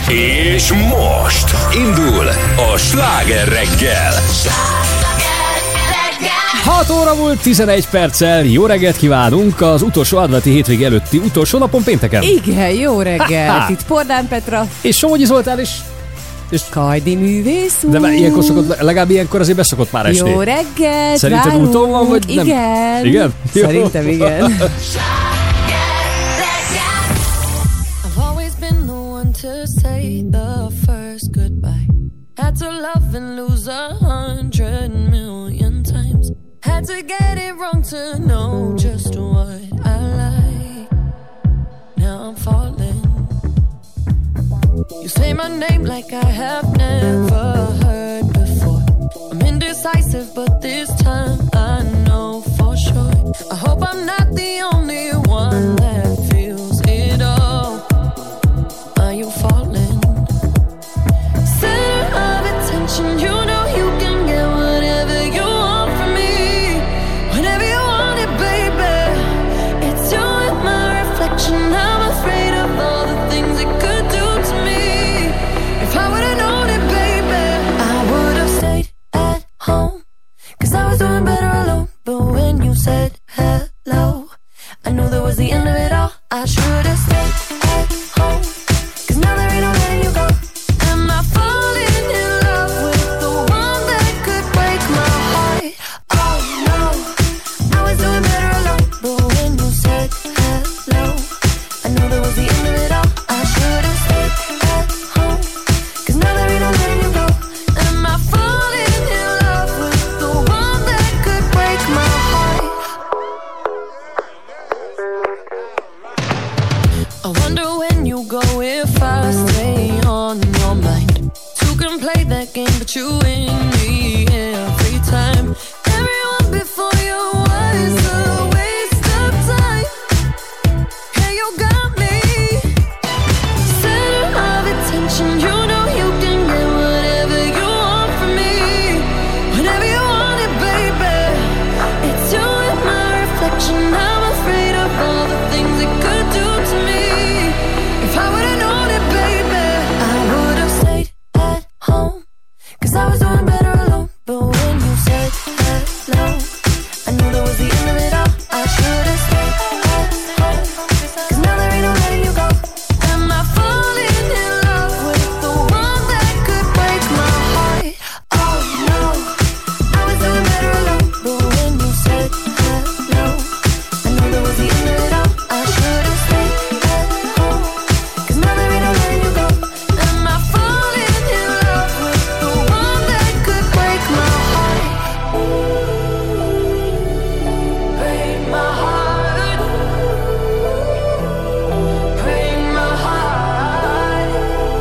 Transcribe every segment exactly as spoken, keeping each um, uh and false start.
És most indul a Sláger reggel. hat óra volt tizenegy perccel, jó reggelt kívánunk az utolsó adventi hétvége előtti utolsó napon pénteken. Igen, jó reggelt, itt Pordán Petra. És Somogyi Zoltán is. És Kajdi művész úr. De már ilyenkor szokott, legalább ilyenkor azért beszokott már esni. Jó reggelt, szerinted várunk. úton van, vagy nem? Igen. Igen? Szerintem igen. To say the first goodbye. Had to love and lose a hundred million times. Had to get it wrong to know just what I like. Now I'm falling. You say my name like I have never heard before. I'm indecisive, but this time I know for sure. I hope I'm not the only one that feels it all. Are you falling? Center of attention, you know you can get whatever you want from me. Whenever you want it, baby. It's you and my reflection. I'm afraid of all the things it could do to me. If I would've known it, baby, I would've stayed at home. Cause I was doing better alone. But when you said hello, I knew that was the end of it all. I should've stayed at home. Now there ain't no letting you go. Am I falling in love with the one that could break my heart? Oh no, I was doing better alone. But when you said hello, I knew that was the end of it all. I should have stayed at home. Cause now there ain't no letting you go. Am I falling in love with the one that could break my heart? I wonder when you go if I stay on your mind. Two can play that game, but you win me every time. Everyone before you was a waste of time. Yeah, you got me. Center of attention, you know you can get whatever you want from me. Whenever you want it, baby. It's you and my reflection. I'm afraid of all the things it could do to me. If I would've known it, baby, I would've stayed at home. Cause I was doing better alone. But when you said hello, I knew that was the end of it all. I should've stayed at home. Cause now there ain't no letting you go. Am I falling in love with the one that could break my heart? Oh no, I was doing better alone. But when you said hello, I knew that was the end of it all. I should've stayed at home. Cause now there ain't no letting you go. Am I falling in love with the one that could break my heart? Break my heart. Break my heart.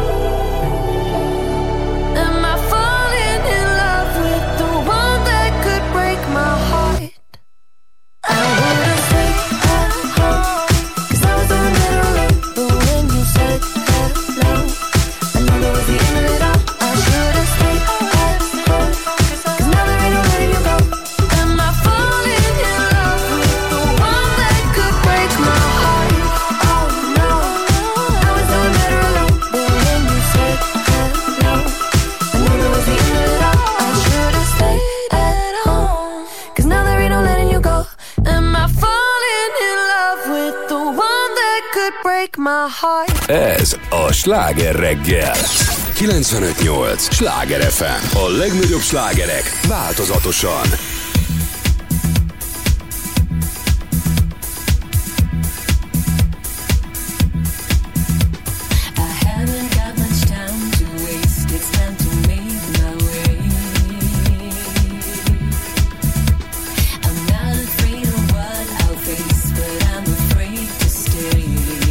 Am I falling in love with the one that could break my heart? I would've stayed at home. Cause I was doing better alone. But when you said hello, I knew that was the end of it all. I should've stayed at home. Cause now there ain't no letting you go. Am I falling in love with the one that could break my heart? Oh no, I was doing better alone. But when you said hello, I knew that was the end of it all. I should've stayed at home. Cause now there ain't no letting you go. Am I falling in love with the one that could break my heart? Ez a Sláger reggel. kilencvenöt nyolc Sláger ef em. A legnagyobb slágerek változatosan. I haven't got much time to waste. It's time to make my way. I'm not afraid of what I'll face, but I'm afraid to stay.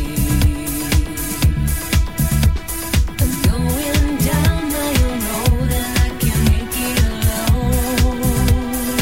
I'm going down my own road and I can make it alone.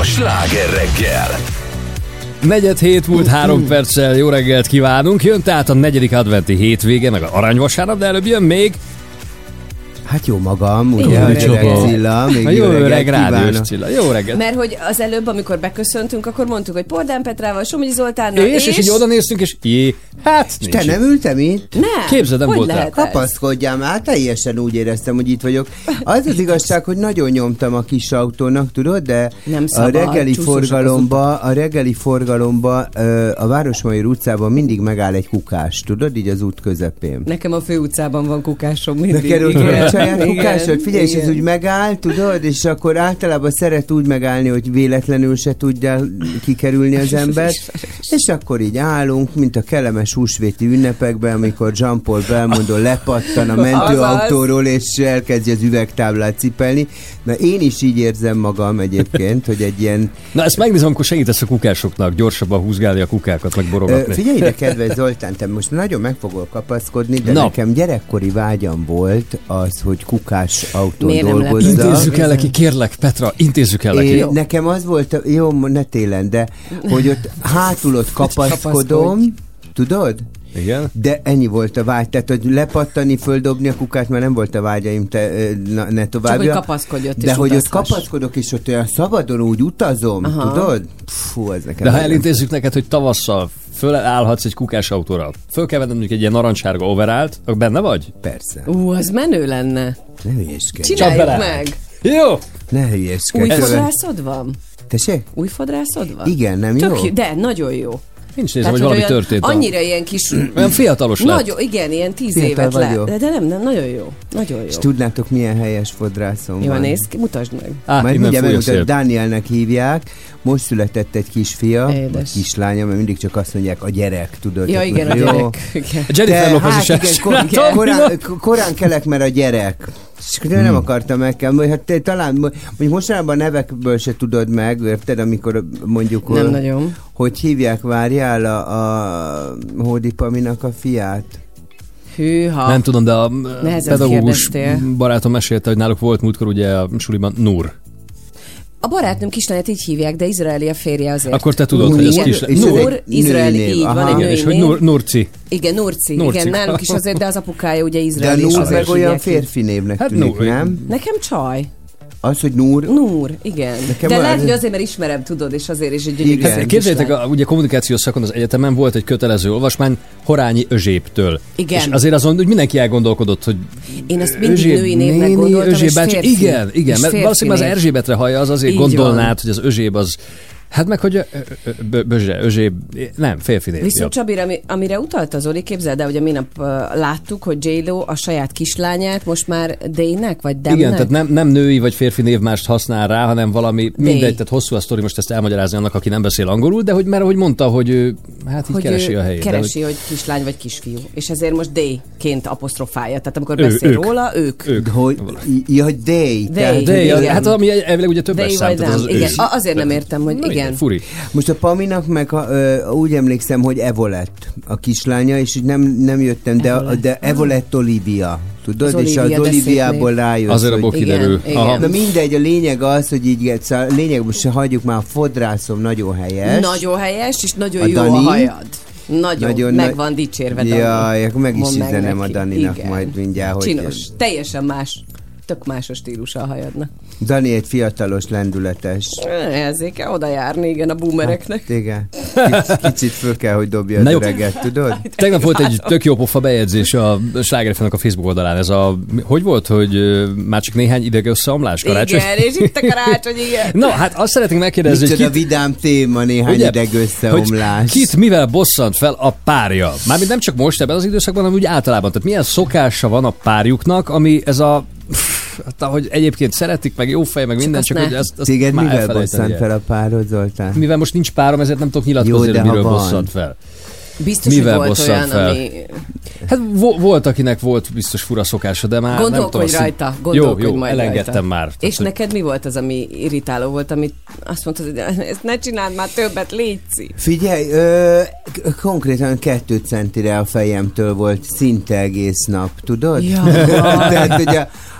Sláger reggel. Negyed hét múlt három perccel, jó reggelt kívánunk. Jön tehát a negyedik adventi hétvége, meg a aranyvasárnap, de előbb jön még... Hát jó magam, ugye, Jó a reggelt. Öreg Cilla, még A jó jó öreg reggelt rádiós kívánok. Cilla. Jó reggelt. Mert hogy az előbb, amikor beköszöntünk, akkor mondtuk, hogy Pordán Petrával, Somogyi Zoltánnal, És, és így oda néztünk, és jé, hát És te nincs. nem ültem itt? Nem. Képzeld, nem hogy voltál. lehet ez? Kapaszkodjál már, teljesen úgy éreztem, hogy itt vagyok. Az az igazság, hogy nagyon nyomtam a kis autónak, tudod, de Nem a szabad, reggeli csúszosak az forgalomba, a reggeli forgalomba ö, a Városmajor utcában mindig megáll egy kukás, tudod, így az út közepén. Nekem a főutcában van kukásom mindig. Neked ott van egy saját kukásod? Figyelj, és ez igen. úgy megáll, tudod, és akkor általában szeret úgy megállni, hogy véletlenül se tudja kikerülni az ember, és akkor így állunk, mint a kellemes húsvéti ünnepekben, amikor Jean-Paul Belmondo lepattan a mentőautóról, és elkezdi az üvegtáblát cipelni. Na én is így érzem magam egyébként, hogy egy ilyen... Na ezt megnézem, amikor segítesz a kukásoknak gyorsabban húzgálni a kukákat, meg Ö, borogatni. figyelj ide, kedves Zoltán, te most nagyon meg fogok kapaszkodni, de Na. nekem gyerekkori vágyam volt az, hogy kukás autón Miért nem dolgozzak. Intézzük el neki, kérlek, Petra, intézzük el neki. É, nekem az volt, a, jó, ne télen, de hogy ott hátul ott kapaszkodom, tudod? Igen. De ennyi volt a vágy, tehát hogy lepattani, földobni a kukát, mert nem volt a vágyaim, te, na, ne továbbja. Csak hogy kapaszkodj ott De és hogy ott utazhass. kapaszkodok, és ott olyan szabadon úgy utazom, Aha. tudod? Fú, ez nekem... De ha nagyon- elintézzük neked, hogy tavasszal fölállhatsz egy kukás autóra, föl kell venned mondjuk egy ilyen narancsárga overallt, akkor benne vagy? Persze. Ú, az menő lenne. Ne hülyéskedj. Csináljuk bele. meg. Jó! Ne hülyéskedj. Új Követ- fodrászod van? Tessék? Új fodrászod van? Igen, nem Tök jó? De, nagyon jó. Nincs nézem, hogy Tehát, valami olyan- történt. a- Annyira ilyen kis... Olyan fiatalos lett. Nagyon, igen, ilyen tíz Fiatal évet vagyok. le. De, de nem, nem, nagyon jó. Nagyon jó. És tudnátok, milyen helyes fodrászom Jól van? néz ki, mutasd meg. Á, Majd innen mindjárt fúj a megmutatom, szél. Dánielnek hívják, most született egy kisfia, Édes. vagy kislánya, mert mindig csak azt mondják, a gyerek, tudod? Ja, Tehát, igen, a jó. gyerek. Igen. Jennifer De Lopez hát is igen, ezt kor, csinálta. korán, korán kelek, mert a gyerek. És akkor nem akartam megkelni. Hát te, talán, mondjuk mostanában nevekből se tudod meg, érted, amikor mondjuk, Nem ö, nagyon. hogy hívják, várjál a, a Hódi Paminak a fiát. Hűha. Nem tudom, de a Nehezen pedagógus kérdeztél. barátom mesélte, hogy náluk volt múltkor ugye a suliban Nur. A barátnőm kislányát így hívják, de izraeli a férje azért. Akkor te tudod, Nur, hogy ez igen. kislány. És ez Nur, egy izraeli, női név. így van, Aha. egy Igen, női és hogy név. Nur, Nurci. Igen, Nurci, Nurci. igen, náluk is azért, de az apukája ugye De a izraeli. és Nur azért meg olyan hívják így. férfi névnek Hát tűnik, Nur, nem? Nekem csaj. Az, hogy Nur, Nur, igen. Nekem de van- lehet, hogy azért, mert ismerem, tudod, és azért is egy gyönyörű Igen. szép Képzeljétek, kislány. a, ugye kommunikációs szakon az egyetemen volt egy kötelező olvasmány Horányi Özséptől. Igen. És azért azon hogy mindenki elgondolkodott, hogy Én azt mindig Özséb női névnek néni, gondoltam, Özséb és bácsi. férfi. Igen, igen, És mert férfi valószínűleg az név. Erzsébetre hallja, az azért Így gondolnád, van. hogy az Özséb az, hát meg hogy ö, ö, ö, Bözse, Özséb, nem, férfi név. Viszont Ja. Csabira, ami, amire utalt az Oli, képzeld el, hogy a minap uh, láttuk, hogy J-Lo a saját kislányát most már Day-nek, vagy Demnek? Igen, tehát nem, nem női vagy férfi névmást használ rá, hanem valami, mindegy, tehát hosszú a sztori, most ezt elmagyarázni annak, aki nem beszél angolul, de hogy mert ahogy mondta, hogy ő, hát így hogy keresi ő a helyét. de keresi, hogy... hogy kislány vagy kisfiú. És ezért most Day-ként apostrofálja. Tehát amikor Ő- beszél ők. róla, ők. Ők. hogy, ja, hogy Day. Day. tehát- De, Igen. hát ami elvileg ugye többes Day szám, vagy tehát nem. az Igen, ősz. a- azért nem értem, hogy Na, igen. Furi. Most a Paminak meg a, ö, úgy emlékszem, hogy Evo lett a kislánya, és így nem, nem jöttem, de, Evo lett. de Evo lett Olivia. Tudod? Az és Olivia, az de szép Oliviából név. rájössz, Azért hogy... abból kiderül. Igen, Aha. igen. Na mindegy, a lényeg az, hogy így, szóval a lényeg, most se hagyjuk már, a fodrászom nagyon helyes. Nagyon helyes, és nagyon A jó Dani? a hajad. Nagyon, Nagyon meg nagy- van dicsérve Dani. Jaj, akkor meg is Mondd meg üzenem a neki. Daninak Igen. majd mindjárt, hogy... Csinos, teljesen más. Tök más a stílusa a hajadnak. Dani egy fiatalos, lendületes. Ezért kell oda járni, igen, a boomereknek. Igen. Kicsit, kicsit föl kell, hogy dobja Na az jó. öreget, tudod? Tegnap volt egy tök jó pofa bejegyzés a Sláger ef em-nek a Facebook oldalán. Ez a, hogy volt, hogy ö, már csak néhány ideg összeomlás karácsony? Igen, és itt a karácsony, igen. Na, hát azt szeretnénk megkérdezni, hogy Micsoda kit, vidám téma, néhány ugye, ideg összeomlás. hogy kit mivel bosszant fel a párja. Mármint nem csak most ebben az időszakban, hanem úgy általában. Tehát milyen szokása van a párjuknak, ami ez a... Hát, ahogy egyébként szeretik, meg jó fej, meg minden, azt csak ne. hogy ezt, ezt Téged már mivel elfelejteni bosszant el. fel a párod, Zoltán? Mivel most nincs párom, ezért nem tudok Jó, nyilatkozni, de hogy ha miről van. bosszant fel. Biztos, Mivel hogy volt bosszant olyan, fel? ami... Hát vo- volt, akinek volt biztos fura szokása, de már nem tudom. Gondolkodj azt- rajta, gondolkodj Jó, jó, majd elengedtem rajta. már. És Tehát, hogy- neked mi volt az, ami irritáló volt, amit azt mondtad, hogy ezt ne csináld már többet, létszi. Figyelj, ö, k- konkrétan kettő centire a fejemtől volt szinte egész nap, tudod? Ja. Tehát, hogy a,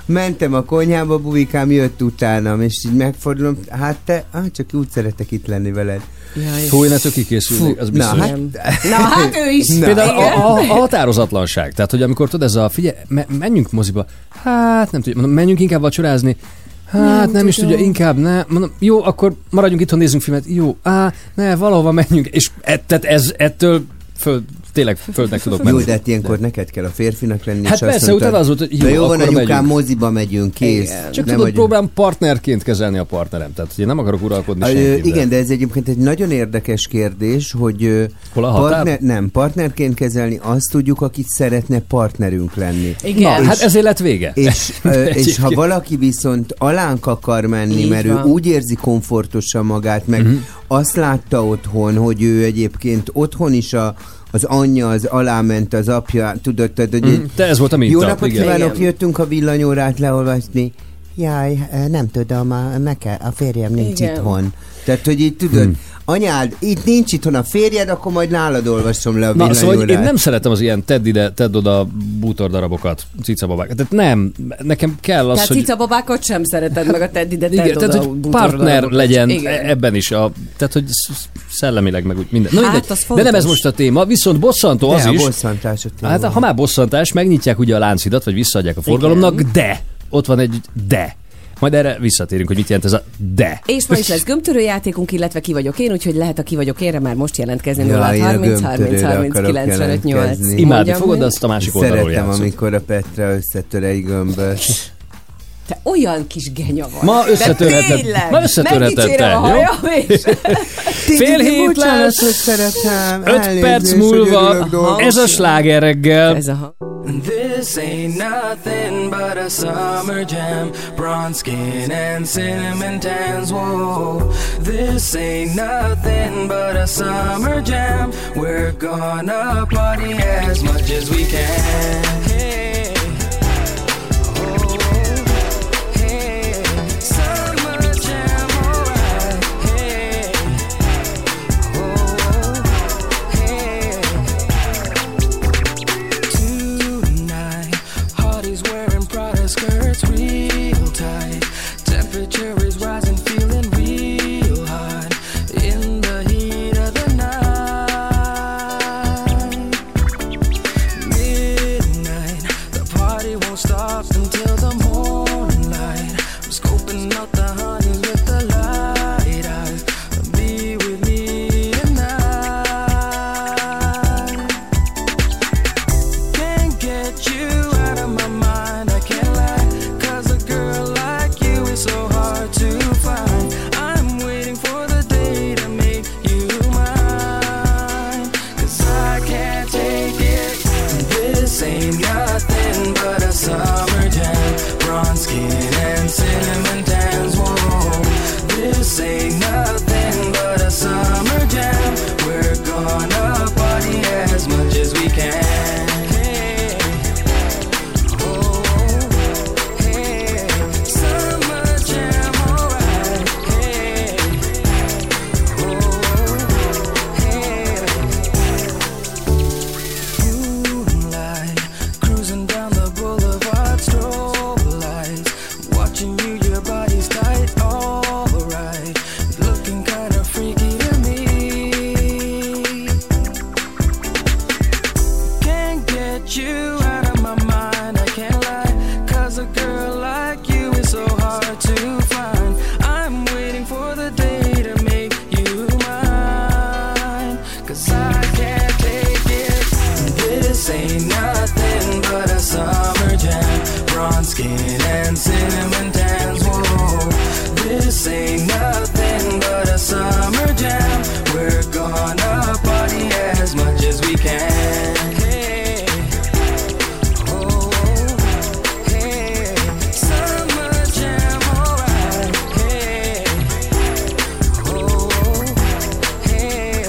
mentem a konyhába, bubikám jött utánam, és így megfordulom, hát te, ah, csak úgy szeretek itt lenni veled. Fú, én ettől kikészülnék, az biztos. Na, hát, Na hát ő is. Na. Például a, a, a határozatlanság. Tehát, hogy amikor tudod, ez a, figyelj, me, menjünk moziba. Hát nem tudja, mondom, menjünk inkább vacsorázni. Hát nem, nem is tudja, inkább ne. Mondom, jó, akkor maradjunk itthon, nézzünk filmet. Jó, á, ne, valahova menjünk. És et, tehát ez ettől föl, tényleg földnek tudok menni. Jó, de hát ilyenkor neked kell a férfinak lenni. Hát és persze, azt mondtad, utána az volt, hogy jó, jó van, akkor anyukám, megyünk. moziba megyünk, kész. Igen. Csak Nem tudod, vagyunk. próbálom partnerként kezelni a partnerem. Tehát, hogy én nem akarok uralkodni A, senkivel. igen, de ez egyébként egy nagyon érdekes kérdés, hogy ö, Hol a határ? partner, nem, partnerként kezelni azt tudjuk, akit szeretne partnerünk lenni. Igen. Na, hát ezért lett vége. És, ö, és ha Egyébként. valaki viszont alánk akar menni, Így mert van. ő úgy érzi komfortosan magát, meg uh-huh. azt látta otthon, hogy ő egyébként otthon is a, az anyja, az aláment, az apja, tudod, tudod hogy Mm, te ez volt a minta. jó napot igen. kívánok, Igen. jöttünk a villanyórát leolvasni. Jaj, nem tudom, a, nekem, a férjem nincs Igen. itthon. Tehát, hogy így tudod, hmm. anyád, itt nincs itthon a férjed, akkor majd nálad olvasom le a Na, villanyórát. szóval hogy én nem szeretem az ilyen tedd ide, tedd oda bútordarabokat, cicababákat. Tehát nem, nekem kell az, Tehát hogy... cicababákat sem szereted meg a tedd ide, tedd Igen, oda tehát, a hogy bútordarabokat. partner legyen Igen. ebben is, a, tehát, hogy sz- szellemileg meg úgy minden. Na, Hát, mindegy. az De fontos. nem ez most a téma, viszont bosszantó az De, is. a bosszantás a téma. Hát ha már bosszantás, megnyitják ugye a láncidat, vagy visszaadják a forgalomnak, de ott van egy de. Majd erre visszatérünk, hogy mit jelent ez a de. És ma is lesz gömbtörőjátékunk, illetve ki vagyok én, úgyhogy lehet a ki vagyok énre már most jelentkezni. Ja, nulla én a harminc harminc gömbtörőre harminc akarok kilencvenöt nyolc. jelentkezni. Imádni fogod, de azt a másik oldalról Szeretem, játszunk. amikor a Petra összetör egy gömböt. Te olyan kis genya vagy. Ma összetörheted. De tényleg. Ma összetörheted Megdicsérem te, a jó? hajam, és... Fél Tiki, hét bocsánat, lesz. hogy szeretem. Öt Elnézést, perc hogy múlva örülök dolgok. ez a sláger reggel. Ez a hang. This ain't nothing but a summer jam. Bronze skin and cinnamon tans. Whoa, this ain't nothing but a summer jam. We're gonna party as much as we can. Hey, oh, hey, summer jam, alright. Hey, oh, hey. Tonight, Hardy's wearing Prada skirts real tight. Temperature is rising, feeling real hot in the heat of the night. Midnight, the party won't stop until the morning light. I'm scoping out the honeys with the light eyes. Be with me tonight. Can't get you out of my mind, I can't lie. Cause a girl like you is so hard to find. I'm waiting for the day to make you mine. Cause I can't take it. This ain't nothing but a summer jam. Bronze skin and cinnamon tans. Whoa, this ain't nothing but a summer jam. We're gonna party as much as we can. Hey, oh, hey, summer jam, alright. Hey, oh, hey. Moonlight, cruising down the boulevard, strobe lights, watching you, your body's tight, alright, looking kinda freaky to me. Can't get you out of my mind, I can't lie, cause a girl like you is so hard to find. I'm waiting for the day to make you mine, cause I can't take it. This ain't nothing but a summer jam. Bronze skin and cinnamon tans. Whoa, this ain't nothing but a summer jam. We're gonna party as much as we can. Hey, oh, hey, summer jam, alright. Hey, oh, hey.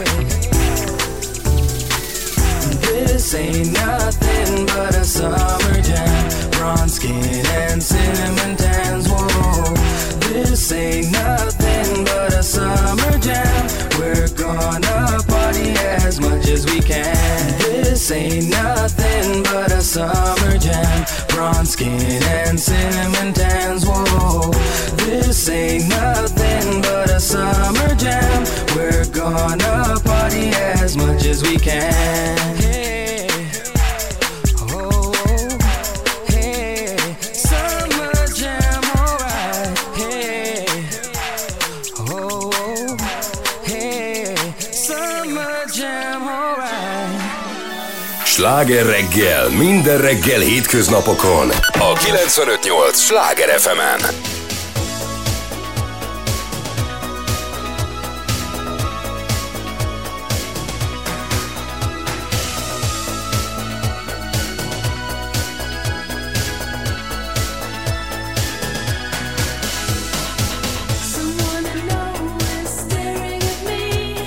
This ain't nothing but a summer jam. Bronze skin and cinnamon tans. Whoa, this ain't nothing but a summer jam. We're gonna party as much as we can. This ain't nothing but a summer jam. bronze skin and cinnamon tans. Whoa, this ain't nothing but a summer jam. We're gonna party as much as we can. Hey, oh, hey, summer jam, alright. Hey, oh, hey, summer jam, alright. Sláger reggel, minden reggel hétköznapokon a kilencvenöt nyolc Sláger ef emen. Someone I know is staring at me,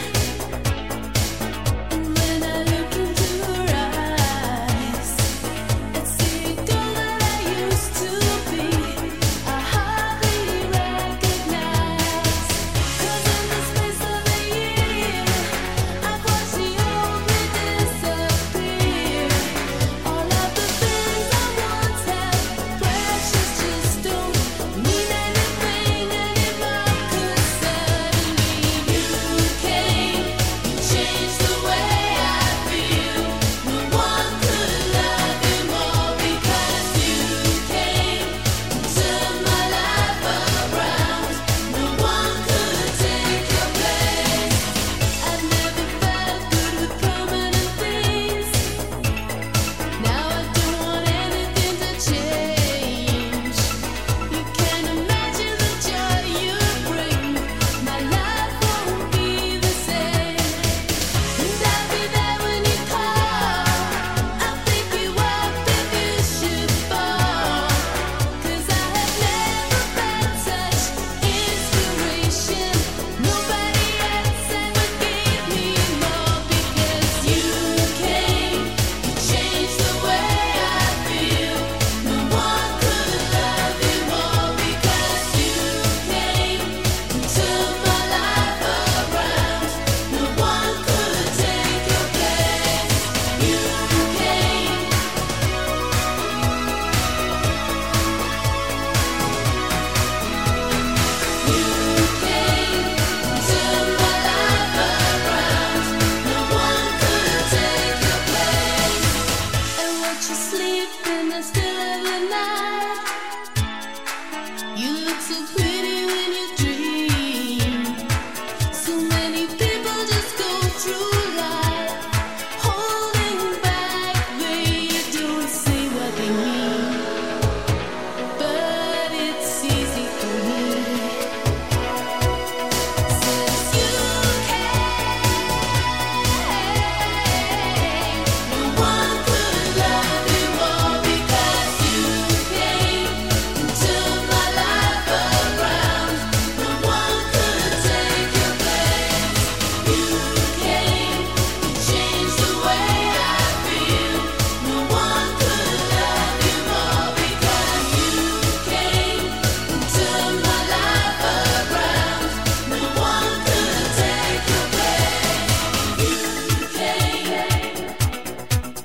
and when I look into her eyes, it's the girl that I used to be. I hardly recognize, 'cause in the space of a year, I've watched the old me disappear. All of the things I once held precious just don't mean anything anymore. 'Cause suddenly you came, you changed the way I feel. No one could love you more because you came, turned my life around. No one could take your place. I've never felt good with permanent things. Now I don't want anything to change. You can't imagine the joy you bring. My life won't be the same. And I'll be there when you call. I'll pick you up if you should fall. 'Cause I have never felt such inspiration. Nobody else ever gave me more. Because you came, you changed the way I feel. No one could love you more. Because you came, you turned my life around. No one could take your place. You came. You came, turned my life around. No one could take your place. And watch you sleep in the still of the night. You look so pretty when you dream. So many people just go through life holding back. They don't say what they mean, but it's easy for me. Since you came, no one could love you more. Because you came and turned my life around. No one could take your place. You came, you changed the way I feel. No one could love you more. Because you came and turned my life around. No one could take your place. You came.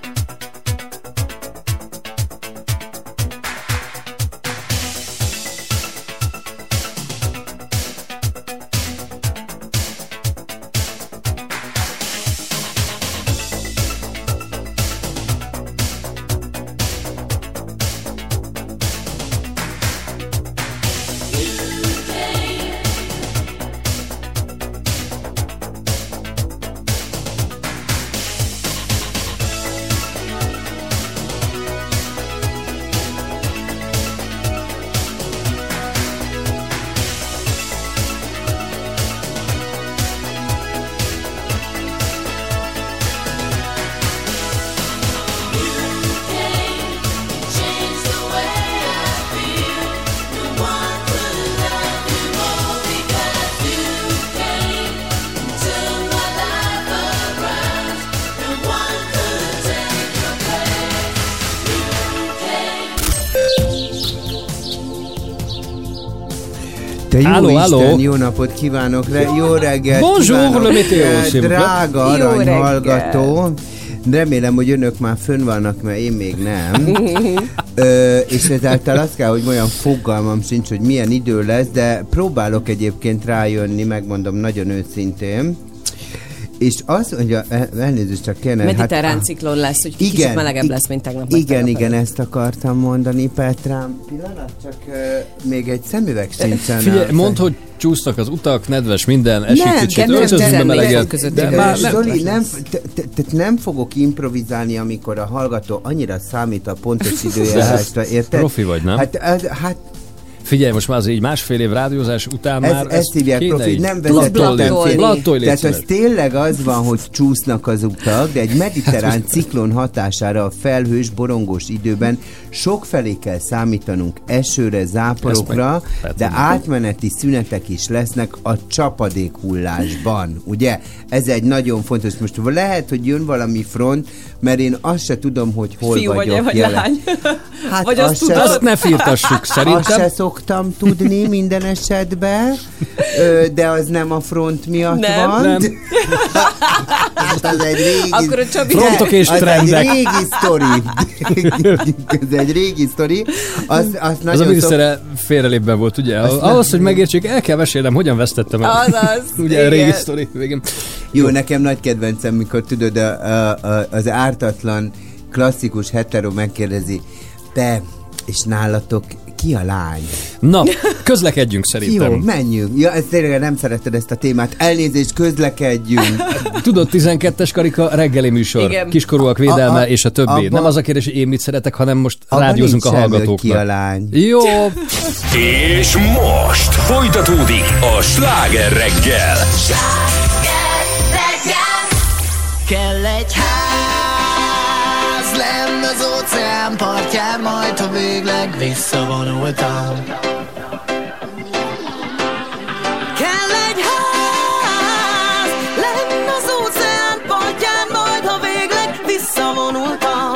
Changed the way I feel. No one could love you more. Because you came and turned my life around. No one could take your place. You came. Te jó Halló, Isten, halló. jó napot kívánok, re, jó reggelt Bonjour, kívánok, le météo, eh, s'il vous plaît. drága Jó aranyhallgató. Remélem, hogy önök már fönn vannak, mert én még nem. Ö, és ezáltal azt kell, hogy olyan fogalmam sincs, hogy milyen idő lesz, de próbálok egyébként rájönni, megmondom nagyon őszintén. És az, hogy a, elnézést csak kéne... Mediterrán hát, ciklon lesz, hogy igen, kicsit melegebb lesz, mint tegnap. Igen, igen, ezt akartam mondani, Petrám. Pillanat, csak uh, még egy szemüveg sincsen. Figyelj, mondd, hogy csúsztak az utak, nedves minden, esik Nem, kicsit, nem, öltözünk be nem, meleget. nem, De nem, már nem. Zoli, nem, te, te, te nem fogok improvizálni, amikor a hallgató annyira számít a pontos időjárásra, érted? Profi vagy, nem? Hát, az, hát Figyelj, most már az így másfél év rádiózás után ez, már... ezt hívják kéne profi, így nem Blattolni. vezetett. Blattolni. Tehát az tényleg az van, hogy csúsznak az utak, de egy mediterrán ciklon hatására a felhős, borongós időben sokfelé kell számítanunk esőre, záporokra, de átmeneti szünetek is lesznek a csapadékhullásban, ugye? Ez egy nagyon fontos. Most lehet, hogy jön valami front, mert én azt se tudom, hogy hol Fiú vagyok. vagy, vagy jelen. lány. Hát Vagy azt azt se- tudod? Azt ne firtassuk, szerintem. Azt se szoktam tudni minden esetben, ö, de az nem a front miatt Nem. van. Nem. Hát az egy régi... Akkor a Csabi... Frontok és az trendek. egy régi sztori. Ez egy régi sztori. Az, az Az a nagyon szok... minisztere félrelépben volt, ugye? Azt Ahhoz, nem- hogy megértsék, el kell mesélnem, hogyan vesztettem el. Azaz, Ugye, igen. régi sztori végén. Jó, nekem nagy kedvencem, mikor tudod, a, a, a, az ártatlan, klasszikus hetero megkérdezi, te, és nálatok ki a lány? Na, közlekedjünk Jó, szerintem. menjünk. Ja, ezt tényleg nem szeretted ezt a témát. Elnézést, közlekedjünk. Tudod, tizenkettes karika reggeli műsor, Igen. kiskorúak védelme A- a- és a többi. abba- Nem az a kérdés, hogy én mit szeretek, hanem most Abban rádiózunk a nincs semmi, hogy ki a hallgatóknak. lány. Jó, És most folytatódik a Sláger reggel. Kell egy ház lenn az óceán partján, majd ha végleg visszavonultam. Kell egy ház, lenn az óceán partján, majd ha végleg visszavonultam.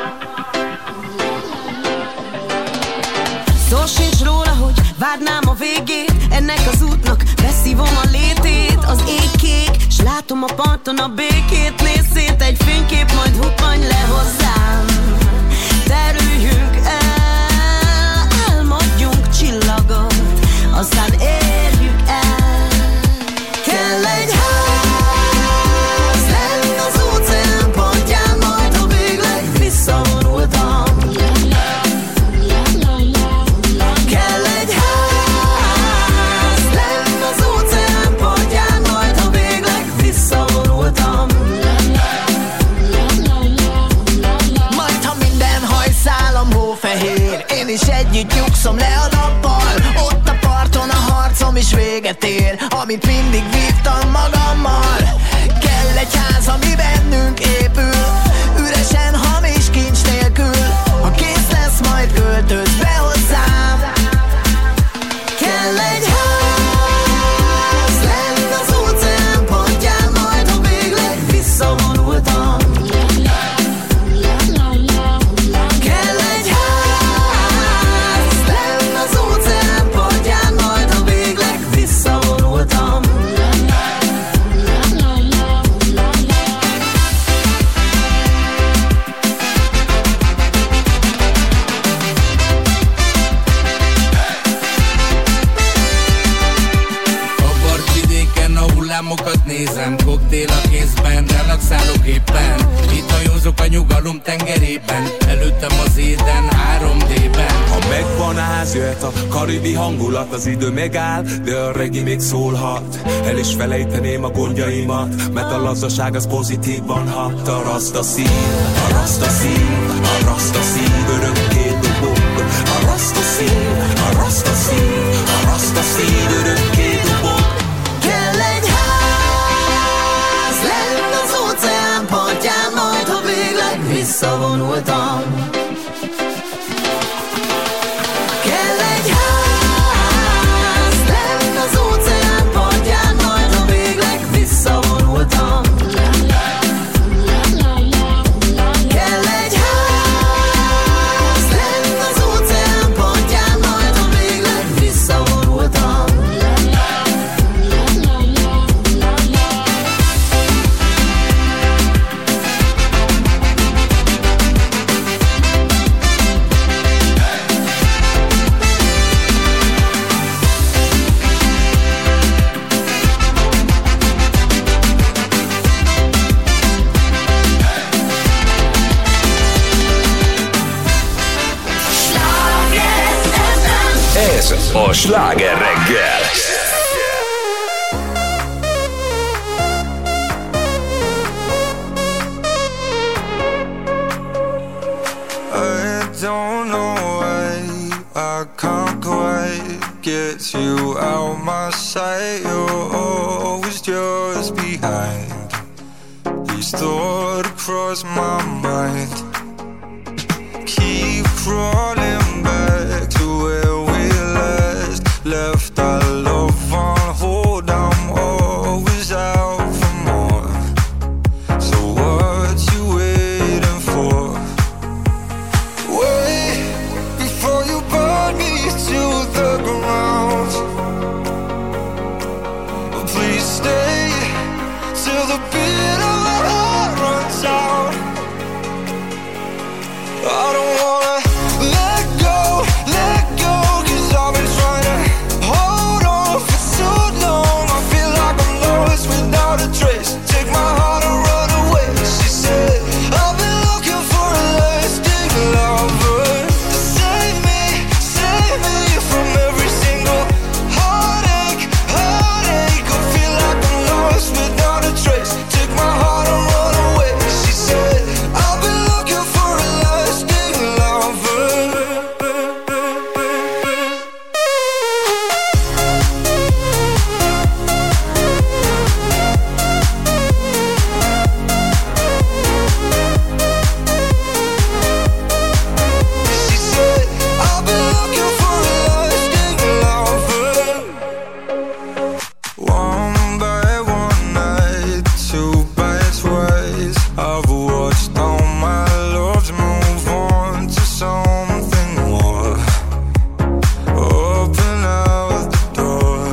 Szó sincs róla, hogy várnám a végét ennek az útnak, beszívom a létét, az ég kék, s látom a parton a békét, nézz szét egy fénykép, majd huppanj le hozzám. Terüljünk el, álmodjunk csillagot, aztán érjük el. Kell egy ház, lenn az óceán partján, majd ha végleg visszavonultam. Kell egy ház, lenn az óceán partján, majd ha végleg visszavonultam. Majd ha minden hajszálam hófehér, én is együtt nyugszom le a nappal. Ott a parton a harcom is véget ér, amit mindig vívtam magammal. Kell egy ház, ami bennünk épül, üresen, hamis kincs nélkül. Ha kész lesz, majd költözz be hozzám. Kell egy ház, lenn az óceán partján, majd ha végleg visszavonultam. Kell egy ház, lenn az óceán partján, majd ha végleg visszavonultam. A partvidéken a hullámokat nézem, koktél a kézben, relaxálok éppen. Itt hajózok a nyugalom tengerében, előttem az éden három dében. Ha megvan a ház, jöhet a karibi hangulat, az idő megáll, de a regi még szólhat. El is felejteném a gondjaimat, mert a lazaság az pozitívan hat. A rasta szív, a rasta szív, a rasta szív örökké dobog. A rasta szív, a rasta szív, a rasta szív örökké dobog. Kell egy ház, lenn az óceán partján, majd ha végleg visszavonultam. Kell egy ház, lenn az óceán partján, majd ha végleg visszavonultam. Kell egy ház, lenn az óceán partján, majd ha végleg visszavonultam. Sláger reggel. I don't know why I can't quite get you out my sight. You're always just behind. These thoughts cross my mind. Keep crawling back to where we last left our love on hold. I'm always out for more. So what you waiting for? Wait before you burn me to the ground. Please stay till the beat of my heart runs out. I don't wanna let go, let go, 'cause I've been trying to hold on for too long. I feel like I'm lost without a trace. Take my heart and run away. She said, I've been looking for a lasting lover to save me, save me from every single heartache, heartache. I feel like I'm lost without a trace. Take my heart and run away. She said, I've been looking for a lasting lover. She said, I've been looking for a lasting lover. One by one night, two by twice, I've watched all my loves move on to something more. Open out the door.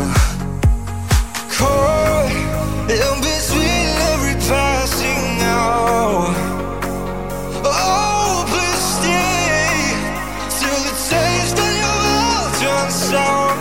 Caught in between every passing hour. Oh, please stay till the taste of your mouth turns sour.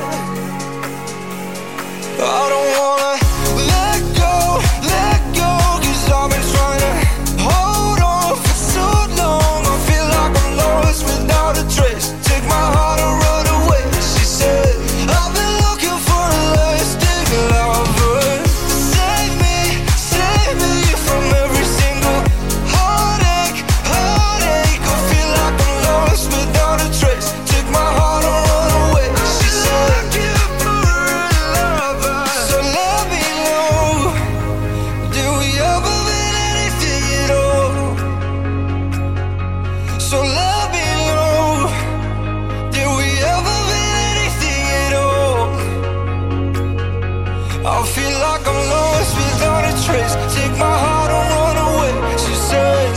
I don't wanna let go, let go, 'cause I've been trying to hold on for too long. I feel like I'm lost without a trace. Take my heart and run away. She said, I've been looking for a lasting lover. Save me, save me from every single heartache, heartache. I feel like I'm lost without a trace. Take my heart and run away. She said, so let me know, did we ever mean anything at all? So let me know, did we ever mean anything at all? I feel like I'm lost without a trace. Take my heart and run away. She said,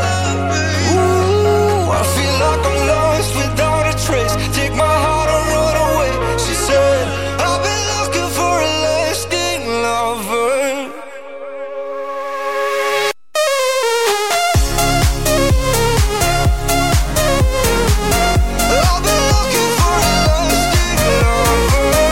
ooh, I feel like I'm lost without a trace. Take my heart and run away. She said, I've been looking for a lasting lover. I've been looking for a lasting lover.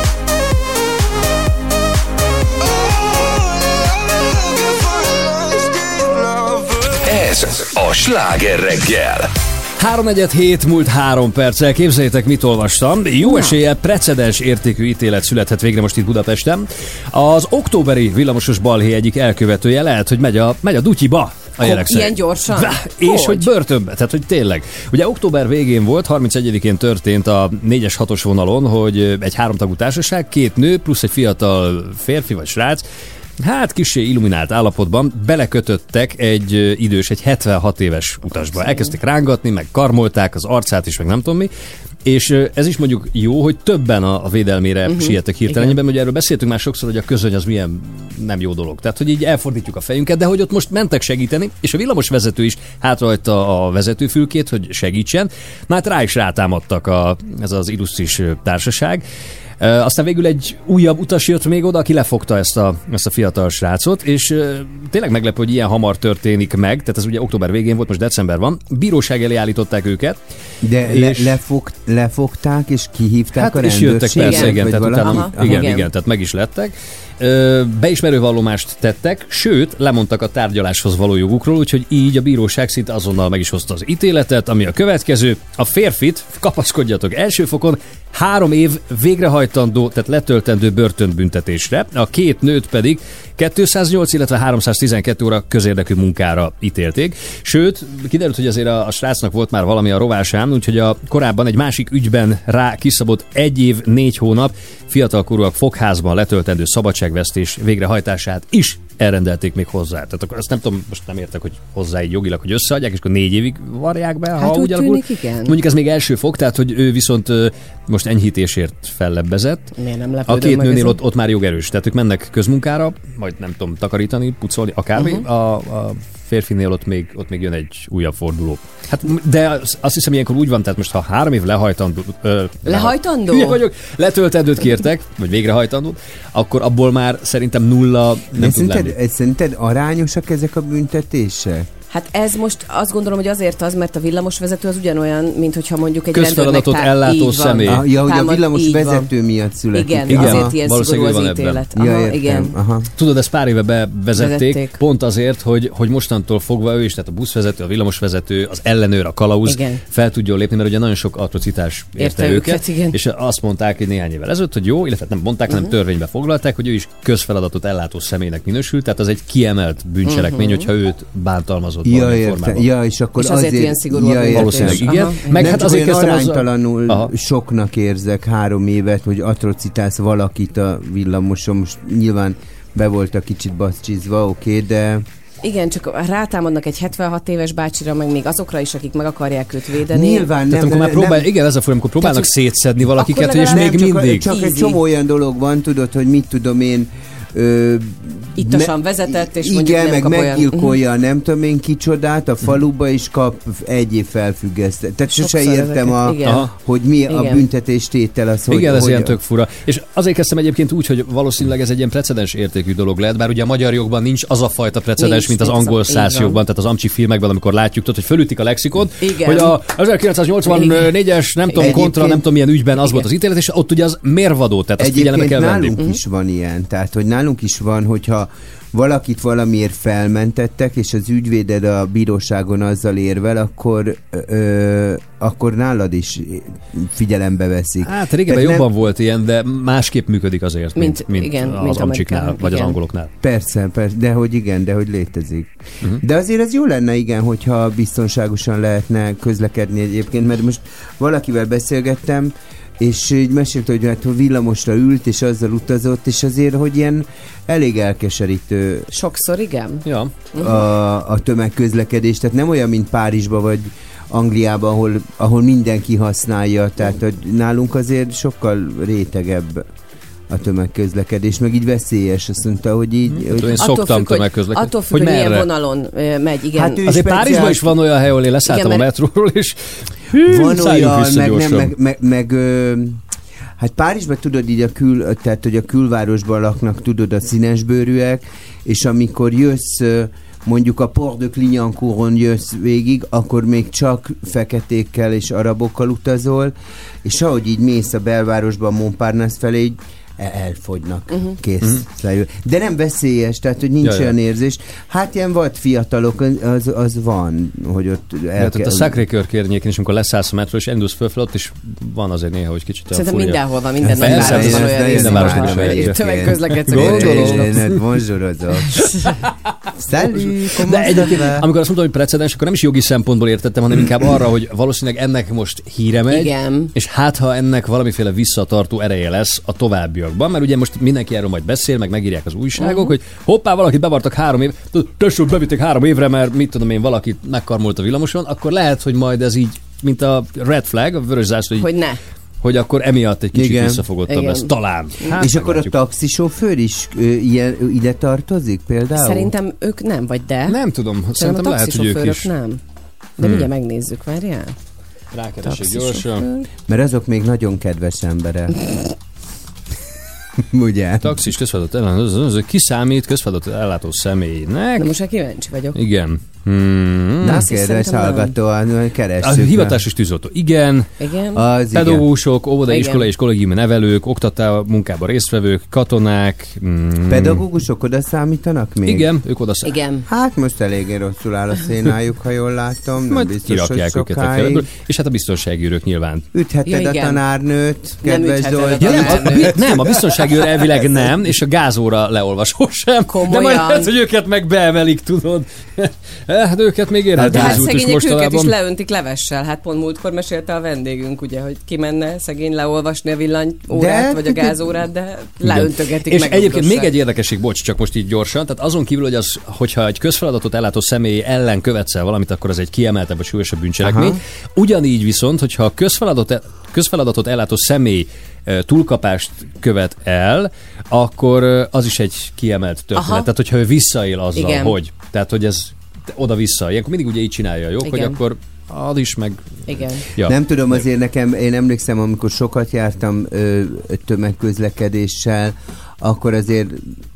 Oh, I've been looking for a lasting lover. Ez a Sláger reggel. háromnegyed hét múlt három perccel, képzeljétek, mit olvastam. Jó eséllyel precedens értékű ítélet születhet végre most itt Budapesten. Az októberi villamosos balhé egyik elkövetője lehet, hogy megy a, megy a dutyiba. A jelek szerint. Ilyen gyorsan? Vá, és hogy börtönbe, tehát hogy tényleg. Ugye október végén volt, harmincegyedikén történt a négyes hatos vonalon, hogy egy háromtagú társaság, két nő plusz egy fiatal férfi vagy srác, hát kissé illuminált állapotban belekötöttek egy idős, egy hetvenhat éves utasba. Elkezdtek rángatni, meg karmolták az arcát is, meg nem tudom mi. És ez is mondjuk jó, hogy többen a, a védelmére uh-huh. siettek hirtelenjében, hogy erről beszéltünk már sokszor, hogy a közöny az milyen nem jó dolog. Tehát, hogy így elfordítjuk a fejünket, de hogy ott most mentek segíteni, és a villamos vezető is hátrajta a vezetőfülkét, hogy segítsen. Na hát rá is rátámadtak a, ez az illusztris társaság. Uh, aztán végül egy újabb utas jött még oda, aki lefogta ezt a, ezt a fiatal srácot, és uh, tényleg meglepő, hogy ilyen hamar történik meg, tehát ez ugye október végén volt, most december van, bíróság elé állították őket. De és... le, lefog, lefogták, és kihívták hát a rendőrséget? Hát és jöttek, persze, igen, igen, tehát valami? utána, Aha, igen, igen, igen, tehát meg is lettek, ö, beismerő vallomást tettek, sőt, lemondtak a tárgyaláshoz való jogukról, úgyhogy így a bíróság szinte azonnal meg is hozta az ítéletet, ami a következő. A férfit, kapaszkodjatok, első fokon három év végrehajtandó, tehát letöltendő börtönbüntetésre, a két nőt pedig kétszáznyolc, illetve háromszáztizenkét óra közérdekű munkára ítélték. Sőt, kiderült, hogy azért a, a srácnak volt már valami a rovásán, úgyhogy a korábban egy másik ügyben rá kiszabott egy év, négy hónap fiatalkorúak fogházban letöltendő szabadságvesztés végrehajtását is elrendelték még hozzá. Tehát akkor azt nem tudom, most nem értek, hogy hozzá így jogilag, hogy összeadják, és akkor négy évig varják be, Hát ha úgy úgy alakul. tűnik, igen. Mondjuk ez még első fok, tehát hogy ő viszont ö, most enyhítésért fellebbezett. Miért nem A lepődöm két meg nőnél ezen? ott, ott már jogerős, tehát ők mennek közmunkára, majd nem tudom, takarítani, pucolni, akármi. Uh-huh. A, a férfinél ott még, ott még jön egy újabb forduló. Hát, de azt, azt hiszem, ilyenkor úgy van, tehát most ha három év lehajtandó... Ö, Lehajtandó? Hülye vagyok, letöltendőt kértek, vagy végrehajtandót, akkor abból már szerintem nulla nem De tud szerinted, lenni. szerinted arányosak ezek a büntetések? Hát ez most azt gondolom, hogy azért az, mert a villamosvezető az ugyanolyan, mint hogyha mondjuk egy Közfeladatot rendőrnek tá- ellátó így van. személy. Ah, ja, hogy a Támad- villamos így van. vezető miatt születik. Igen, Igen, azért ilyen szigorú valószínűleg az van ebben. ítélet. Ja, Aha, értem. igen. Aha. Tudod, ezt pár éve bevezették, Vezették. pont azért, hogy, hogy mostantól fogva ő is, tehát a buszvezető, a villamosvezető, az ellenőr, a kalauz Igen. fel tudjon lépni, mert ugye nagyon sok atrocitás érte, Érte őket, őket, igen. és azt mondták, hogy néhány évvel ezelőtt, hogy jó, illetve nem mondták, hanem Uh-huh. törvénybe foglalták, hogy ő is közfeladatot ellátó személynek minősül, tehát az egy kiemelt bűncselekmény, Uh-huh. hogyha őt bántalmazott Ja, valami értem. formában. Ja, és akkor És azért ilyen szigorú a büntetés. Valószínűleg igen. Aha. Meg nem hát csak azért olyan kezdtem azzal... aránytalanul Aha. soknak érzek három évet, hogy atrocitálsz valakit a villamoson. Most nyilván be voltak kicsit baszcsizva, oké, okay, de... Igen, csak rátámadnak egy hetvenhat éves bácsira, meg még azokra is, akik meg akarják őt védeni. Nyilván Tehát nem, amikor már nem, próbál, igen, ez a fura, amikor próbálnak Tehát, szétszedni valakiket, akkor és legalább még nem, csak, mindig. csak egy Easy. csomó olyan dolog van, tudod, hogy mit tudom én... Ö, Ittasan vezetett, és mondjuk igen, nem meg kap olyan- meggyilkolja nem tudom én kicsodát a faluba, és kap egy év felfüggesztett. Tehát sose Sokszor értem, ezeket, a, igen. Aha. hogy mi a Igen. büntetéstétel az, hogy... Igen, ez hogy ilyen tök fura. És azért kezdtem egyébként úgy, hogy valószínűleg ez egy ilyen precedens értékű dolog lehet, bár ugye a magyar jogban nincs az a fajta precedens, Nincs, mint az nincs, angol így száz van. jogban, tehát az amcsi filmekben, amikor látjuk, tudod, hogy fölütik a lexikont, Igen. hogy a ezerkilencszáznyolcvannégyes, nem tudom, Egyébként- kontra, nem tudom milyen ügyben az Igen. volt az ítélet, és ott ugye az mérvadó, tehát azt figyelembe Egyébként kell venni. nálunk is van ilyen, tehát hogy nálunk is van, hogyha valakit valamiért felmentettek, és az ügyvéded a bíróságon azzal érvel, akkor, ö, akkor nálad is figyelembe veszik. Hát régebben Tehát jobban nem- volt ilyen, de másképp működik azért, mint, Mint- mint, igen, az mint amcsiknál, Amerikában, vagy az igen. angoloknál. Persze, persze, de hogy igen, de hogy létezik. Mhm. Uh-huh. De azért ez jó lenne, igen, hogyha biztonságosan lehetne közlekedni egyébként, mert most valakivel beszélgettem, és így mesélte, hogy hát villamosra ült, és azzal utazott, és azért, hogy ilyen elég elkeserítő Sokszor igen. Ja. a, a tömegközlekedés, tehát nem olyan, mint Párizsban, vagy Angliában, ahol, ahol mindenki használja, tehát hogy nálunk azért sokkal rétegebb a tömegközlekedés, meg így veszélyes, azt mondta, hogy így... Hogy Én szoktam függ, hogy, tömegközlekedni. attól függ, hogy, Hogy milyen merre? vonalon ö, megy, igen. Hát ő Azért speciál- Párizsban is van olyan hely, ahol én leszálltam Igen, a mert- metróról, és van szálljunk olyan, vissza meg, nem, gyorsan. meg, meg, meg ö, hát Párizsban tudod így a kül, tehát hogy a külvárosban laknak, tudod, a színesbőrűek, és amikor jössz ö, mondjuk a Port de Clignancourt-on jössz végig, akkor még csak feketékkel és arabokkal utazol, és ahogy így mész a belvárosban Montparnasse felé, így elfogynak, uh-huh. kész. Uh-huh. De nem veszélyes, tehát hogy nincs Ja, ja. olyan érzés. Hát ilyen vad fiatalok, az, az van, hogy ott el Hát ott kell... a Sacré-Cœur környékén is, amikor leszállsz a metról, és elindulsz fölfel, ott is van azért néha, hogy kicsit olyan Szerintem furja. mindenhol van, minden nagy Persze, városban ez olyan nagyon rész, városban ahol is olyan egy egyébként. tömegközlekedsz. Gondolom. Bonjourozok. Salut, comment De ça egyébként, va? amikor azt mondtam, hogy precedens, akkor nem is jogi szempontból értettem, hanem inkább arra, hogy valószínűleg ennek most híre megy, Igen. és hát ha ennek valamiféle visszatartó ereje lesz a továbbiakban, mert ugye most mindenki erről majd beszél, meg megírják az újságok, uh-huh. hogy hoppá, valakit bevartak három év, tessék, bevitték három évre, mert mit tudom én, valakit megkarmolt a villamoson, akkor lehet, hogy majd ez így, mint a red flag, a vörös zászló, hogy, Hogy ne. hogy akkor emiatt egy kicsit Igen. visszafogottabb Igen. lesz. Talán. Hát, És akkor a meglátjuk. taxisofőr is ö, ilyen, ö, ide tartozik például? Szerintem ők nem, vagy de? Nem tudom, Szerintem szerintem a lehet, hogy ők taxisofőrök is. nem. De Hmm. mindjárt megnézzük, várjál. Rákeresik Taxisofőr. gyorsan. Mert azok még nagyon kedves emberek. Ugye? Taxis, közfeladatot ellátó, kiszámít közfeladatot ellátó személynek. Na most már kíváncsi vagyok. Igen. Hmm. Na, Azt kérdez hiszem, hallgatóan, A keressük. hivatásos tűzoltó. Igen. Igen. Az igen. Pedagógusok, óvoda, Igen. iskola és kollégiumi nevelők, oktatá munkában résztvevők, katonák. Mm. Pedagógusok oda számítanak még? Igen, ők oda szá- Igen. Hát most eléggé rosszul áll a szénájuk, ha jól látom. Nem Majd biztos, hogy kirakják őket a sokáig. feladból. És hát a biztonsági őrök nyilván. Ütheted Ja, a igen. tanárnőt, Nem kedves ütheted a Zoltán. Ja, nem, a, Tanárnő. bi- nem, a biztonsági őr elvileg nem, és a gázóra leolvasó sem. Komolyan. De majd lehet, hogy őket meg beemelik, tudod. Hát őket még érhet De hát az út is szegények őket is mostanában. leöntik levessel. Hát pont múltkor mesélte a vendégünk, ugye, hogy kimenne szegény leolvasni a villanyórát, De- vagy a gázórát, de Igen. leöntögetik És meg. egyébként még egy érdekesség, bocs, csak most így gyorsan, tehát azon kívül, hogy az, hogyha egy közfeladatot ellátó személy ellen követsz el valamit, akkor az egy kiemeltebb vagy súlyosabb bűncselekmény. Aha. Ugyanígy viszont, hogyha a közfeladatot, közfeladatot ellátó személy ö, túlkapást követ el, akkor ö, az is egy kiemelt történet. Aha. Tehát, hogyha ő visszaél azzal, Igen. hogy. Tehát, hogy ez oda-vissza. Ilyenkor mindig ugye így csinálja, jó? Hogy Igen. akkor ad is meg. Igen. Ja. Nem tudom, azért nekem, én emlékszem, amikor sokat jártam ö, tömegközlekedéssel, akkor azért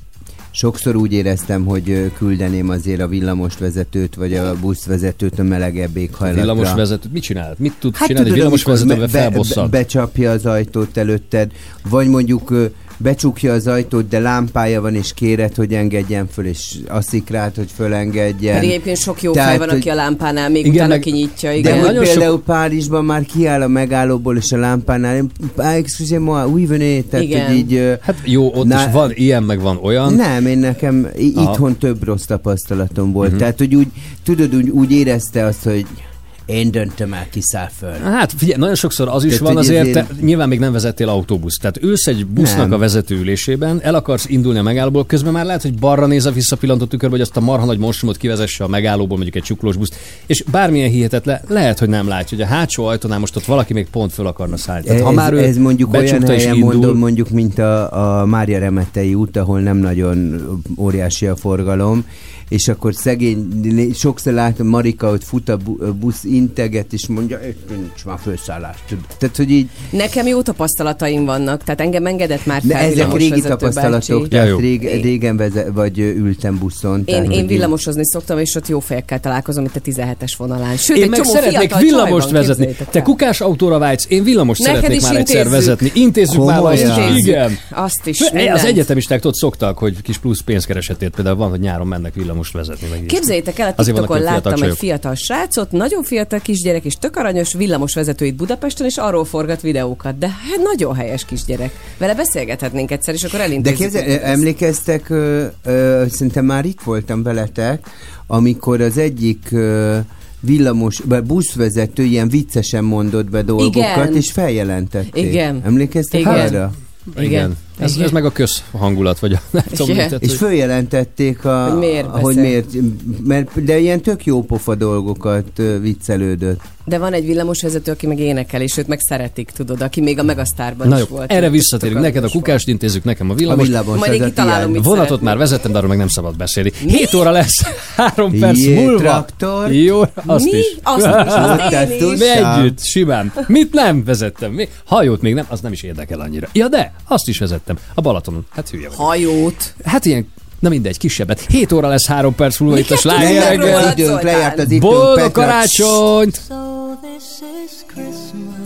sokszor úgy éreztem, hogy ö, küldeném azért a villamosvezetőt, vagy a buszvezetőt a melegebb éghajlatra. Villamosvezető, mit csinál? Mit tud Hát csinálni? Egy tudod, amikor villamosvezetővel be- be- felbosszant. becsapja az ajtót előtted, vagy mondjuk ö, becsukja az ajtót, de lámpája van, és kéred, hogy engedjen föl, és aszik rád, hogy fölengedjen. Pedig egyébként sok jó Tehát, fej van, aki hogy- a lámpánál, még Igen, utána meg- kinyitja. De Igen. hogy nagyon sok- például Párizsban már kiáll a megállóból, és a lámpánál, ah, excusez-moi, oui venez, tehát Igen. hogy így... ö, Hát jó, ott Na- is van ilyen, meg van olyan. Nem, én nekem i- Aha. itthon több rossz tapasztalatom volt. Mhm. Tehát, hogy úgy, tudod, úgy, úgy érezte azt, hogy én döntöm el, kiszáll föl. Hát figyelj, nagyon sokszor az is Tehát, van hogy azért, ezért- te nyilván még nem vezettél autóbusz. Tehát ülsz egy busznak Nem. a vezetőülésében, el akarsz indulni a megállóból, közben már lehet, hogy balra néz a visszapillantó tükörbe, hogy azt a marha nagy morsomot kivezesse a megállóból, mondjuk egy csuklós buszt, és bármilyen hihetetlen, lehet, hogy nem látja, hogy a hátsó ajtónál most ott valaki még pont föl akarna szállni. Tehát, ha ez, már ő ez mondjuk olyan becsukta és helyen indul, mondom, mondjuk, mint a, a Mária Remetei út, ahol nem nagyon óriási a forgalom, és akkor szegény, sokszor látom Marika, hogy fut a bu- busz, integet, és mondja, itt nincs már főszállás. tudod. Tehát, hogy így, Nekem jó tapasztalataim vannak, tehát engem engedett már de fel ezek régi villamosvezető tapasztalatok, bácsi. Ja, jó. tehát rég, régen veze, vagy ö, ültem buszon. Én, tehát, én hogy így- villamosozni szoktam, és ott jó fejekkel találkozom, itt a tizenhetes vonalán. Sőt, én egy meg csomó szeretnék fiatal csaj villamost van, vezetni. képzeljétek Te el. kukás autóra vágysz, én villamost Neked szeretnék is már egyszer intézzük. vezetni. Intézzük már azt Komolyan? is. Intézzük. Igen. Azt is, Fő- Az mindent. egyetemisták ott szoktak, hogy kis plusz pénzkeresetért például van, hogy nyáron mennek villamost vezetni. Meg ilyesmi. Képzeljétek el, a Azért vannak TikTokon ilyen fiatal láttam egy csajok. fiatal srácot, nagyon fiatal kisgyerek és tök aranyos villamos vezetőit Budapesten, és arról forgat videókat. De hát nagyon helyes kisgyerek. Vele beszélgethetnénk egyszer, és akkor De elintézzük. képzel, ezt. emlékeztek, ö, ö, szerintem már itt voltam veletek, amikor az egyik ö, villamos, vagy buszvezető ilyen viccesen mondott be dolgokat, Igen. és feljelentették. Igen. Emlékeztek Igen. arra? Igen. Ez, ez meg a közhangulat, vagy a nem tudom, Igen. mit, tehát, És hogy- följelentették, a, Hogy miért hogy beszél. miért, mert, de ilyen tök jó pofa dolgokat ö, viccelődött. De van egy villamosvezető, aki meg énekel, és őt meg szeretik, tudod, aki még a Megasztárban Na is jó, volt. erre Tök visszatérünk. Neked a aranyos kukást intézzük, nekem a A villamos. villamos Majd én az a kitalálom, tiéd. mit Vonatot szeretnék. már vezettem, de arról meg nem szabad beszélni. hét óra lesz, három perc Jé, múlva. traktor. Jó, azt Mi? is. Azt is, azt Azt én tudsz? is. Mi együtt, simán. Mit nem vezettem? Mi? Hajót még nem, az nem is érdekel annyira. Ja de, azt is vezettem. A Balatonon. Hát hülye vagy. Hajót. Hát ilyen, na mindegy, kisebbet. hét óra lesz, három perc múlva itt a Miket Sláger tudunk reggel. erről? Az időnk, Zoltán. lejárt az időnk. Boldog Petra. karácsonyt! So this is Christmas,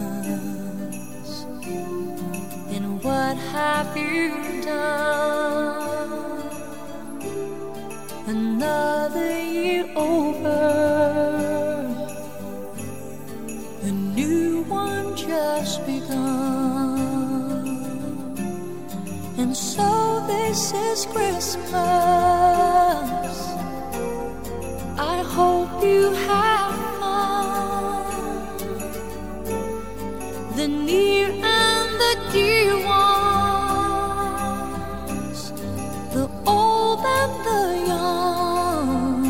and what have you done? Another year over, a new one just begun, and so this is Christmas. I hope you have fun. The near and the dear ones, the old and the young.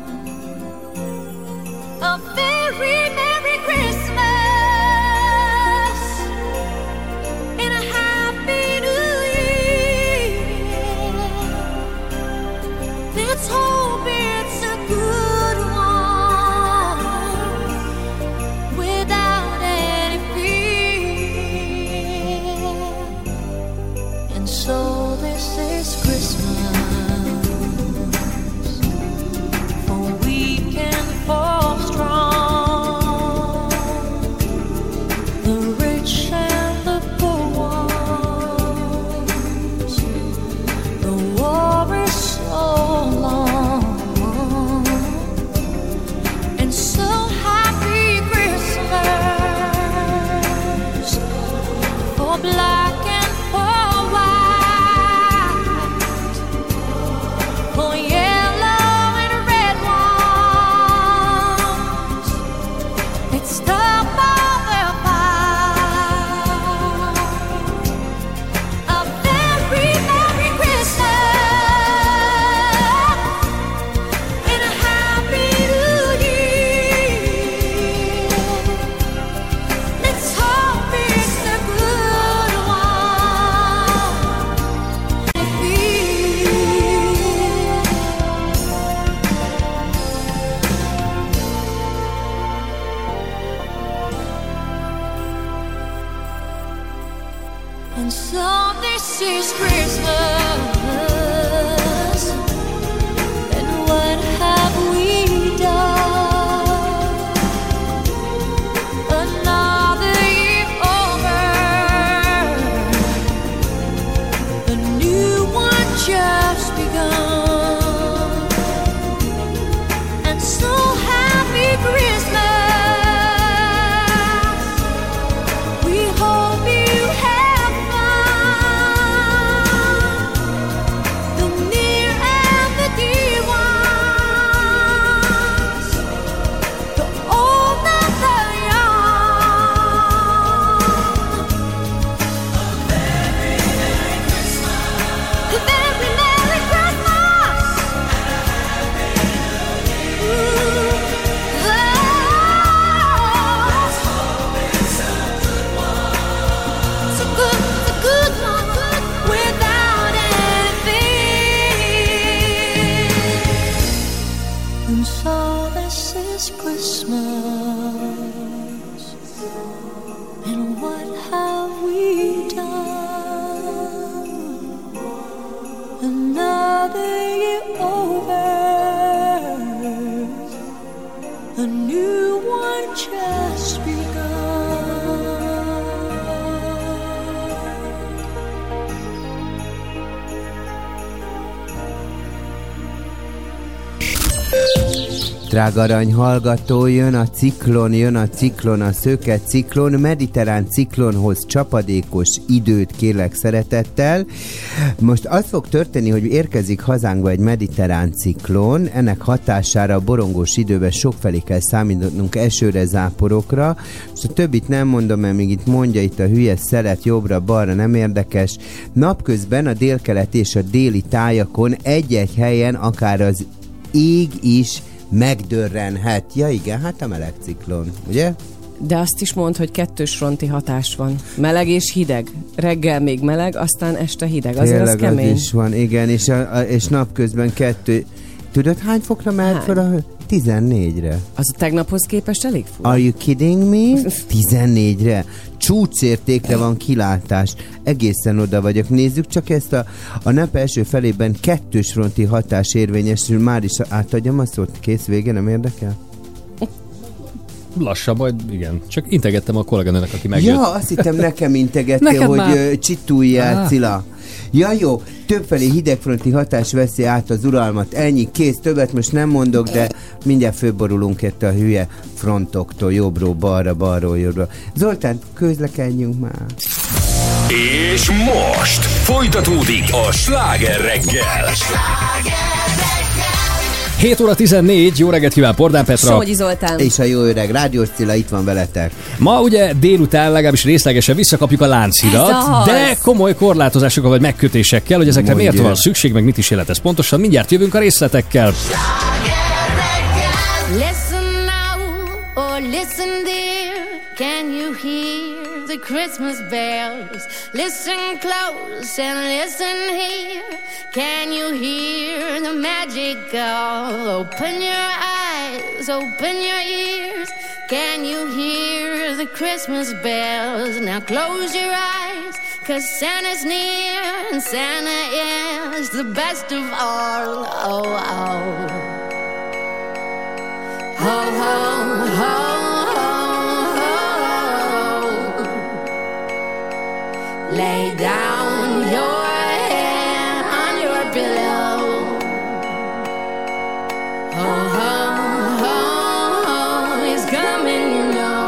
A very Merry Christmas and a Happy New Year. Let's hope it's a good one without any fear. is Christmas, and what have we done? Another year over, a new one just begun, and so happy Christmas. We hope you have fun, the near and the dear ones, the old and the young. A very Merry Christmas, a very Merry Christmas, Ooh, oh, it's a good, it's a good one, without anything. And so this is Christmas, and what have we done? Another year over, a new one just begun. Drága arany hallgató, jön a ciklon, jön a ciklon, a szöke ciklon, mediterrán ciklonhoz csapadékos időt kérlek szeretettel. Most az fog történni, hogy érkezik hazánkba egy mediterrán ciklon, ennek hatására a borongós időben sokfelé kell számítanunk esőre, záporokra, és a többit nem mondom, mert még itt mondja itt a hülye szelet jobbra-balra, nem érdekes. Napközben a délkelet és a déli tájakon egy-egy helyen akár az ég is megdörrenhet. Ja igen, hát a meleg ciklon, ugye? De azt is mond, hogy kettős fronti hatás van. Meleg és hideg. Reggel még meleg, aztán este hideg. Azért az Tényleg kemény. az is van, igen, és, a, a, és napközben kettő. Tudod, hány fokra mehet fel a hő? tizennégyre. Az a tegnaphoz képest elég fura. Are you kidding me? tizennégyre. Csúcsértékre van kilátás. Egészen oda vagyok. Nézzük csak ezt a, a nap első felében kettős fronti hatás érvényesül. Már is átadjam a szót. Kész, vége, nem érdekel? Lassan, majd igen. Csak integettem a kolléganőnek, aki megjött. Ja, azt hittem nekem integettél, Neked hogy már. csituljál, Ah. Cilla. Ja jó, többfelé hidegfronti hatás veszi át az uralmat. Ennyi, kész, többet most nem mondok, de mindjárt fölborulunk itt a hülye frontoktól, jobbról, balra, balról, jobbról. Zoltán, közlekedjünk már. És most folytatódik a Sláger reggel. hét óra tizennégy, jó reggelt kíván Pordán Petra. Somogyi Zoltán. És a jó öreg Rádiós Cilla itt van veletek. Ma ugye délután legalábbis részlegesen visszakapjuk a Lánchidat, Ez az. de komoly korlátozásokkal vagy megkötésekkel, hogy ezekre Mondja. miért van szükség, meg mit is jelent ez pontosan. Mindjárt jövünk a részletekkel. Listen now, or listen dear. Can you hear the Christmas bells? Listen close and listen here. Can you hear the magic call? Open your eyes, open your ears. Can you hear the Christmas bells? Now close your eyes, 'cause Santa's near, and Santa is the best of all. Oh, oh. Ho, ho, ho, ho, ho. Lay down your head on your pillow. Ho, ho, ho, ho. He's coming, you know.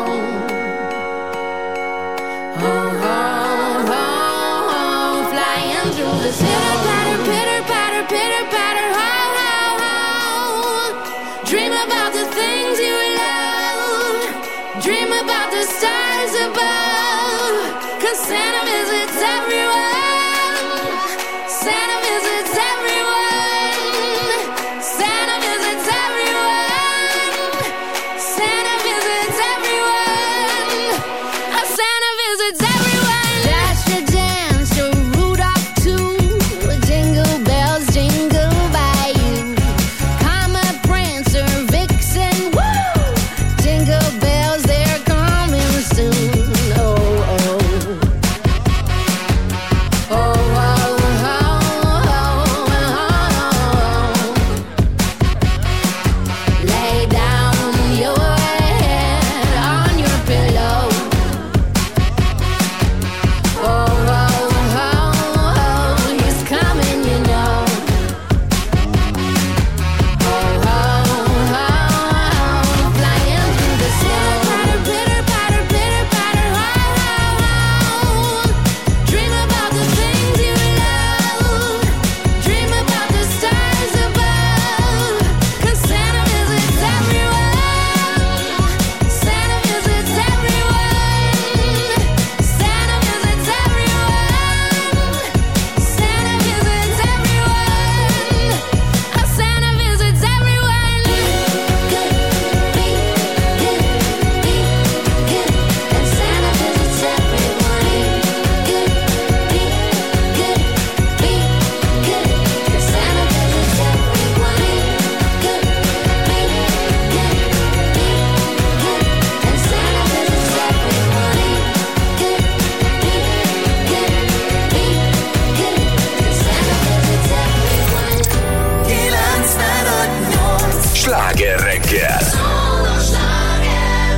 Ho, ho, ho, ho. Flying through the city. Pitter, pitter, patter, pitter, patter. Ho, ho, ho. Dream about the things you love. Dream about the stars above. 'Cause Santa visits everyone. Santa visits everyone. Santa visits everyone. Santa visits everyone. Oh, Santa visits everyone. Dasher dance to Rudolph too. Jingle bells jingle by you. Comet, Prancer, Vixen, woo! Jingle bells, they're coming soon. Oh, oh.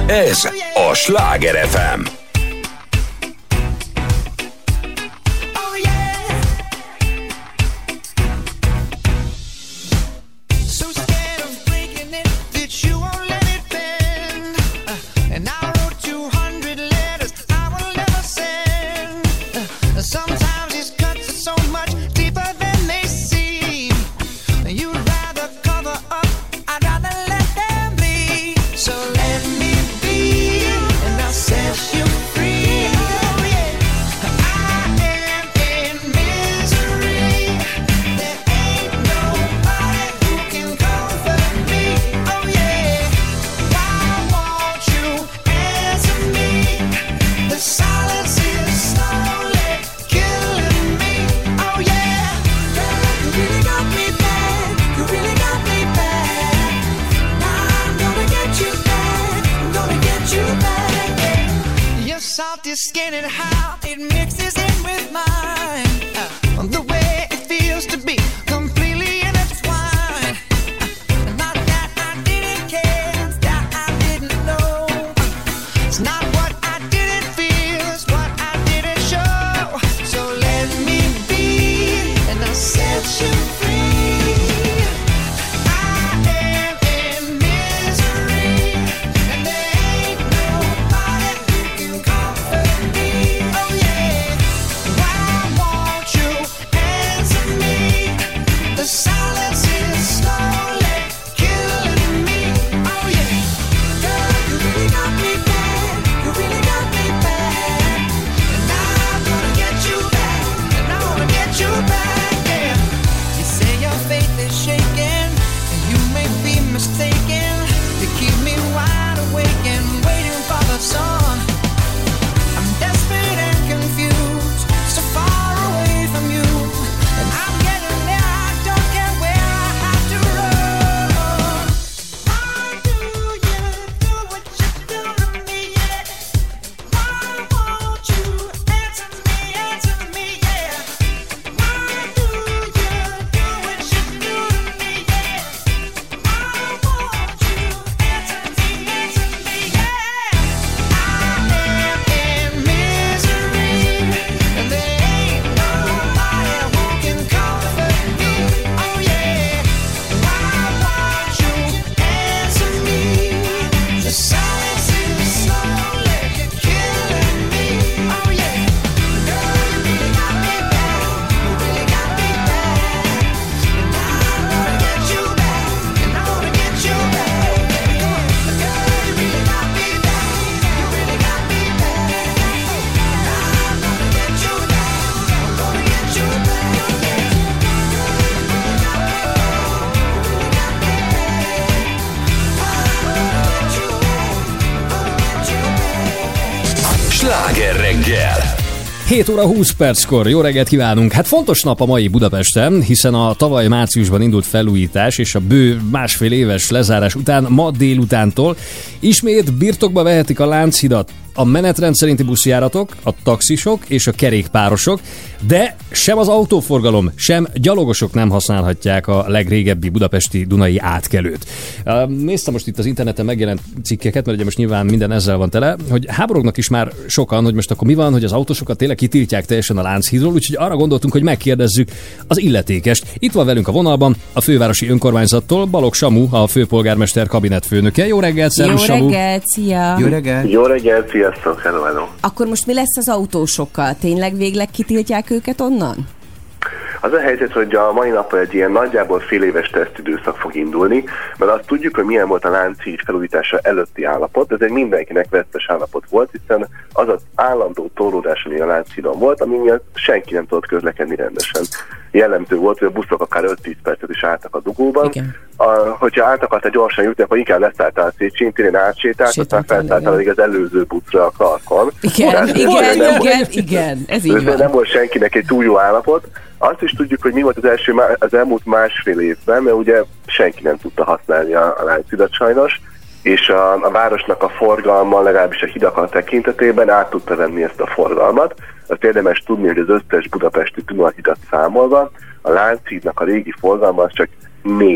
Ez a Sláger ef em. Salty skin and how it mixes in with mine. Uh, the way it feels to be completely intertwined. Uh, not that I didn't care, it's that I didn't know. It's not what I didn't feel, it's what I didn't show. So let me be, and I'll set you free. I am in misery, and there ain't nobody who can comfort me. Oh yeah, why won't you answer me? The silence is slowly killing me. Oh yeah, girl, you really got me bad. You really got me bad. And I'm gonna get you back. And I wanna get you back. Yeah. You say your faith is shaken, and you may be mistaken. You keep me wide awake and waiting for the sun. I'm desperate and confused, so far away from you. And I'm getting there, I don't care where I have to run. Why do you do what you do to me, yeah? Why won't you answer me, answer me, yeah? Why do you do what you do to me, yeah? Why won't you answer me, answer me, yeah? I am in misery, and there ain't nobody who can comfort me. Oh yeah, why won't you answer me? The silence is slowly killing me. Oh yeah, girl, you really got me bad. You really got me bad. And I wanna get you back. And I wanna get you back. Girl, you really got me bad. You really got me bad. And I'm gonna get you back. I'm gonna get you back. Yeah. Sláger reggel! hét óra húsz perckor, jó reggelt kívánunk! Hát fontos nap a mai Budapesten, hiszen a tavaly márciusban indult felújítás és a bő másfél éves lezárás után ma délutántól ismét birtokba vehetik a Lánchidat a menetrend szerinti buszjáratok, a taxisok és a kerékpárosok, de sem az autóforgalom, sem gyalogosok nem használhatják a legrégebbi budapesti Dunai átkelőt. Néztem most itt az interneten megjelent cikkeket, mert ugye most nyilván minden ezzel van tele, hogy háborognak is már sokan, hogy most akkor mi van, hogy az autósokat tényleg kitiltják teljesen a Lánchídról, úgyhogy arra gondoltunk, hogy megkérdezzük az illetékest. Itt van velünk a vonalban a fővárosi önkormányzattól Balogh Samu, a főpolgármester kabinetfőnöke. Jó reggelt, szervusz, Jó Samu! reggelt, szia! Jó reggelt! Jó reggelt, sziasztok, hello, hello. Akkor most mi lesz az autósokkal? Tényleg végleg kitiltják őket onnan? Az a helyzet, hogy a mai napon egy ilyen nagyjából fél éves tesztidőszak fog indulni, mert azt tudjuk, hogy milyen volt a Lánchíd felújítása előtti állapot, ez egy mindenkinek vesztes állapot volt, hiszen az az állandó torlódás, ami a Lánchídon volt, ami miatt senki nem tudott közlekedni rendesen. Jellemző volt, hogy a buszok akár öt-tíz percet is álltak a dugóban. A, hogyha át akartál gyorsan jutni, akkor inkább leszálltál Széchenyi térén, átsétált, aztán felszálltál még az előző buszra a Clarkon. Igen, Tehát, igen, nem igen, volt, igen, ez így van. Nem volt senkinek egy túl jó állapot. Azt is tudjuk, hogy mi volt az első, az elmúlt másfél évben, mert ugye senki nem tudta használni a, a Lánchidat sajnos, és a, a városnak a forgalma, legalábbis a hidakat tekintetében át tudta venni ezt a forgalmat. Azt érdemes tudni, hogy az összes budapesti Dunahidat számolva, a Lánchídnak a régi forgalma az csak négy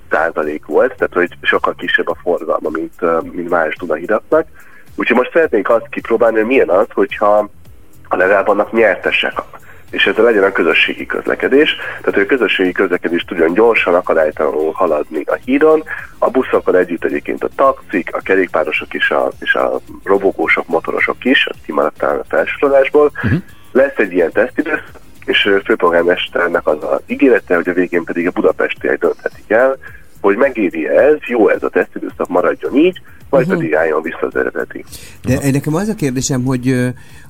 százalék volt, tehát hogy sokkal kisebb a forgalma, mint, mint más Dunahidaknak. Úgyhogy most szeretnénk azt kipróbálni, hogy milyen az, hogyha a legalább annak nyertesek, és ezzel legyen a közösségi közlekedés, tehát hogy a közösségi közlekedés tudjon gyorsan, akadálytalanul haladni a hídon, a buszokkal együtt egyébként a taxik, a kerékpárosok és a, és a robogósok, motorosok is, az kimaradtál a felsorolásból. Uh-huh. Lesz egy ilyen tesztidőszak, és főpolgármesternek az az ígérete, hogy a végén pedig a budapestiek dönthetik el, hogy megéri ez, jó ez a tesztidőszak, maradjon így, vagy uh-huh. pedig álljon vissza az eredeti. De nekem az a kérdésem, hogy,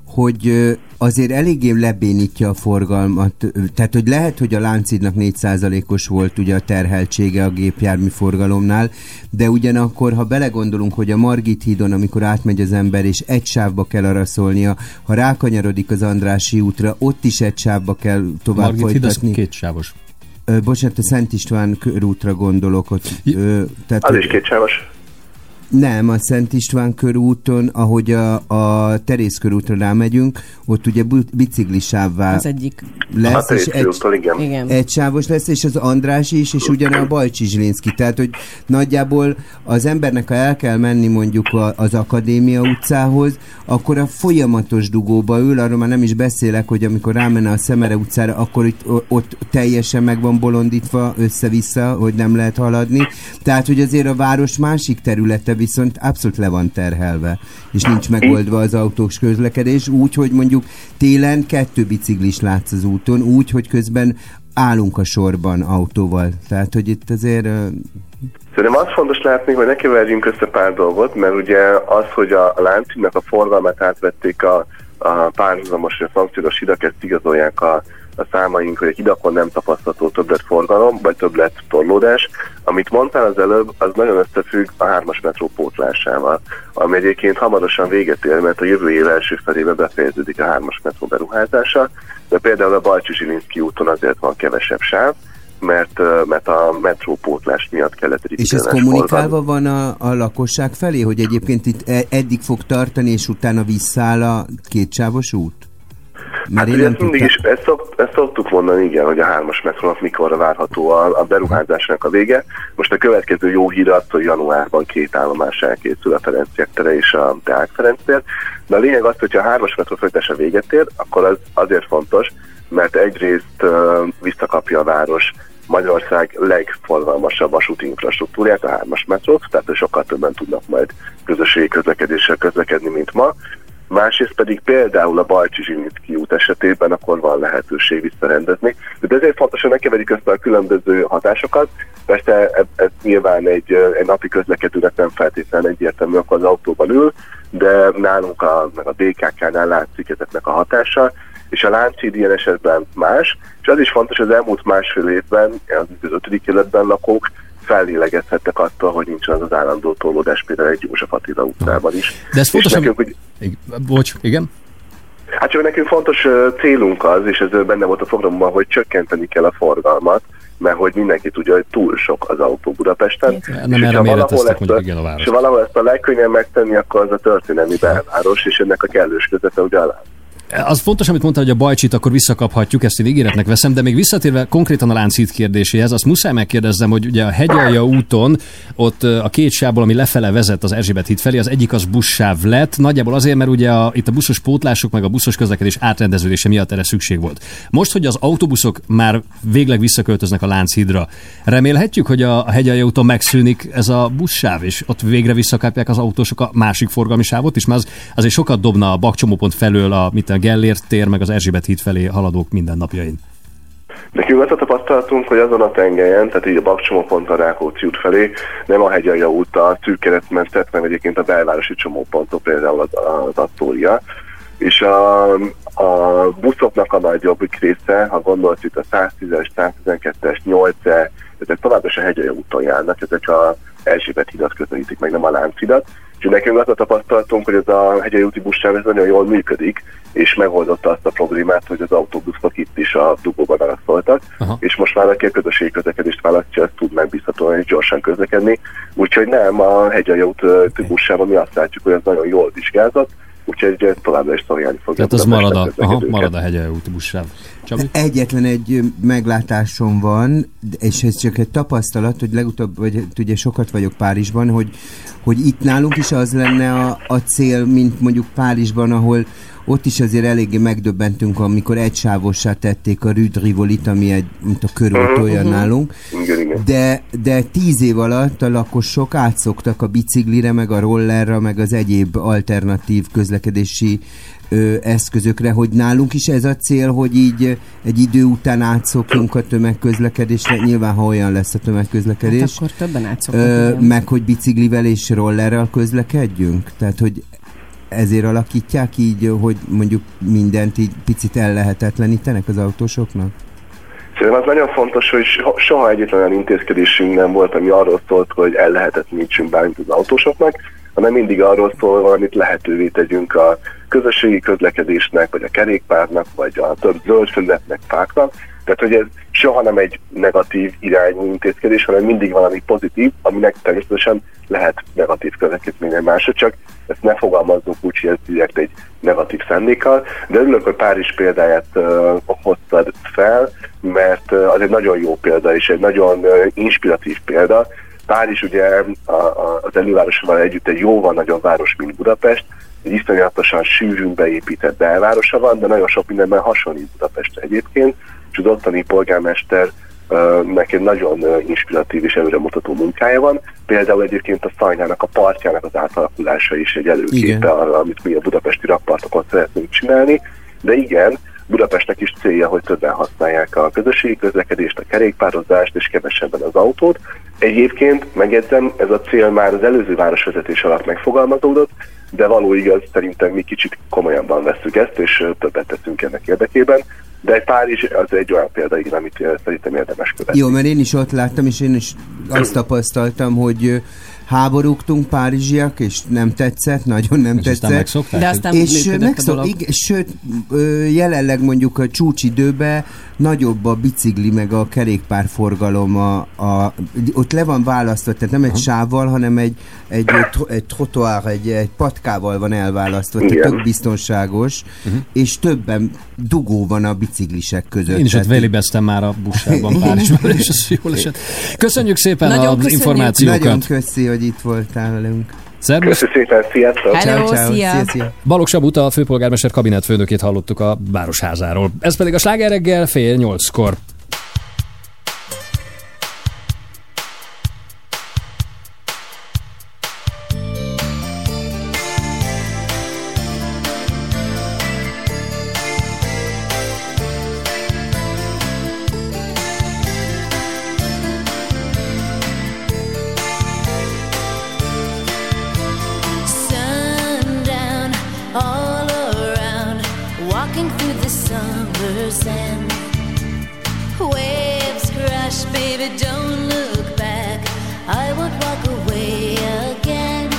hogy azért eléggé lebénítja a forgalmat, tehát hogy lehet, hogy a Lánchídnak négy százalékos volt ugye a terheltsége a gépjármű forgalomnál, de ugyanakkor, ha belegondolunk, hogy a Margit hídon, amikor átmegy az ember, és egy sávba kell arra szólnia, ha rákanyarodik az Andrássy útra, ott is egy sávba kell tovább Margit folytatni. híd az kétsávos. Ö, bocsánat, a Szent István körútra gondolok. Ott, ö, tehát, az is kétsávos. Nem, a Szent István körúton, ahogy a, a Terész körútra rámegyünk, ott ugye biciklisávvá az egyik lesz, hát, és egy, igen. Igen. egy sávos lesz, és az András is, és ugyan a Bajcsi Zsilinszky. Tehát, hogy nagyjából az embernek, ha el kell menni mondjuk a, az Akadémia utcához, akkor a folyamatos dugóba ül, arról már nem is beszélek, hogy amikor rámenne a Szemere utcára, akkor itt, ott teljesen meg van bolondítva össze-vissza, hogy nem lehet haladni. Tehát, hogy azért a város másik területe viszont abszolút le van terhelve, és nincs megoldva az autós közlekedés, úgy, hogy mondjuk télen kettő biciklis látsz az úton, úgy, hogy közben állunk a sorban autóval. Tehát, hogy itt azért... Szerintem az fontos látni, hogy ne keverjünk össze pár dolgot, mert ugye az, hogy a Lánchídnak a forgalmát átvették a, a párhuzamos, a szankciós hidak, ezt igazolják a a számaink, hogy a hidakon nem tapasztalható többlet forgalom, vagy többlet torlódás. Amit mondtál az előbb, az nagyon összefügg a hármas metró pótlásával, ami egyébként hamarosan véget ér, mert a jövő év első felében befejeződik a hármas metró beruházása, de például a Bajcsi Zsilinszky úton azért van kevesebb sáv, mert, mert a metrópótlás miatt kellett egy És ez kommunikálva van a, a lakosság felé, hogy egyébként itt eddig fog tartani, és utána visszáll a kétsávos út? Hát ugye ezt mindig is, ezt, szok, ezt szoktuk mondani, igen, hogy a hármas metrónak mikorra várható a, a beruházásnak a vége. Most a következő jó hír az, hogy januárban két állomás elkészül, a Ferenciek tere és a Deák Ferenc tér. De a lényeg az, hogyha a hármas metró folytása véget ér, akkor az azért fontos, mert egyrészt uh, visszakapja a város Magyarország legforgalmasabb vasúti infrastruktúrát, a hármas metrót, tehát sokkal többen tudnak majd közösségi közlekedéssel közlekedni, mint ma. Másrészt pedig például a Bajcsi Zsilinszky út esetében akkor van lehetőség visszarendezni. De ezért fontos, hogy ne keverjük össze a különböző hatásokat. Persze ez, ez nyilván egy, egy napi közlekedőnek nem feltétlenül egyértelmű, akkor az autóban ül, de nálunk a, meg a bé ká ká-nál látszik ezeknek a hatása, és a Lánchíd ilyen esetben más, és az is fontos, hogy az elmúlt másfél évben, az ötödik kerületben lakók fellélegezhettek attól, hogy nincsen az az állandó torlódás például egy József Attila utcában is. De ez fontos, nekünk, hogy... Bocs, igen? Hát csak nekünk fontos célunk az, és ez benne volt a programban, hogy csökkenteni kell a forgalmat, mert hogy mindenki tudja, hogy túl sok az autó Budapesten. Nem erre méreteztek mondjuk igen a város. És valahol ezt a legkönnyebb megtenni, akkor az a történelmi belváros, és ennek a kellős közete ugye alá. Az fontos, amit mondta, hogy a Bajcsit akkor visszakaphatjuk, ezt én ígéretnek veszem, de még visszatérve konkrétan a Lánchíd kérdéséhez, azt muszáj megkérdeznem, hogy ugye a Hegyalja úton, ott a két sávból, ami lefele vezet az Erzsébet híd felé, az egyik az buszsáv lett, nagyjából azért, mert ugye a, itt a buszos pótlások, meg a buszos közlekedés átrendeződése miatt erre szükség volt. Most, hogy az autóbuszok már végleg visszaköltöznek a Lánchídra, remélhetjük, hogy a, a Hegyalja úton megszűnik ez a buszsáv, és ott végre visszakapják az autósok a másik forgalmi sávot is, mert az, azért sokat dobna a bakcsomópont felől a, mit a Gellért tér, meg az Erzsébet híd felé haladók mindennapjain. Nekünk azt a tapasztalatunk, hogy azon a tengelyen, tehát így a bakcsomópont a Rákóczi út felé, nem a Hegyalja út a szűk keresztmetszet, meg egyébként a belvárosi csomópontok, például az, az Asztória. És a, a buszoknak a nagyobbik része, ha gondolsz itt a száztízes, száztizenkettes, nyolcas, ezek továbbra is a Hegyalja úton járnak, ezek a Erzsébet hidat közelítik, meg nem a Lánchidat. És nekünk azt a tapasztalatunk, hogy ez a Hegyalja úti buszsáv ez nagyon jól működik, és megoldotta azt a problémát, hogy az autóbuszok itt is a dugóban araszoltak, és most már aki a közösségi közlekedést választja, az tud megbízhatóan és gyorsan közlekedni. Úgyhogy nem, a Hegyalja úti buszsávon mi azt látjuk, hogy ez nagyon jól vizsgázott, úgyhogy továbbra is szolgálni fogja. Tehát az marad a, aha, marad a hegye úti buszsáv. Csabi? Egyetlen egy meglátásom van, és ez csak egy tapasztalat, hogy legutóbb, vagy ugye sokat vagyok Párizsban, hogy, hogy itt nálunk is az lenne a, a cél, mint mondjuk Párizsban, ahol ott is azért eléggé megdöbbentünk, amikor egysávossá tették a Rue de Rivolit, ami egy, mint a körút olyan uh-huh. nálunk. Igen, igen. De, de tíz év alatt a lakosok átszoktak a biciklire, meg a rollerra, meg az egyéb alternatív közlekedési ö, eszközökre, hogy nálunk is ez a cél, hogy így egy idő után átszokjunk a tömegközlekedésre, nyilván ha olyan lesz a tömegközlekedés. Hát akkor többen átszoknak. Ö, meg hogy biciklivel és rollerrel közlekedjünk? Tehát, hogy ezért alakítják így, hogy mondjuk mindent így picit ellehetetlenítenek az autósoknak? Szerintem az nagyon fontos, hogy soha egyetlen olyan intézkedésünk nem volt, ami arról szólt, hogy ellehetetlenítsünk bármit az autósoknak, hanem mindig arról szól, valamit lehetővé tegyünk a közösségi közlekedésnek, vagy a kerékpárnak, vagy a több zöld felületnek, fáknak. Tehát, hogy ez soha nem egy negatív irányú intézkedés, hanem mindig valami pozitív, aminek természetesen lehet negatív következménye másod, csak ezt ne fogalmazzunk úgy, hogy ez direkt egy negatív szándékkal, de örülök, hogy Párizs példáját uh, hoztad fel, mert uh, az egy nagyon jó példa, és egy nagyon uh, inspiratív példa. Párizs ugye a, a, az elővárosával együtt egy jóval nagyobb város, mint Budapest, egy iszonyatosan sűrűn beépített belvárosa van, de nagyon sok mindenben hasonlít Budapestre egyébként, és az ottani polgármester neki egy nagyon inspiratív és előremutató munkája van. Például egyébként a Szajnának a partjának az átalakulása is egy előképe arra, amit mi a budapesti rakpartokon szeretnénk csinálni. De igen, Budapestnek is célja, hogy többen használják a közösségi közlekedést, a kerékpározást és kevesebben az autót. Egyébként, megjegyzem, ez a cél már az előző városvezetés alatt megfogalmazódott, de való igaz, szerintem mi kicsit komolyabban vesszük ezt, és többet teszünk ennek érdekében. De egy Párizs az egy olyan példa, igen, amit szerintem érdemes követni. Jó, mert én is ott láttam, és én is azt tapasztaltam, hogy háborúgtunk párizsiak, és nem tetszett, nagyon nem és tetszett. Aztán megszokták? De aztán és működött megszok, a dolog. igen, sőt, jelenleg mondjuk a csúcsidőben nagyobb a bicikli meg a kerékpárforgalom, a, a, ott le van választva, tehát nem egy uh-huh. sávval, hanem egy, egy, egy trottoár, egy, egy patkával van elválasztva, tehát tök biztonságos, uh-huh. és többen dugó van a biciklisek között. Én is ott vélibeztem már a buszában Párizsban, és ez jól esett. Köszönjük szépen nagyon az köszönjük. információkat. Nagyon köszi, hogy itt voltál velünk. Szervusz! Köszönjük szépen, sziasztok! Hello, Ciao, ciao. szia. Szia, szia. Balogh Sabuta, a főpolgármester kabinetfőnökét hallottuk a Városházáról. Ez pedig a Sláger reggel fél nyolckor. Sundown all around, walking through the summer sand. Waves crash, baby, don't look back. I won't walk away again.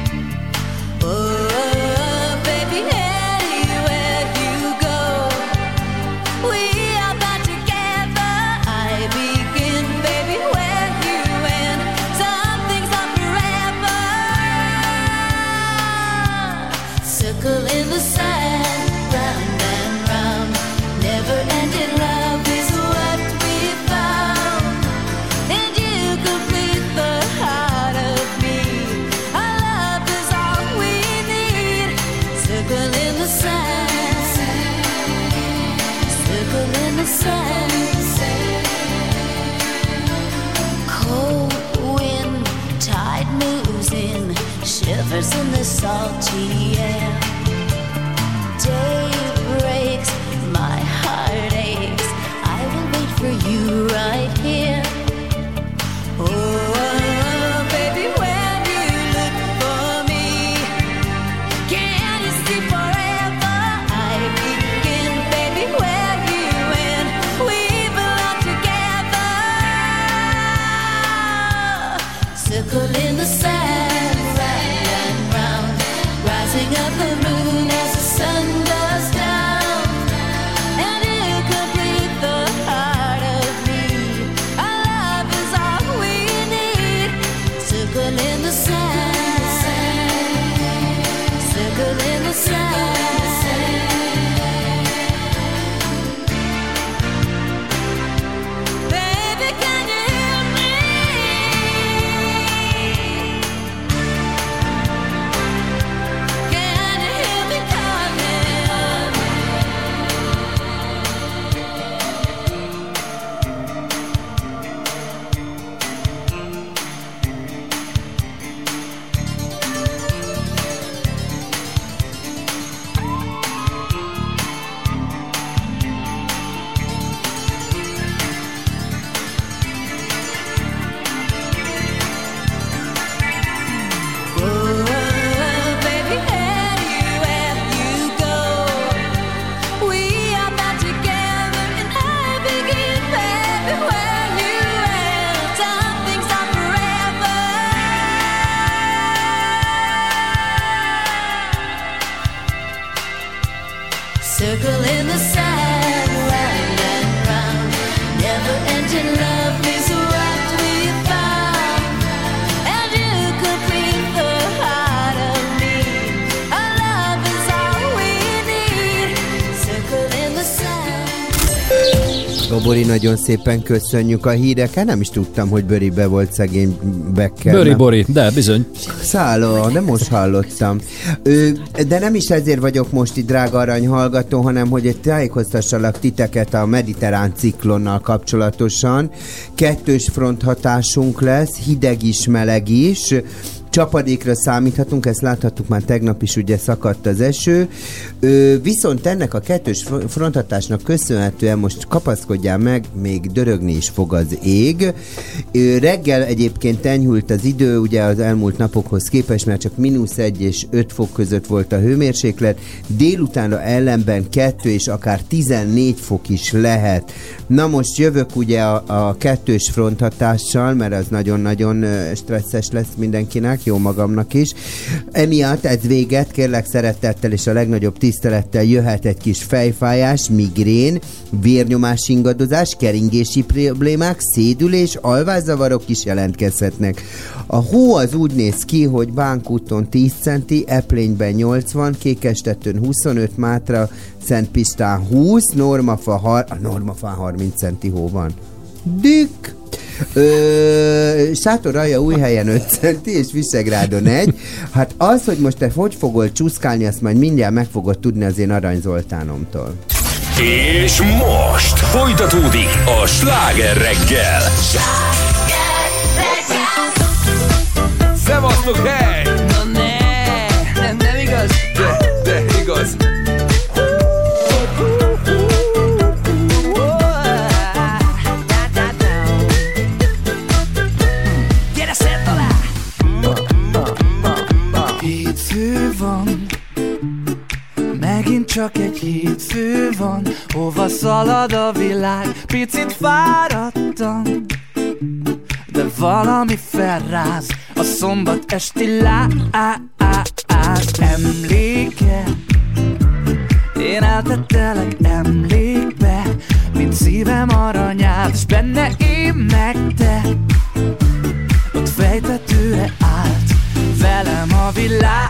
Oh, baby, anywhere you go, we are bound together. I begin, baby, where you end. Some things are forever. Circle in the sand, round and round. Never ending love is what we found. And you complete the heart of me. Our love is all we need. Circle in the sand. Circle in the sand. Cold wind, tide moves in, shivers in the salty air. Day breaks, my heart aches. I will wait for you right here. Oh, baby, when you look for me, can you see forever? I begin, baby, where you end. We belong together. Circle in the sand, round and round, rising up the moon as the sun goes down. And you complete the heart of me. Our love is all we need. Circle in the sand, circle in the sand. Bori, nagyon szépen köszönjük a híreket. Nem is tudtam, hogy Böribe volt szegény Becker. Böri Bori, de bizony. Szálló, de most hallottam. Ö, de nem is ezért vagyok most itt, drága arany hallgató, hanem hogy egy tájékoztassalak titeket a mediterrán ciklonnal kapcsolatosan. Kettős front hatásunk lesz, hideg is, meleg is. Csapadékra számíthatunk, ezt láthattuk már tegnap is, ugye szakadt az eső. Ö, viszont ennek a kettős fronthatásnak köszönhetően most kapaszkodjál meg, még dörögni is fog az ég. Ö, reggel egyébként enyhült az idő, ugye az elmúlt napokhoz képest, mert csak mínusz egy és öt fok között volt a hőmérséklet. Délutánra ellenben kettő és akár tizennégy fok is lehet. Na most jövök ugye a, a kettős fronthatással, mert az nagyon-nagyon stresszes lesz mindenkinek, jó magamnak is. Emiatt ez véget, kérlek szeretettel és a legnagyobb tisztelettel jöhet egy kis fejfájás, migrén, vérnyomás ingadozás, keringési problémák, szédülés, alvászavarok is jelentkezhetnek. A hó az úgy néz ki, hogy Bánkúton tíz centi, Eplényben nyolcvan, Kékestetőn huszonöt, Mátra, Szentpistán húsz, Normafa, har- a Normafán harminc centi hó van. Dük! Ö, Sátoralja Újhelyen öt centi és Visegrádon egy. Hát az, hogy most te hogy fogod csúszkálni, azt majd mindjárt meg fogod tudni az én Arany Zoltánomtól. És most folytatódik a Sláger reggel. Szevasztok, hely! Na ne, nem, nem igaz? De, de igaz. Gyere, szedd alá! Hétfő van, megint csak egy hétfő van, hova szalad a világ, picit fáradtam, de valami felráz, a szombat esti láz emléke. Én eltettelek emlékbe, mint szívem aranyát, s benne én meg te. Ott fejtetőre állt velem a világ.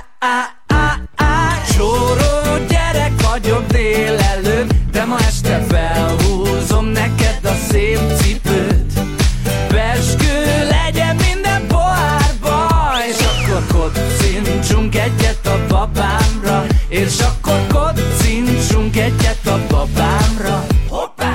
Csóró gyerek vagyok délelőtt, de ma este felhúzom neked a szép cipőt. Pezsgő legyen minden pohárba, és akkor kocincsunk egyet a babámra, és akkor kocincsunk egyet a babámra. Hoppá!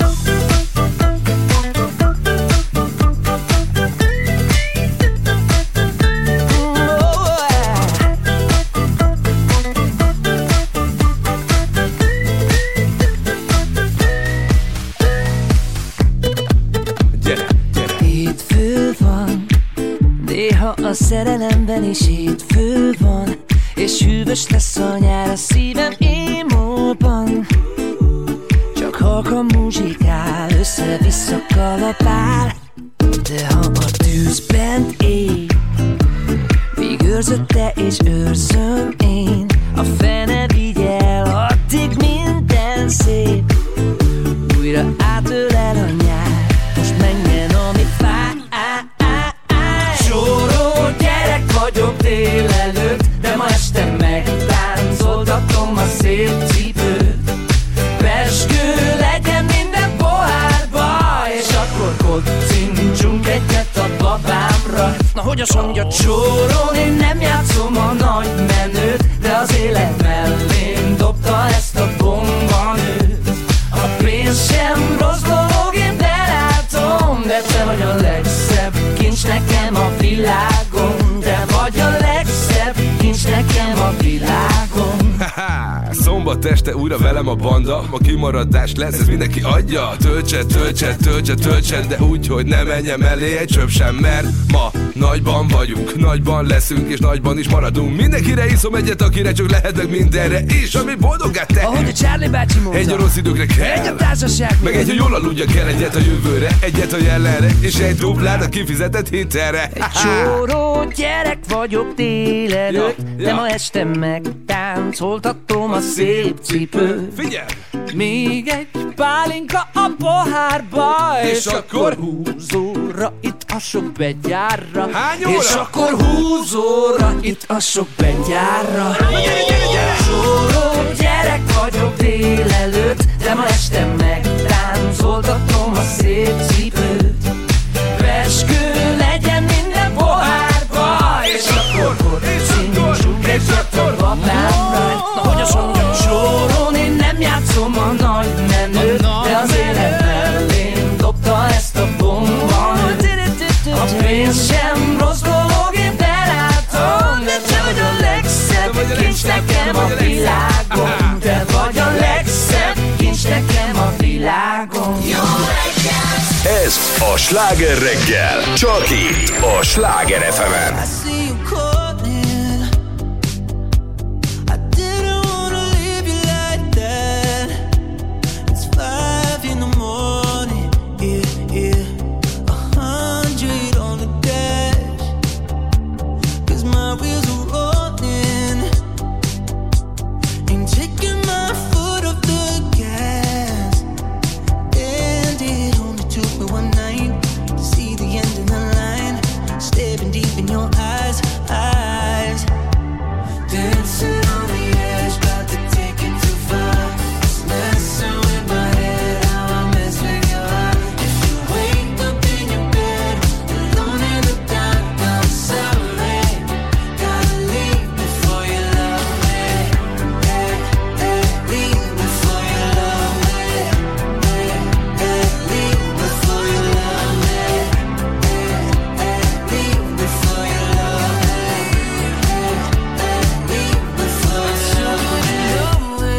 A szerelemben is hétfő van, és hűvös lesz a nyár a szívem émóban. Csak halkan muzsikál, össze-vissza kalapál, de ha a tűz bent ég, míg őrzöd te és őrzöm én, a fene vigyel, addig minden szép. Újra átölel a nyár, most menjen ami fáj. Csóró gyerek vagyok délelőtt, de ma este megtáncoltatom a szép cipőt. Pezsgő legyen minden pohárba, és akkor kocincsunk egyet a babámra. Na hogy azt mondja csóró, én nem játszom a nagy menőt, de az élet mellém dobta ezt a bombanőt. A pénz sem rossz dolog, én belátom, de te vagy a legszebb kincs nekem a világon, de vagy a legszebb kincs nekem a világon. Haha, szombat este újra velem a banda, ma kimaradás lesz, ez mindenki adja. Töltse, töltse, töltse, töltse, de úgy, hogy ne menjem elé egy csöp sem, mert ma nagyban vagyunk, nagyban leszünk, és nagyban is maradunk. Mindenkire iszom egyet, akire csak lehet, meg mindenre is, ami boldoggá tehet. Ahogy a Charlie bácsi mondta, egy a rossz időkre kell, egy a társaság, meg egy, hogy jól aludjak kell, egyet a jövőre, egyet a jelenre, és egy duplát a kifizetett hitelre. Egy csóró gyerek vagyok délelőtt, ja, de ja. ma este megtáncoltatom a szép cipőt. Figyelj! Még egy pálinka a pohárba, és, és akkor húzóra itt a sok begyárra. Hány óra? És akkor húzóra itt a sok begyárra. Gyere, gyere, gyere! Csóró gyerek vagyok délelőtt, de ma este megtáncoltatom Szóltatom a szép cipőt, pezsgő legyen minden pohárba, és akkor kocincsunk egyet a babámra. Na hogy azt mondjam, soron én nem játszom a nagy menőt, de az élet mellén dobta ezt a bombanőt. A pénz sem rossz dolog, én belátom, de te vagy a legszebb kincs nekem a világon. Te vagy a legszebb kincs nekem a világon. Jó reggel! Ez a Sláger reggel, csak itt a Sláger ef emen. I see you calling. I didn't wanna leave you like that. It's five in the morning. Yeah, yeah. A hundred on the dash. 'Cause my wheels are rolling. Ain't taking my foot off the gas. And it only took me one night to see the end of the line. Staring deep in your eyes, eyes. Dancing on the edge, about to take it too far. It's messing with my head, how I mess with your heart. If you wake up in your bed, alone in the dark, I'm sorry. Gotta leave before you love me. Hey, hey, leave before you love me. Hey, hey, leave before you love me. Hey, hey, leave before you love me. Hey, hey, leave before you love me.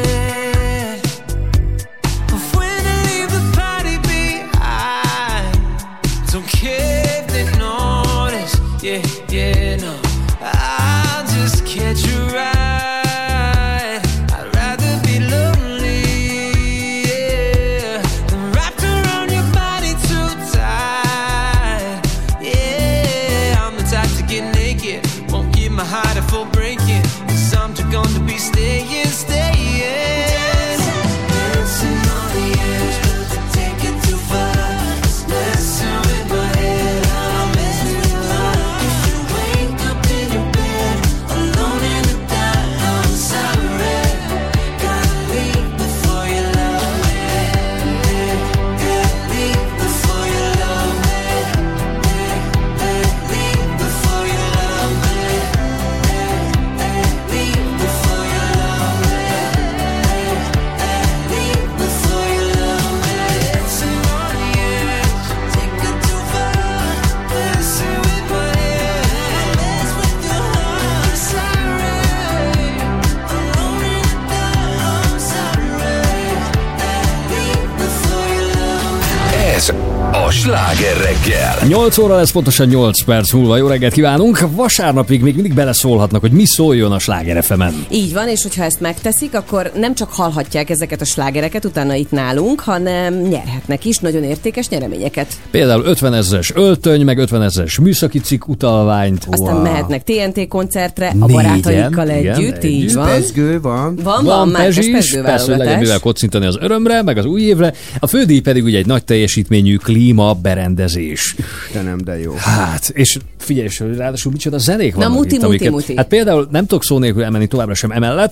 But when I leave the party behind, don't care if they notice. Yeah, yeah, no. I'll just catch a ride. I'd rather be lonely, yeah, than wrapped around your body too tight. Yeah, I'm the type to get naked, won't give my heart a full breaking. 'Cause I'm too gone to be staying, staying. Dancing on the edge, but to take it too far. It's messing with my head, how I mess with your heart. If you wake up in your bed, alone in the dark, I'm sorry. Gotta leave before you love me. Hey, hey, leave before you love me. Hey, hey, leave before you love me. Hey, hey, leave before you love me. Hey, hey, leave before you love me. Dancing on the edge, take it too far. Messing with my head, mess with your heart. Sorry, alone in the dark, I'm sorry. Hey, leave before you love me. Ez a Sláger reggel. nyolc óra lesz, pontosan nyolc perc múlva. Jó reggelt kívánunk! Vasárnapig még mindig beleszólhatnak, hogy mi szóljon a Sláger ef emen. Így van, és hogyha ezt megteszik, akkor nem csak hallhatják ezeket a slágereket utána itt nálunk, hanem nyerhetnek is nagyon értékes nyereményeket. Például ötvenezres öltöny, meg ötvenezres műszaki cikk utalványt. Aztán Wow. mehetnek té en té koncertre a Négyen, barátaikkal igen, együtt, így együtt. van. Pezgő van. Van, van, Van már pezs is, pezsgő persze, hogy legyen mivel válogatás. kocintani az örömre, meg az új évre. A fődíj pedig ugye egy nagy teljesítményű klíma berendezés. Istenem, de jó. Hát, és figyelj, és ráadásul micsoda zenék Na, vannak muti, itt, muti, amiket- muti. Hát például nem tudok szó nélkül emelni továbbra sem emellett.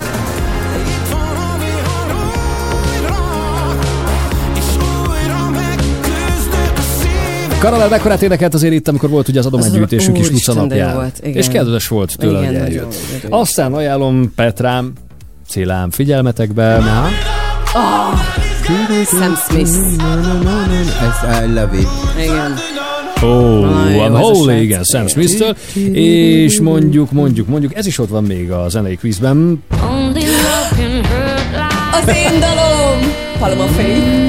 Karamell mekkorát énekelt azért itt, amikor volt ugye az adománygyűjtésünk is Úristen, Luca de jó napján. volt, igen. És kedves volt tőle, Igen, hogy nagyon, eljött. nagyon. Aztán ajánlom Petrám, Cilám figyelmetekbe. Na? Sam Smith. Ez I love it. Igen. Oh, Nagyon jó ez a Unholy, srác. igen, Sam Smith-től. És mondjuk, mondjuk, mondjuk, ez is ott van még a zenei quizben. Az én dalom! Paloma Faith.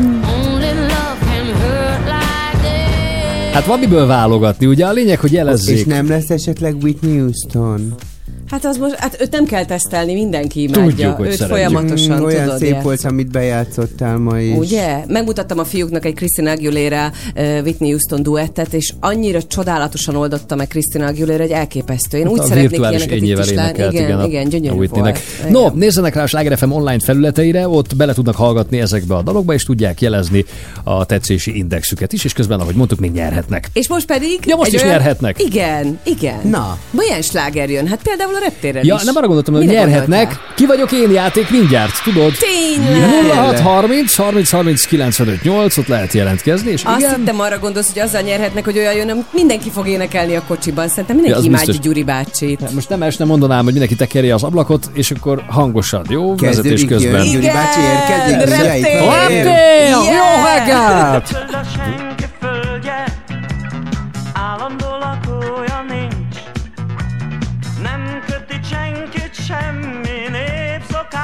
Hát van miből válogatni, ugye a lényeg, hogy És jelezzék. nem lesz esetleg Whitney Houston? Hát az most, hát őt nem kell tesztelni, mindenki imádja. Tudjuk, hogy őt szeretjük. folyamatosan, Mm, olyan tudod, szép ilyen. volt, amit bejátszottál ma is. Ugye? Megmutattam a fiúknak egy Christina Aguilera uh, Whitney Houston duettet, és annyira csodálatosan oldotta meg Christina Aguilera, hogy elképesztő. Én úgy a szeretnék virtuális ilyeneket ényével itt is látni. énekelt, Igen, igen, a, igen, gyönyörű a Whitneynek. volt. No, Igen. nézzenek rá a Sláger ef em online felületeire, ott bele tudnak hallgatni ezekbe a dalokba, és tudják jelezni a tetszési indexüket is, és közben, ahogy mondtuk, még nyerhetnek. És most pedig... Ja, most egy is olyan... nyerhetnek. Igen, igen. Na. Milyen sláger jön? Hát például a reptérrel Ja, is. nem arra gondoltam, hogy Mire nyerhetnek. gondoltál? Ki vagyok én játék mindjárt, tudod? Tényleg? nulla hat harminc harminc harminc kilencvenöt nyolc, ott lehet jelentkezni, és Azt igen. hittem, arra gondolsz, hogy azzal nyerhetnek, hogy olyan jön, amit mindenki fog énekelni a kocsiban. Szerintem Ja, mindenki az imádja biztos. Gyuri bácsit. Most nem este mondanám, hogy mindenki tekerje az ablakot, és akkor hangosan, jó? Vezetés Kezdődik, jön, közben. Gyuri bácsi érkezik. reptér! Figyelj, Reptér! Yeah! Jó reggelt! Föld a senki földje, állandó lakója nincs. Nem köti senkit semmi népszokás.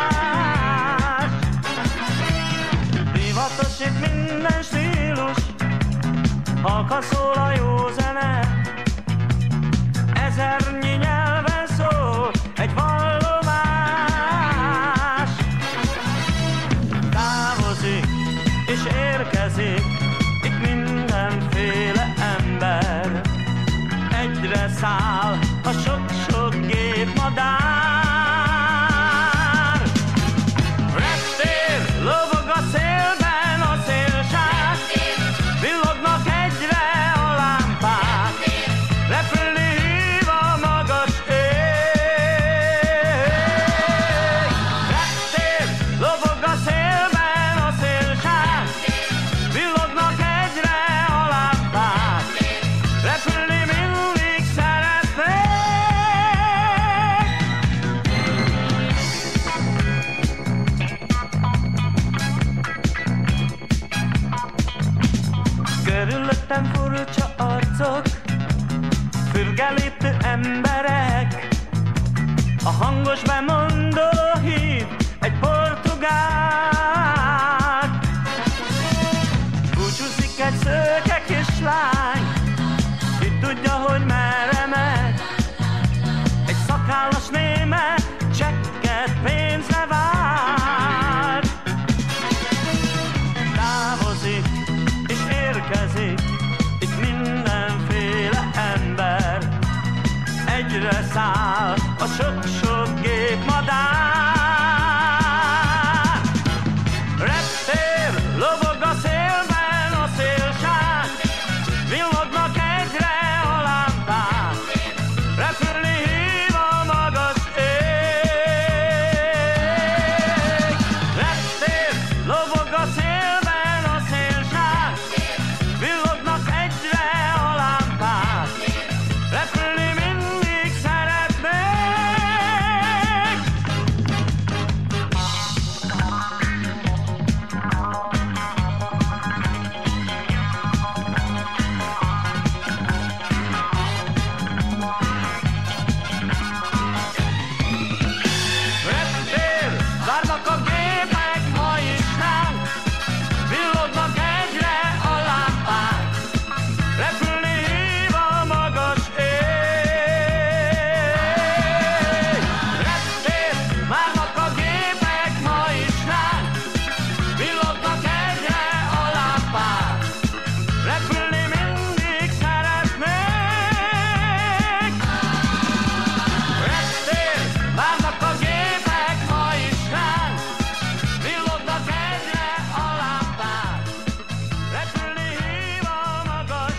Divatos itt minden stílus, halka szól a jó zene. Ezernyi nyelven szól egy vallomás. Távozik és érkezik itt mindenféle ember. Egyre száll a sok-sok gépmadár. Reptér, lobog a szélben a szélsák, villognak egyre a lámpák, repülni hív a magas ég. Reptér, lobog a szélben a szélsák, villognak egyre a lámpák, repülni mindig szeretnék. Körülöttem furcsa arcok, fürgelítő emberek, a hangos bemondó hív egy portugál. Búcsúzik egy szőke kislány, ki tudja, hogy merre megy. Egy szakállas német csekket pénzre vár. Távozik és érkezik itt mindenféle ember. Egyre száll a sok-sok gépmadár. Reptér, lobog a szélben a szélsák, villognak egyre a lámpák, repülni hív a magas ég. Reptér, lobog a szélben a szélsák, villognak egyre a lámpák, repülni mindig szeretnék. Reptér, várnak a gépek ma is ránk, villognak egyre a lámpák, repülni hív a magas ég. Reptér, várnak a gépek ma is ránk, villognak egyre a lámpák, repülni mindig szeretnék. Reptér, várnak a gépek ma is ránk, villognak egyre a lámpák, repülni hív a magas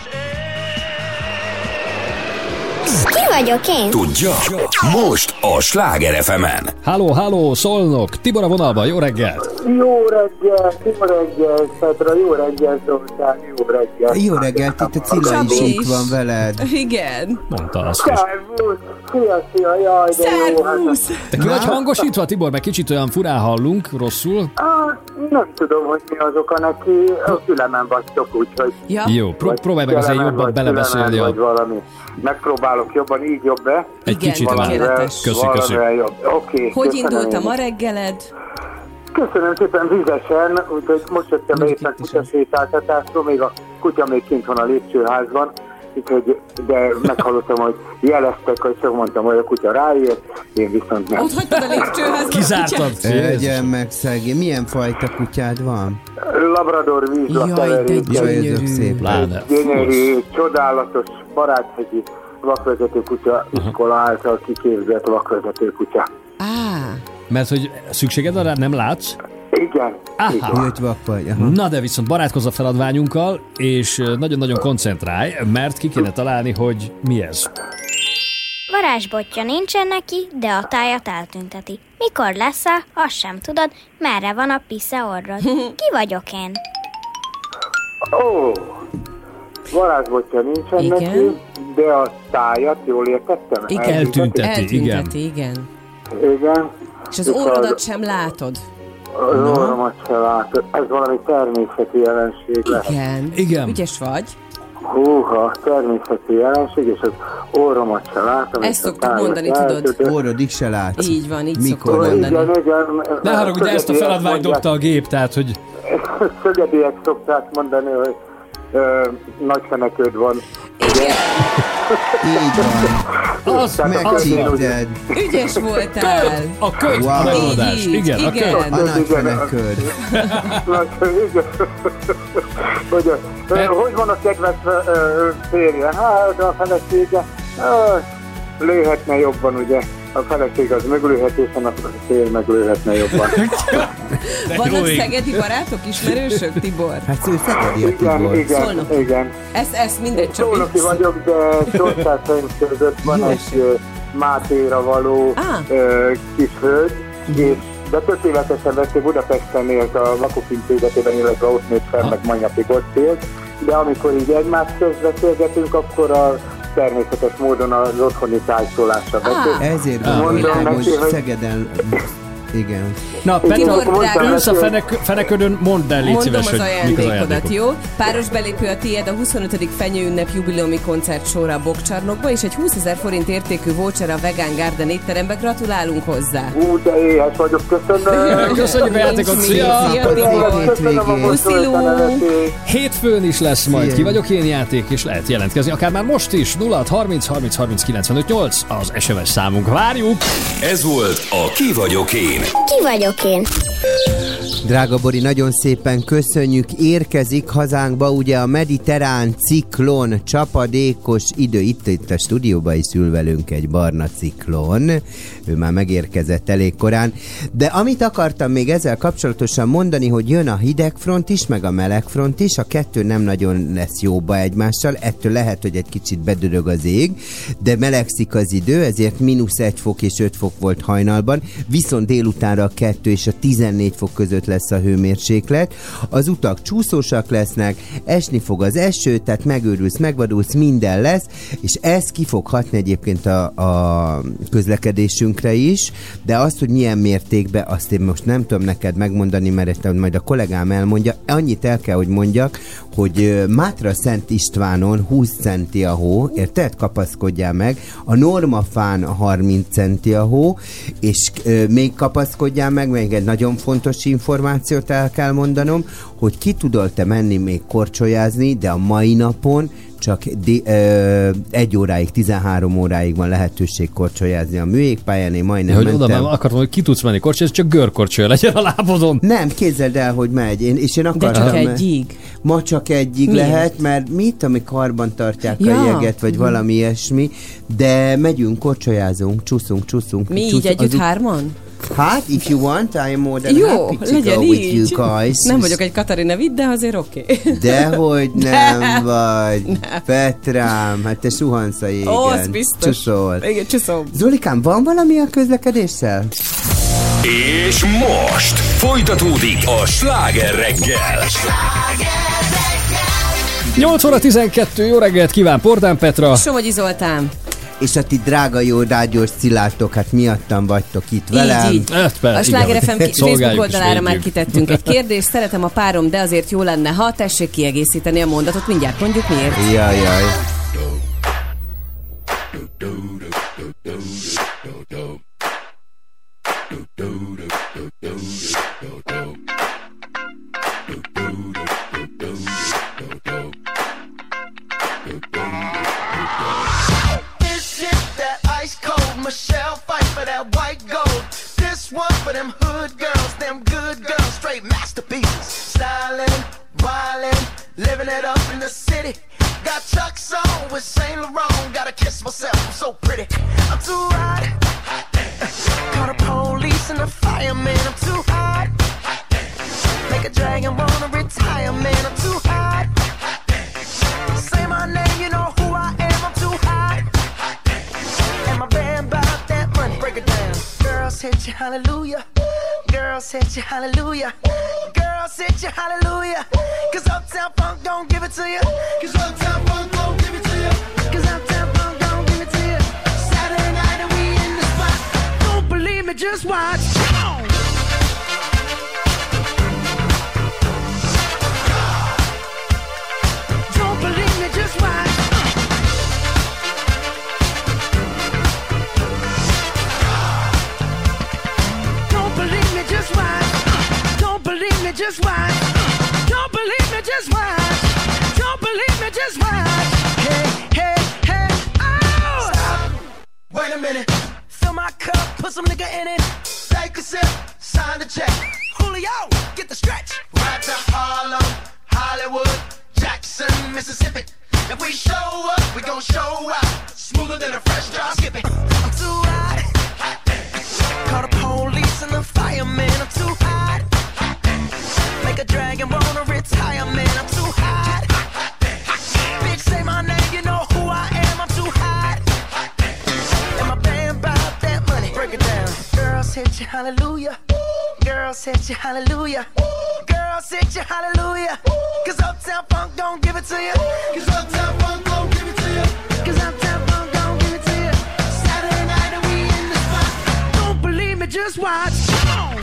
ég. Ki vagyok én? Tudja? Most a Sláger ef emen. Halló, halló, Szolnok, Tibor a vonalban, jó reggelt! Jó reggel, jó reggel, Petra, jó reggel, Zoltán, jó reggel. Jó reggelt, itt a Cilla is Csabi itt is. van veled. Igen. Mondta azt is. Szervusz, szia, szia, jaj, de jó. Hát, Szervusz! Te ki vagy hangosítva, Tibor, meg kicsit olyan furán hallunk, rosszul. á, nem tudom, hogy mi az oka neki, a fülemen vagytok, úgyhogy... Ja. Jó, pró- próbálj meg azért Felemen jobban vagy, belebeszélni fülemen a... vagy valami. Megpróbálok jobban, így jobb-e? Egy Igen, kicsit már. tökéletes. Köszi, köszi. Valamivel jobb. Oké, Hogy köszönöm indult a én. ma reggeled? Köszönöm szépen vizesen, úgyhogy most jöttem be éppen kutyasétáltatásról, még a kutya még kint van a lépcsőházban, úgyhogy, de meghallottam, hogy jeleztek, hogy csak mondtam, hogy a kutya ráért, én viszont nem. Ott hagytad a lépcsőházba? Kizártad. Egyen meg, szegény. Milyen fajta kutyád van? Labrador Jaj, vízlakeveri, de Jaj, ezek gyönyörű. szép. Pláne. gyönyörű, csodálatos, baráthegyi vakvezető kutya, iskola által kiképzett vakvezető kutya. Á, Mert hogy szükséged van rá, nem látsz? Igen, Aha. igen. Hogy vak vagy? Aha. Na de viszont barátkozz a feladványunkkal, és ö, nagyon-nagyon koncentrálj, mert ki kéne találni, hogy mi ez. Varázsbotja nincsen neki, de a tájat eltünteti. Mikor lesz-e, azt sem tudod, merre van a pisze orrod. Ki vagyok én? Ó, varázsbotja nincsen Igen. neki, de a tájat, jól értettem? Igen. Eltünteti, igen. Eltünteti, igen. Igen. És az orrodat sem látod. Az orromat sem látod. Ez valami természeti jelenség lehet. Igen. Igen. Ügyes vagy. Húha, természeti jelenség, és az orromat sem látom. Ezt szoktuk mondani, tudod. Orrodig se látsz. Így van, így Mikor? szoktuk mondani. Igen, igen. Ne haragudj, ezt a feladványt dobta a gép, tehát hogy... Szögediek szokták mondani, hogy ö, nagy fenekőd van. Igen. Így van. Az megcsípted. Ügyes voltál. A köd, Wow. a megoldás. Így, Igen, a köd. igen. A nagy fenekőd. Hogy, ö, hogy van a kedves ö, férje? Hát, a felesége ö, lőhetne jobban, ugye? A feleség az meglőhetősen, a férj meglőhetne jobban. Vannak szegedi barátok, ismerősök, Tibor? Hát ő szegedi a Igen, Tibor. igen, Szolnoki. igen. Ezt, ezt mindegy, csak Szolnoki így- vagyok, de sorstársaim között van Jó. egy ö, Mátéra való Ah. ö, kis hölgy, és de tökéletesen vett, Budapesten élt a lakópincézetében, illetve ott nőtt fel, meg mai napig ott élt, de amikor így egymás közt beszélgetünk, akkor a természetes módon az otthoni tájszólásra beszél. Ezért Ah, van, mondom hogy neki, most hogy- Szegeden... Igen. Na, Petra, Tibor, drága. ülsz a fenek, feneködön, mondd el, légy Mondom szíves, az hogy mik az ajándékodat, ajándékok. jó? Páros belépő a tiéd a huszonötödik fenyőünnep jubileumi koncert sorra a Bokcsarnokba, és egy húszezer forint értékű voucher a Vegan Garden étterembe. Gratulálunk hozzá! Ú, de éhes vagyok, köszönöm! Köszönjük a játékot, Nincs szia! mi. Szia, Tibor! Köszönöm a Pusziló! mosolyt, Hétfőn is lesz majd Szia. Ki vagyok én játék, és lehet jelentkezni, akár már most is. nulla harminc harminc harminc kilencvenöt nyolc az es em es számunk. Várjuk! Ez volt a Ki vagyok én. Ki vagyok én? Drága Bori, nagyon szépen köszönjük. Érkezik hazánkba ugye a mediterrán ciklon, csapadékos idő. Itt, itt a stúdióban is ül velünk egy barna ciklon. Ő már megérkezett elég korán. De amit akartam még ezzel kapcsolatosan mondani, hogy jön a hidegfront is, meg a melegfront is. A kettő nem nagyon lesz jóba egymással. Ettől lehet, hogy egy kicsit bedörög az ég, de melegszik az idő, ezért mínusz egy fok és öt fok volt hajnalban. Viszont délutánra a kettő és a tizennégy fok között lesz a hőmérséklet. Az utak csúszósak lesznek, esni fog az eső, tehát megőrülsz, megvadulsz, minden lesz, és ez ki fog hatni egyébként a, a közlekedésünkre is, de azt, hogy milyen mértékben, azt én most nem tudom neked megmondani, mert majd a kollégám elmondja. Annyit el kell, hogy mondjak, hogy Mátra Szent Istvánon húsz centi a hó, érted? Kapaszkodjál meg. A Normafán harminc centi a hó, és euh, még kapaszkodjál meg, még egy nagyon fontos információt el kell mondanom, hogy ki tudod te menni még korcsolyázni, de a mai napon csak di, ö, egy óráig, tizenhárom óráig van lehetőség korcsolyázni a műjégpályán, én majdnem Hogy mentem. oda már akartam, hogy ki tudsz menni korcsolya, csak görkorcsolya legyen a lábodon. Nem, képzeld el, hogy megy. Én, és én akartam... De csak egyig. Ma csak egyig Miért? lehet, mert mit, amik karban tartják Ja. a jeget, vagy valami ilyesmi, de megyünk, korcsolyázunk, csúszunk, csúszunk. Mi csúszunk. így együtt Az ut- hárman? Hát, if you want, I am more than Jó, happy to legyen go with így. you guys. Nem vagyok egy Katarina Witt, de azért oké. Okay. Dehogy nem vagy. Petrám, hát te suhansz a jégen. Ó, az biztos. Csuszol. Igen, csuszom. Zolikám, van valami a közlekedéssel? És most folytatódik a Sláger reggel. nyolc óra tizenkettő, jó reggelt kíván Pordán Petra. Somogyi Zoltán. És a ti drága jó rádiós cilátok, hát miattam vagytok itt velem. Így, így. Hát, persze, A Sláger igen, ef em hogy Facebook szolgáljuk oldalára és már védjük. kitettünk egy kérdést. Szeretem a párom, de azért jó lenne, ha tessék kiegészíteni a mondatot. Mindjárt mondjuk miért. Jaj, jaj. This shit that ice cold Michelle fight for that white gold. This one for them hood girls, them good girls, straight masterpieces. Styling, wildin', living it up in the city. Got Chuck's on with Saint Laurent. Gotta kiss myself, I'm so pretty. I'm too hot. Call the police and the fireman. I'm too hot. Make a dragon wanna retire, man. I'm too hot. Say my name, you know who I am. I'm too hot. And my baby hit you hallelujah. Girls hit you hallelujah. Girls hit you hallelujah. Cause Uptown Funk don't give it to you. Cause Uptown Funk don't give it to you. Cause Uptown Funk don't give it to you. Saturday night and we in the spot. Don't believe me, just watch. Come on. Don't believe me, just watch. Don't believe me, just watch. Don't believe me, just watch. Don't believe me, just watch. Don't believe me, just watch. Hey, hey, hey, oh! Stop. Wait a minute. Fill my cup, put some nigga in it. Take a sip, sign the check. Julio, get the stretch. Right to Harlem, Hollywood, Jackson, Mississippi. If we show up, we gon' show out. Smoother than a fresh drop. Skip it. I'm too hot. Hot. Call the police and the fireman. I'm too hot. Hot. Make a dragon wanna retire, man. I'm too hot. Hot. Bitch, say my name, you know who I am. I'm too hot. Hot. And my band bout that money. Break it down. Girls hit you, hallelujah. Girls hit you, hallelujah. Girls hit you, hallelujah. Cause Uptown Funk don't give it to you. Cause Uptown Funk don't give it to you. Cause Uptown Funk don't give it to you. Saturday night and we in the spot. Don't believe me, just watch. Come on.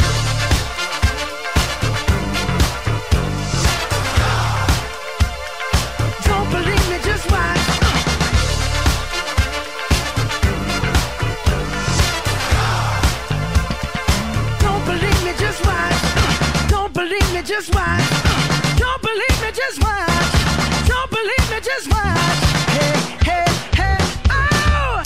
Don't believe me, just watch. Don't believe me, just watch. Don't believe me, just watch. Don't believe me, just watch. Don't believe me, just watch. Hey, hey, hey, oh!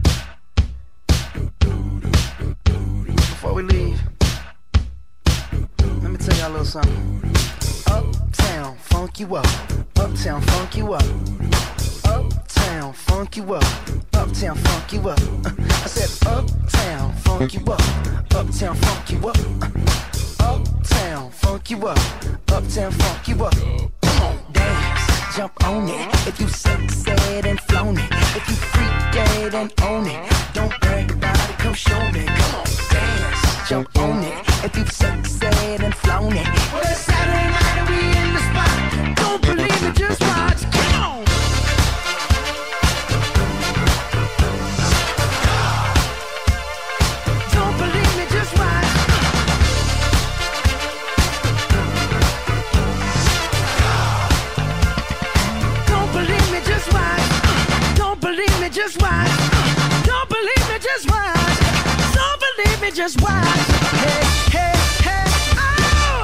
Before we leave, let me tell y'all a little something. Uptown, funk you up. Uptown, funk you up. Uptown, funk you up. Uptown, funk you up. Uh, I said uptown, funk you up. Uptown, funk you up. Uh, uptown, funk you up. Uptown, funk you up. Come on, dance, jump on it. If you sexed and flown it. If you freak dead and own it. Don't brag about it, come show me. Come on, dance, jump on it. If you sexed and flown it. Well, it's Saturday night and we in the spot. Don't believe it, just watch. Come on. Don't believe me, just watch. Don't believe me, just watch. Don't believe me, just watch. Don't believe me, just watch. Don't believe me, just watch. Hey, hey, hey, oh!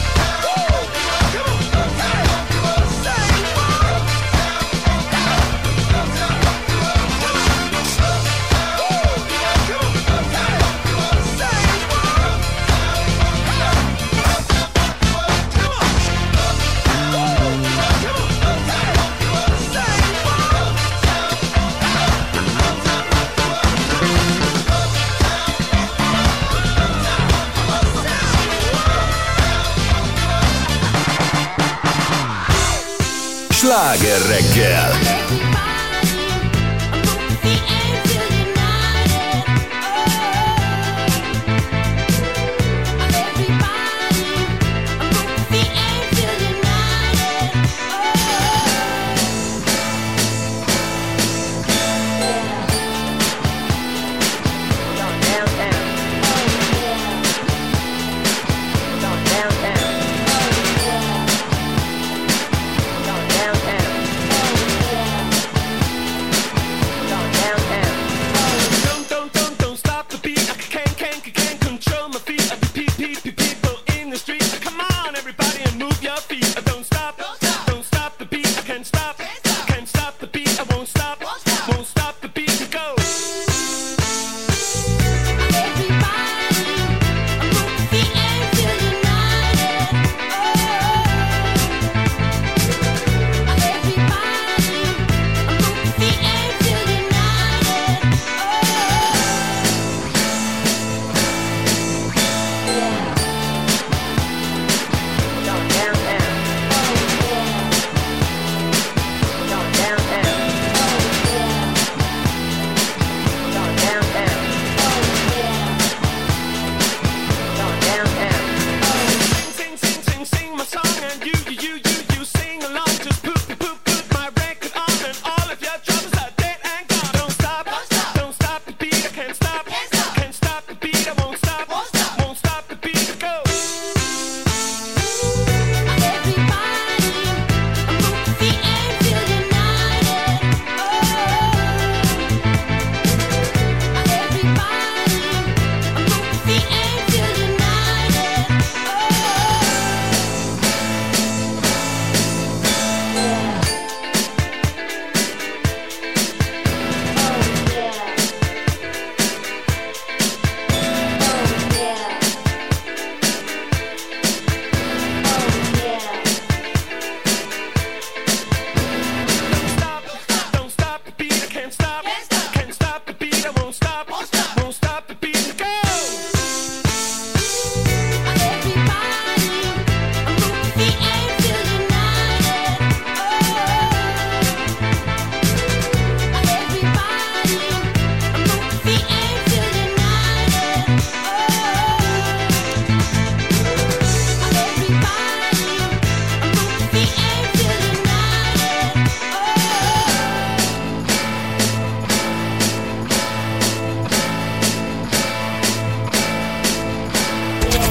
Sláger reggel! Downtown.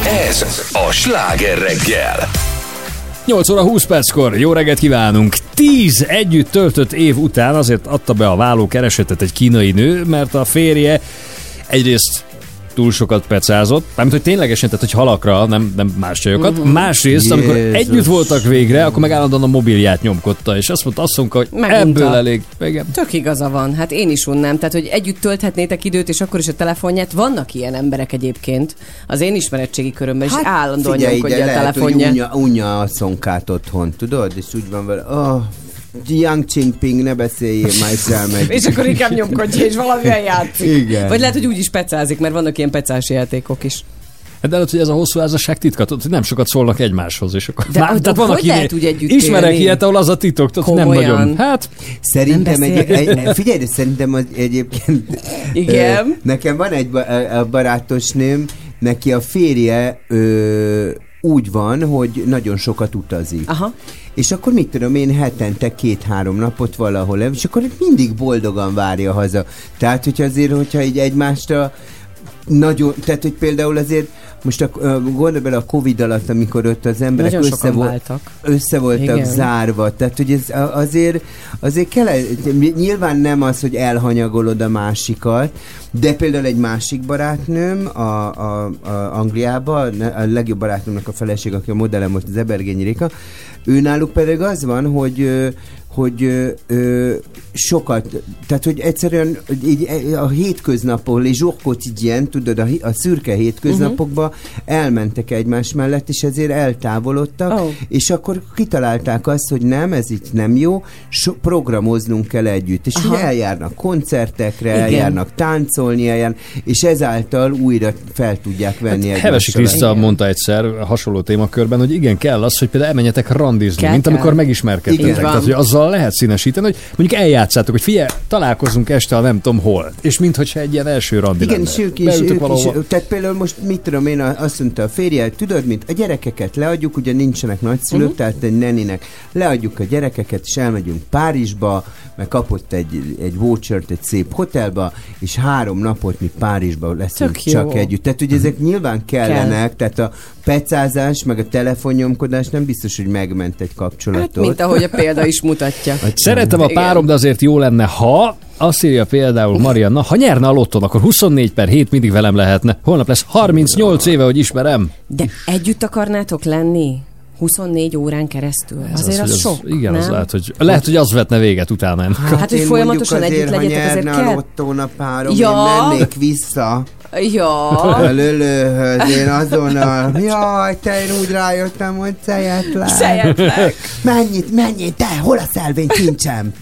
Ez a Sláger reggel. nyolc óra húsz perckor, jó reggelt kívánunk! tíz együtt töltött év után azért adta be a vállókeresetet egy kínai nő, mert a férje egyrészt túl sokat pecázott, mármint, hogy ténylegesen, tehát, hogy halakra, nem, nem más csajokat. Mm-hmm. Másrészt, amikor Jézus. együtt voltak végre, akkor meg állandóan a mobilját nyomkodta, és azt mondta, azt mondta, hogy Megunta. ebből elég. Igen. Tök igaza van, hát én is unnám. Tehát, hogy együtt tölthetnétek időt, és akkor is a telefonját. Vannak ilyen emberek egyébként. Az én ismeretségi körömben is hát, állandóan nyomkodja a telefonját. Unja, unja a szonkát otthon, tudod? És úgy van vele, oh, Yang Qingping, ne beszéljél, már is elmegy. És akkor inkább nyomkodja, és valamivel játszik. Igen. Vagy lehet, hogy úgy is pecázik, mert vannak ilyen pecás játékok is. De lehet, hogy ez a hosszú házasság titka, hogy nem sokat szólnak egymáshoz. És akkor de, már, de van, hogy lehet úgy együtt ismerek élni? ilyet, ahol az a titok, hogy nem nagyon. Hát, szerintem egy, egy, figyelj, de szerintem az egyébként... Igen. Nekem van egy barátosnőm, neki a férje ö, úgy van, hogy nagyon sokat utazik. Aha. És akkor mit tudom én, hetente két-három napot valahol, és akkor mindig boldogan várja haza. Tehát, hogy azért, hogyha így egymásra nagyon, tehát, hogy például azért most a, gondolj bele a Covid alatt, amikor ott az emberek össze, vo- össze voltak Igen. zárva, tehát hogy ez azért, azért kell, nyilván nem az, hogy elhanyagolod a másikat, de például egy másik barátnőm a, a, a Angliában, a legjobb barátnőmnek a feleség, aki a modellem most az Ebergényi Réka, ő náluk pedig az van, hogy hogy ö, ö, sokat, tehát hogy egyszerűen így, a hétköznapon, les jours quotidiens, tudod, a, a szürke hétköznapokban uh-huh. elmentek egymás mellett, és ezért eltávolodtak, oh. és akkor kitalálták azt, hogy nem, ez itt nem jó, so, programoznunk kell együtt, és ugye eljárnak koncertekre, Igen. eljárnak táncolni, eljárnak, és ezáltal újra fel tudják venni hát, Hevesi Kriszta mondta egyszer hasonló témakörben, hogy igen, kell az, hogy például elmenjetek randizni, kell, mint kell. amikor megismerkedtetek. Tehát, hogy azzal lehet színesíteni, hogy mondjuk eljátszátok, hogy figyelj, találkozunk este a nem tudom hol, és minthogyha egy ilyen első randi Igen, lenne. és ők is, ők is, tehát például most mit tudom én, azt mondta a férje, tudod, mint a gyerekeket leadjuk, ugye nincsenek nagyszülők, uh-huh. tehát egy neninek leadjuk a gyerekeket, és elmegyünk Párizsba, meg kapott egy, egy vouchert egy szép hotelba, és három napot mi Párizsba leszünk csak együtt. Tehát, hogy ezek nyilván kellenek, Kell. tehát a pecázás, meg a telefonnyomkodás nem biztos, hogy megment egy kapcsolatot. Hát, mint ahogy a példa is mutatja. Szeretem a párom, de azért jó lenne, ha azt írja például Marianna, ha nyerne a lotton, akkor huszonnégy per hét mindig velem lehetne. Holnap lesz harmincnyolc éve, hogy ismerem. De együtt akarnátok lenni? huszonnégy órán keresztül. Ez azért az, az sok, Igen, nem? az lehet, hogy, lehet, hogy az vetne véget utána. Hát, hát hogy folyamatosan azért, együtt legyetek, ezért kell. Ha nyerne a lottón a párom, ja. én mennék vissza. Ja. A lölőhöz, én azonnal, jaj, te én úgy rájöttem, hogy szejetlek. Szejetlek. Mennyit, mennyit, te, hol a szelvény kincsem?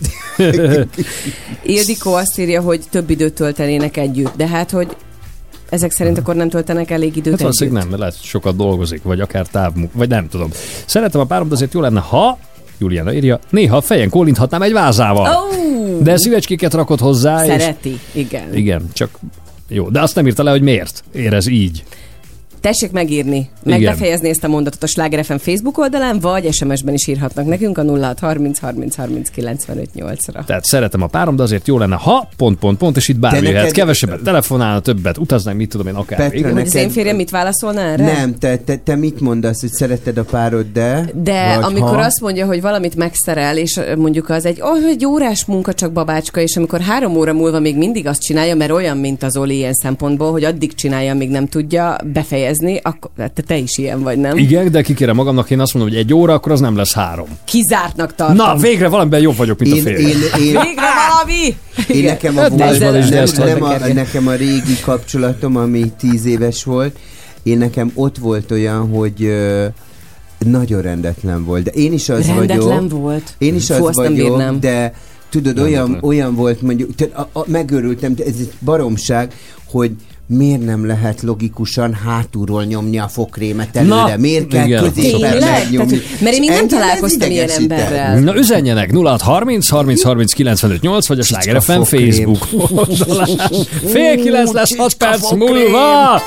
Ildikó azt írja, hogy több időt töltenének együtt, de hát, hogy ezek szerint akkor nem töltenek elég időt hát együtt. Nem, mert lehet, sokat dolgozik, vagy akár távmunk, vagy nem tudom. Szeretem a párom, de azért jó lenne, ha, Juliana írja, néha a fejen kólinthatnám egy vázával. Oh! De szívecskéket rakott hozzá. Szereti, és... igen. Igen, csak jó. De azt nem írta le, hogy miért érez így. Tessék megírni, meg Igen. befejezni ezt a mondatot a Sláger ef em Facebook oldalán, vagy es em es-ben is írhatnak nekünk a nulla hat harminc harminc harminc kilencvenöt nyolcra. Tehát szeretem a párom, de azért jó lenne, ha pont, pont, pont, és itt bármi neked... lehet. Kevesebbet telefonálna, többet utaznánk, mit tudom én, akár. Petra, Hogy neked... az én férjem mit válaszolna erre? Nem, te, te, te mit mondasz, hogy szereted a párod, de... De amikor ha... azt mondja, hogy valamit megszerel, és mondjuk az egy, oh, egy órás munka csak babácska, és amikor három óra múlva még mindig azt csinálja, mert olyan, mint az Oli ilyen szempontból, hogy addig csinálja, amíg nem tudja befejezni, akkor te, te is ilyen vagy, nem? Igen, de kikérem magamnak, én azt mondom, hogy egy óra, akkor az nem lesz három. Kizártnak tartom. Na, végre valamiben jobb vagyok, mint én, a férjem. Én, én, végre valami! Én nekem a, volt, nem, is nem, nem a, nekem a régi kapcsolatom, ami tíz éves volt, én nekem ott volt olyan, hogy ö, nagyon rendetlen volt. De én is az rendetlen vagyok. Rendetlen volt? Én is Fú, az vagyok, de tudod, olyan, olyan volt, mondjuk, a, a, megörültem, ez egy baromság, hogy miért nem lehet logikusan hátulról nyomni a fokrémet előre? Na, miért kell középen megnyomni? Mert én még nem találkoztam ilyen emberrel. Na, üzenjenek nulla hat harminc harminc harminc kilencvenöt nyolc vagy a Sláger ef em Facebook oldalán. Fél kilenc lesz hat perc múlva!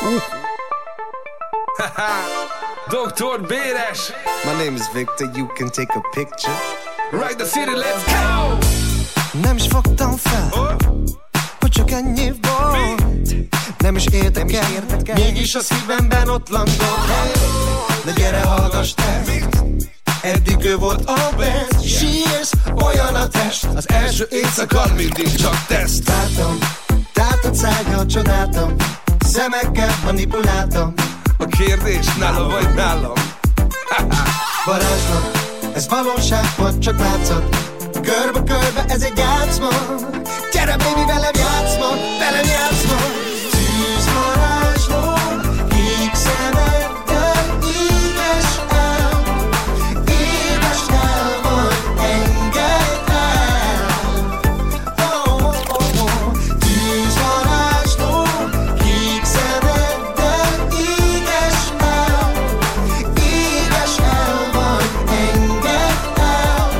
doktor Béres! My name is Victor, you can take a picture. Right the city, let's go! Nem is fogtam fel, hogy csak ennyi volt. nem is érdekel, mégis a szívemben ott landol. De gyere, hallgass te, eddig ő volt a best. Sírsz, olyan a test, az első éjszaka mindig csak teszt. Látom, tátott szájjal csodáltam, szemekkel manipuláltam. A kérdés nála vagy nálam? Varázslat, ez valóság vagy csak látszat. Körbe-körbe ez egy játszma. Gyere baby, velem játszma, velem játszma. Tűzvarázsló, kék szemeddel, éges el, éges el vagy, engedd el. Oh, oh, oh. Tűzvarázsló, kék szemeddel, éges el, éges el vagy, engedd el.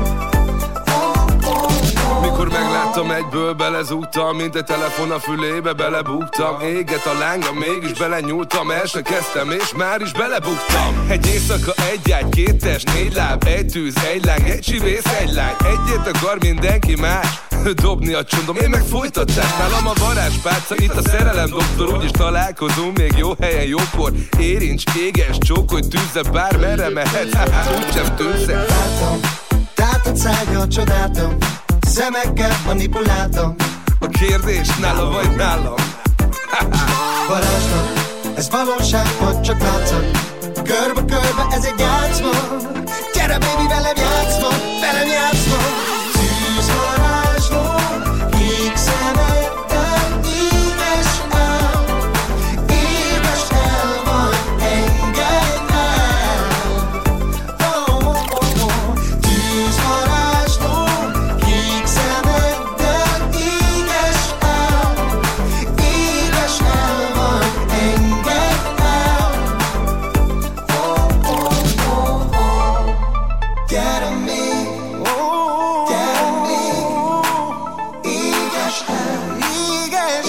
Mikor megláttam, egyből belezúgtam, mint egy telefon a fülébe belebuktam. Éget a lángam, mégis belenyúltam, el se kezdtem, és már is belebuktam. Egy éjszaka, egy ágy, két test, négy láb, egy tűz, egy láng, egy csivész, egy lány. Egyet akar mindenki más, dobni a csondom, én meg folytatás. Nálam a varázspálca, itt a szerelem doktor, úgyis találkozunk még jó helyen, jókor. Érincs, éges, csókolj, tűzze, bármerre mehetsz, úgysem tűzze. Látom, tátott szájjal csodáltam, szemekkel manipuláltam. A kérdés nála vagy nálam? Varázslat, ez valóság vagy csak látszat. Körbe-körbe ez egy játszma. Gyere baby, velem játszma, velem játszma. Tűzvarázsló, kék szemeddel, éges el, éges el vagy, engedd el. Oh, oh, oh. Tűzvarázsló, kék szemeddel, éges el, éges el vagy, engedd el. Oh, oh, oh, oh. Gyere még, gyere még, éges el, éges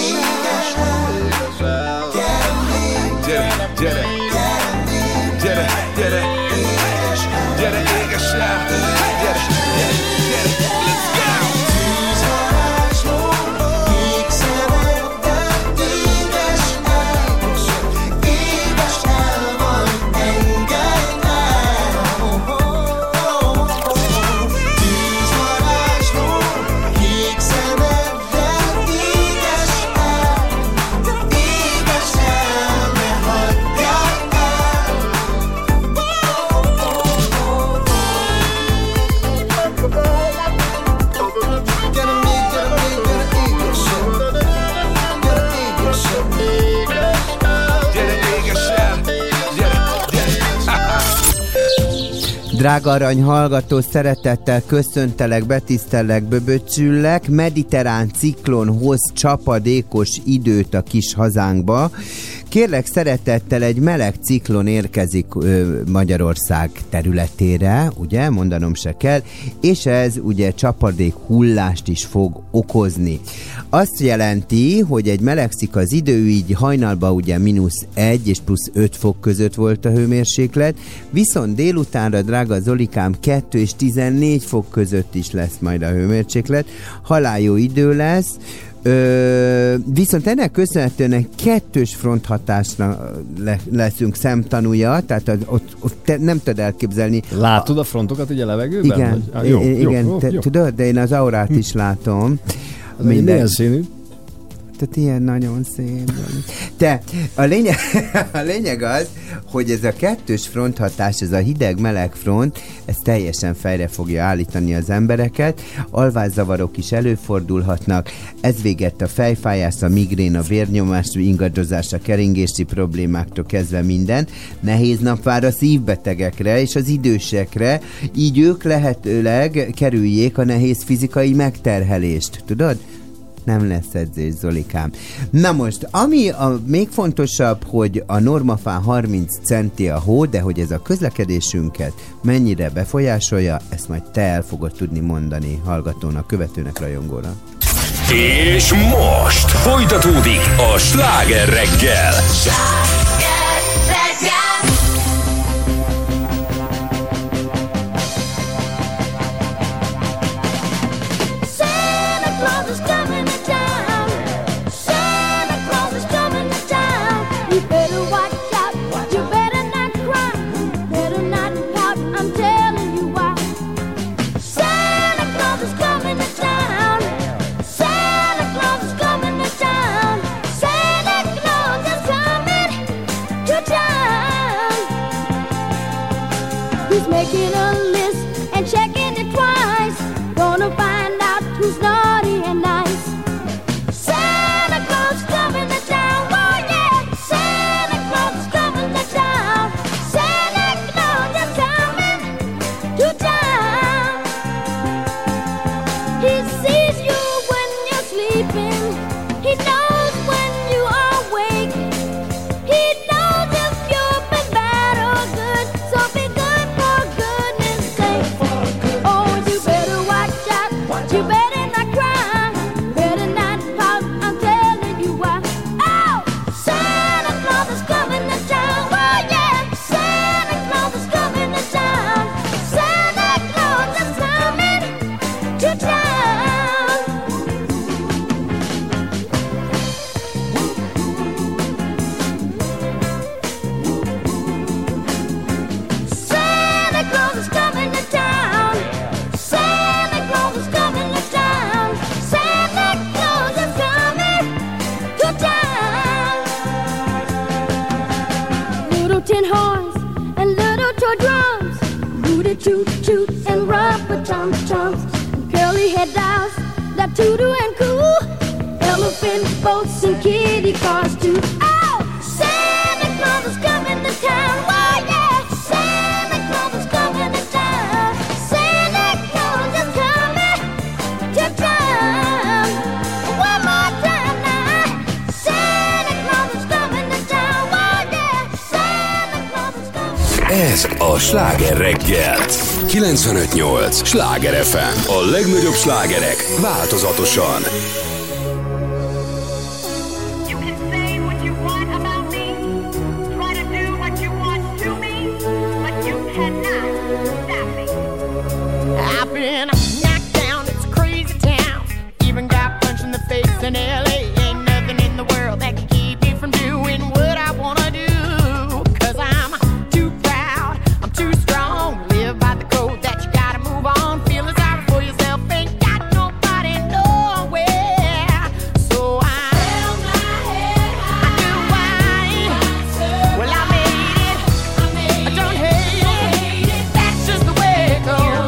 el, gyere még, Gyere, gyere, gyere, gyere, gyere, éges el, gyere, gyere, gyere, let's go! Tűzvarázsló, kék szemeddel, éges el, éges el vagy, engedd el. Tűzvarázsló, kék szemeddel, éges el, éges el, ne hagyjál el. Gyere még, gyere még, gyere éges el, gyere éges el. Gyere, éges el, gyere, gyere, Drága arany hallgató, szeretettel köszöntelek, betisztellek, böböcsüllek. Mediterrán ciklon hoz csapadékos időt a kis hazánkba. Kérlek szeretettel, egy meleg ciklon érkezik ö, Magyarország területére, ugye, mondanom se kell, és ez ugye csapadék hullást is fog okozni. Azt jelenti, hogy egy melegszik az idő, így hajnalban ugye mínusz egy és plusz öt fok között volt a hőmérséklet, viszont délutánra, drága Zolikám, kettő és tizennégy fok között is lesz majd a hőmérséklet. Haláljó idő lesz. Ö, viszont ennek köszönhetően egy kettős fronthatásra le, leszünk szemtanúja, tehát az, ott, ott te nem tudod elképzelni. Látod a frontokat ugye a levegőben? Igen, Vagy? Ah, jó, I- jó, igen jó, te, jó. tudod, de én az aurát is látom. Milyen színű? Tehát ilyen nagyon szép. Te, a lényeg, a lényeg az, hogy ez a kettős fronthatás, ez a hideg-meleg front, ez teljesen fejre fogja állítani az embereket, alvászavarok is előfordulhatnak, ez véget a fejfájás, a migrén, a vérnyomás, ingadozás, a keringési problémáktól kezdve minden. Nehéz nap vár a szívbetegekre és az idősekre, így ők lehetőleg kerüljék a nehéz fizikai megterhelést, tudod? Nem lesz edzés, Zolikám. Na most, ami a még fontosabb, hogy a normafán harminc centi a hó, de hogy ez a közlekedésünket mennyire befolyásolja, ezt majd te el fogod tudni mondani hallgatónak, követőnek, rajongónak. És most folytatódik a Sláger reggel. Santa Claus is coming to town. Santa Claus is coming toot toot and rubber tum tums, curly head dolls that toodle and coo, elephant boats and kitty cars too. Oh, Santa Claus is coming to town. Oh yeah, Santa Claus is coming to town. Santa Claus is coming to town. One more time now. Santa Claus is coming to town. Oh yeah, Santa Claus is coming. Ez a Sláger reggel. kilencvenöt nyolc Sláger ef em. A legnagyobb slágerek változatosan. I've been knocked down, it's a crazy town. Even got punched in the face in L A. Ain't nothing in the world that can keep me from doing what I wanna do. Cause I'm too proud, I'm too strong. Live by the code that you gotta move on. Feeling sorry for yourself, ain't got nobody nowhere. So I held my head high. I knew why. Well, I made it. I don't hate it. That's just the way it goes.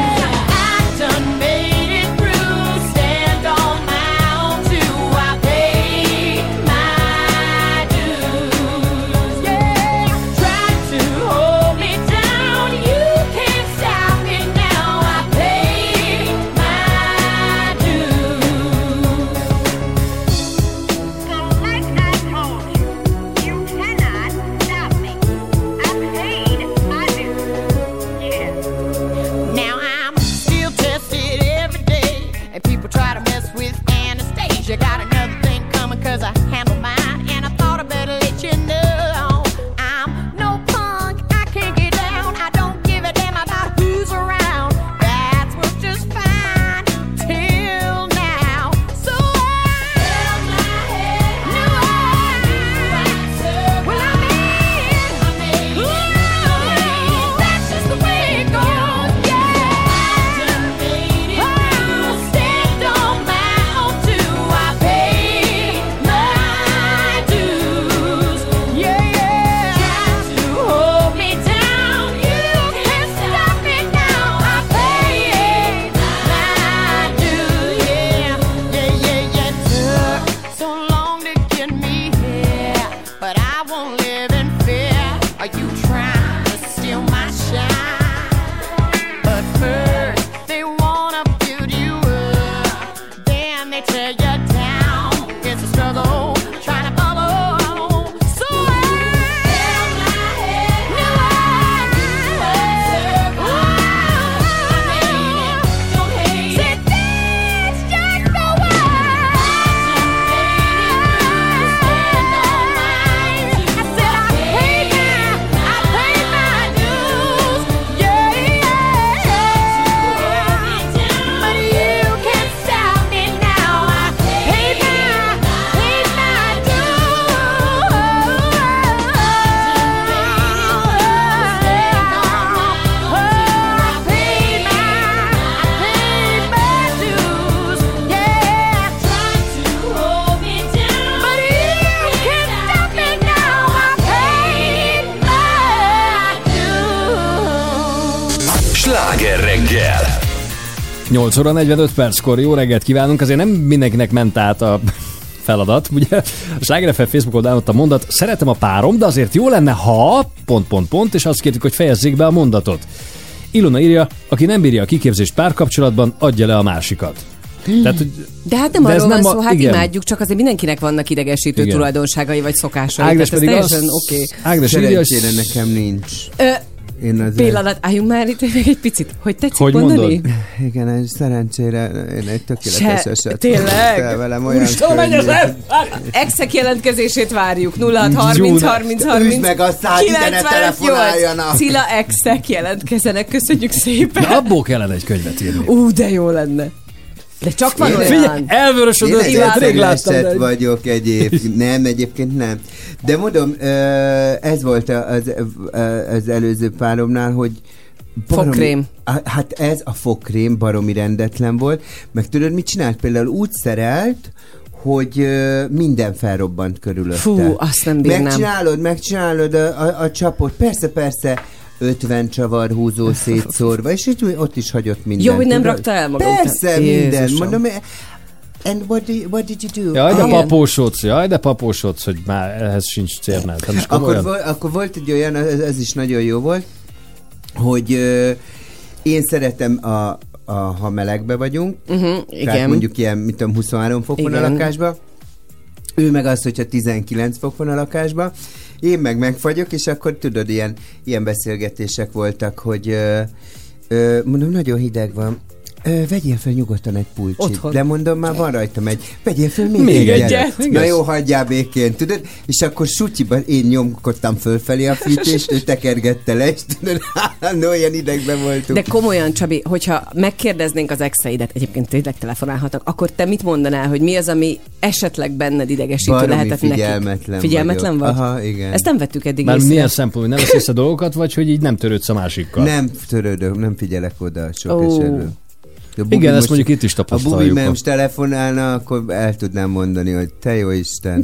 You got another thing coming cause I handle mine. And I thought I better let you know I'm no punk, I can't get down. I don't give a damn about who's around. That's what's just fine till now. So I held my head. No, I well, I'm in. Ooh, that's just the way it goes. Yeah, oh, stand on my own too. Sláger reggel. nyolc óra negyvenöt perckor jó reggelt kívánunk. Azért nem mindenkinek ment át a feladat. Ugye a Sláger ef em Facebook oldalán ott a mondat: szeretem a párom, de azért jó lenne, ha... pont, pont, pont, és azt kértük, hogy fejezzék be a mondatot. Ilona írja: aki nem bírja a kiképzést párkapcsolatban, adja le a másikat. Tehát, hogy de hát nem de arról van nem szó, a, hát igen. imádjuk, csak azért mindenkinek vannak idegesítő Igen. tulajdonságai vagy szokásai. Ágnes tehát pedig ez azt... teljesen oké. Ágnes írja, Szerencsére nekem nincs. Ö, Én azért... Pillanat, álljunk már itt még egy picit. Hogy tetszik Hogy mondani? mondod? Igen, egy szerencsére én egy tökéletes Se, eset. tényleg? Te velem olyan Úristen, menj könnyű. ez! Exek jelentkezését várjuk. nulla hat harminc harminc harminc Üsd meg aztán, ide ne telefonáljanak. Cilla exek jelentkezenek. Köszönjük szépen. Na, abból kellene egy könyvet írni. Ú, de jó lenne. De csak van olyan. Figyelj, elvörösödött, én ilyet rég láttam. egy De... vagyok egyébként. Nem, egyébként nem. De mondom, ez volt az, az előző páromnál, hogy baromi, fogkrém. Hát ez a fogkrém baromi rendetlen volt. Meg tudod, mit csinált? Például úgy szerelt, hogy minden felrobbant körülötte. Fú, azt nem bírnám. Megcsinálod, megcsinálod a, a, a csapot. Persze, persze. ötven csavar húzó szétszórva, és így ott is hagyott mindent. Jó, hogy nem tudod? rakta el magam. Persze, Jézusom. minden. Mondom, and what, do, what did you do? Jaj, de Ah, papósodsz, jaj, de papósodsz, hogy már ehhez sincs cérnál. Akkor, vo- akkor volt egy olyan, ez, ez is nagyon jó volt, hogy ö, én szeretem, a, a, ha melegbe vagyunk, Uh-huh, tehát igen. mondjuk ilyen, mit tudom, huszonhárom fok van a Igen. lakásban, ő meg az, hogyha tizenkilenc fok van a lakásban, én meg megfagyok, és akkor tudod, ilyen, ilyen beszélgetések voltak, hogy ö, ö, mondom, nagyon hideg van, Ö, vegyél fel nyugodtan egy pulcsit. Otthon. De mondom, már van rajtam egy. Vegyél fel még, Még egyet. egyet. Na jó, hagyjál békén, tudod? És akkor sutyiban én nyomkodtam fölfelé a fűtést, ő tekergette le, és tudod, no, olyan idegben voltunk. De komolyan, Csabi, hogyha megkérdeznénk az exeidet, egyébként tényleg telefonálhatnak, akkor te mit mondanál, hogy mi az, ami esetleg benned idegesítő Baromi lehetett figyelmetlen nekik? Figyelmetlen vagyok. vagy? Aha, igen. Ezt nem vettük eddig Már észre. milyen szempont, hogy nem vesz észre dolgokat, vagy hogy így nem törődsz a másikkal? Nem törődök, nem figyelek oda sok Ó. esetben. A Bubi Igen, ezt most- mondjuk itt is A Bubi tapasztaljuk. mert most telefonálna, akkor el tudnám mondani, hogy te jó Isten.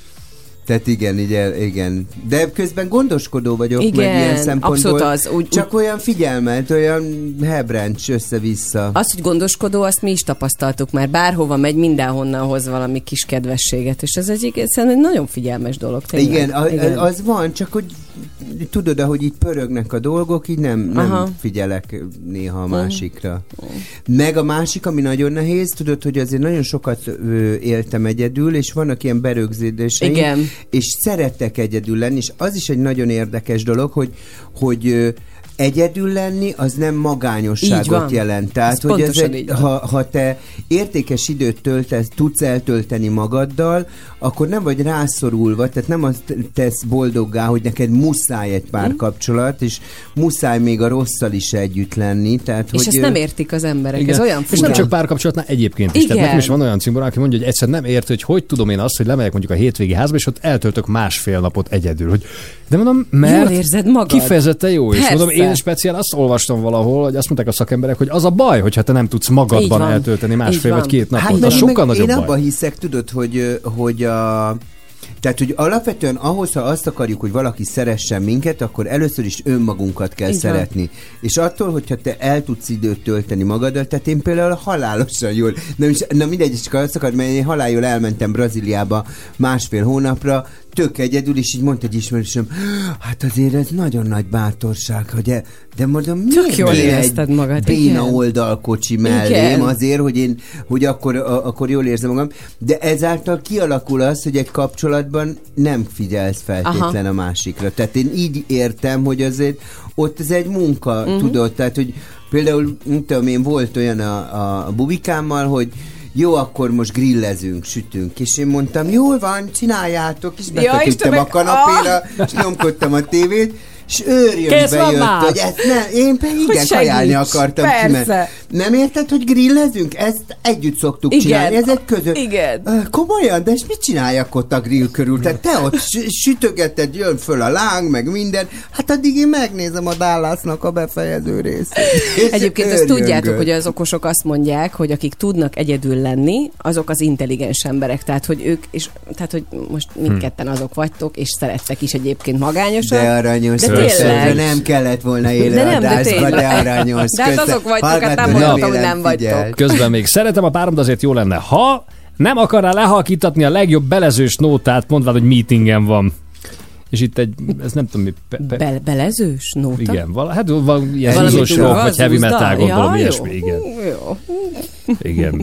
Tehát igen, igen, igen. De közben gondoskodó vagyok, Igen, meg ilyen szempontból. abszolút az, úgy- csak olyan figyelmet, olyan hebrencs össze-vissza. Az, hogy gondoskodó, azt mi is tapasztaltuk már. Bárhova megy, mindenhonnan hoz valami kis kedvességet. És ez egy, szerintem egy nagyon figyelmes dolog. Tényleg. Igen, a, az van, csak hogy tudod, ahogy így pörögnek a dolgok, így nem, nem Aha. figyelek néha a másikra. Meg a másik, ami nagyon nehéz, tudod, hogy azért nagyon sokat ö, éltem egyedül, és vannak ilyen berögződéseim, Igen. és szeretek egyedül lenni, és az is egy nagyon érdekes dolog, hogy, hogy ö, egyedül lenni, az nem Így magányosságot van. jelent. Tehát, Ez hogy ez pontosan egy, így van. ha, ha te értékes időt töltesz, tudsz eltölteni magaddal, akkor nem vagy rászorulva, tehát nem azt tesz boldoggá, hogy neked muszáj egy párkapcsolat, és muszáj még a rosszal is együtt lenni. Tehát, És hogy, ezt nem értik az emberek. Igen. Ez olyan És nem fura. csak párkapcsolatnál, egyébként is. Igen. Tehát nekem is van olyan cimborám, aki mondja, hogy egyszer nem érti, hogy hogy tudom én azt, hogy lemegyek mondjuk a hétvégi házba, és ott eltöltök másfél napot egyedül. Hogy, de mondom, mert Jól érzed magad. kifejezetten jó. És Persze. mondom, én speciál azt olvastam valahol, hogy azt mondták a szakemberek, hogy az a baj, hogyha te nem tudsz Így magadban van. eltölteni Így másfél van. vagy két napot. Hát az meg, sokkal meg nagyobb én baj. abban hiszek, tudod, hogy, hogy a... Tehát, hogy alapvetően ahhoz, ha azt akarjuk, hogy valaki szeressen minket, akkor először is önmagunkat kell Így van. szeretni. És attól, hogyha te el tudsz időt tölteni magaddal, tehát én például halálosan jól, nem is, na mindegy, csak azt akar, mert én halál elmentem Brazíliába másfél hónapra, tök egyedül, és így mondta egy ismerősöm, hát azért ez nagyon nagy bátorság, hogy e, de mondom, Tök miért jól kéne érezted egy magad, béna igen. oldalkocsi mellém Igen. azért, hogy én, hogy akkor, a, akkor jól érzem magam, de ezáltal kialakul az, hogy egy kapcsolatban nem figyelsz feltétlen Aha. a másikra. Tehát én így értem, hogy azért ott ez egy munka, uh-huh. tudod, tehát hogy például, nem tudom én, volt olyan a, a bubikámmal, hogy jó, akkor most grillezünk, sütünk. És én mondtam, jól van, csináljátok, és Ja, és te befeküdtem meg- a kanapéra, és nyomkodtam a tévét, és őrjön Kész van bejött, már. hogy ezt ne, én pedig igen, Hogy kajálni segíts. akartam Persze. kimenni. Nem érted, hogy grillezünk? Ezt együtt szoktuk Igen. csinálni, ez egy közös. Igen. Ö, Komolyan, de és mit csináljak ott a grill körül? Tehát te ott sü- sütögeted, jön föl a láng, meg minden. Hát addig én megnézem a Dallasnak a befejező részét. És Egyébként azt őrjöngök. tudjátok, hogy az okosok azt mondják, hogy akik tudnak egyedül lenni, azok az intelligens emberek. Tehát, hogy ők, és, tehát, hogy most mindketten azok vagytok, és szerettek is egyébként magányosan. De aranyos, De köszönöm. tényleg. Nem kellett volna De nem, de élőadásba, de, tényleg. aranyos. De hát köszönöm. azok vagytok, hát nem Hallgatom, mondtam, hogy remélem, nem figyel. vagytok. Közben még szeretem a párom, de azért jó lenne, ha nem akarná lehalkítatni a legjobb belezős nótát, mondván, hogy meetingen van. És itt egy, ez nem tudom mi... Pe, pe, Be, belezős nóta? igen, vala, hát van ilyen Valami zúzós durva, rock, vagy heavy zúzda? metal, gondolom, Ja, ilyesmi, jó. igen. Jó. Igen.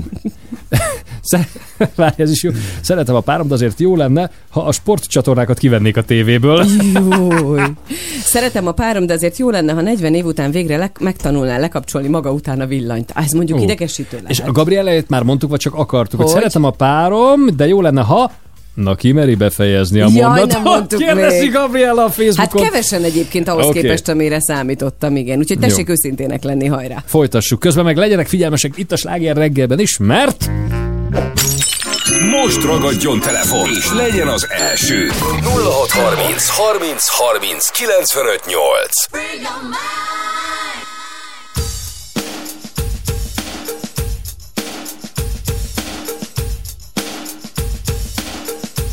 Sze- Várj, ez is jó. Szeretem a párom, de azért jó lenne, ha a sportcsatornákat kivennék a tévéből. Júj. Szeretem a párom, de azért jó lenne, ha negyven év után végre le- megtanulnál lekapcsolni maga után a villanyt. Ez mondjuk Ó. idegesítő lehet. És a Gabrielleit már mondtuk, vagy csak akartuk, hogy, Hogy? szeretem a párom, de jó lenne, ha... Na, ki meri befejezni a Jaj, mondatot? nem mondtuk Kérdezi még. Gabriella a Hát Facebookon. kevesen egyébként ahhoz Oké. okay. képest, amire számítottam, igen. Úgyhogy tessék Jó. őszintének lenni, hajrá. Folytassuk. Közben meg legyenek figyelmesek itt a Sláger reggelben is, mert... Most ragadjon telefon, és legyen az első. nulla hat harminc harminc harminc kilencvenöt nyolc.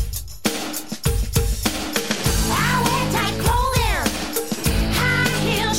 I wear tight clothing, high heel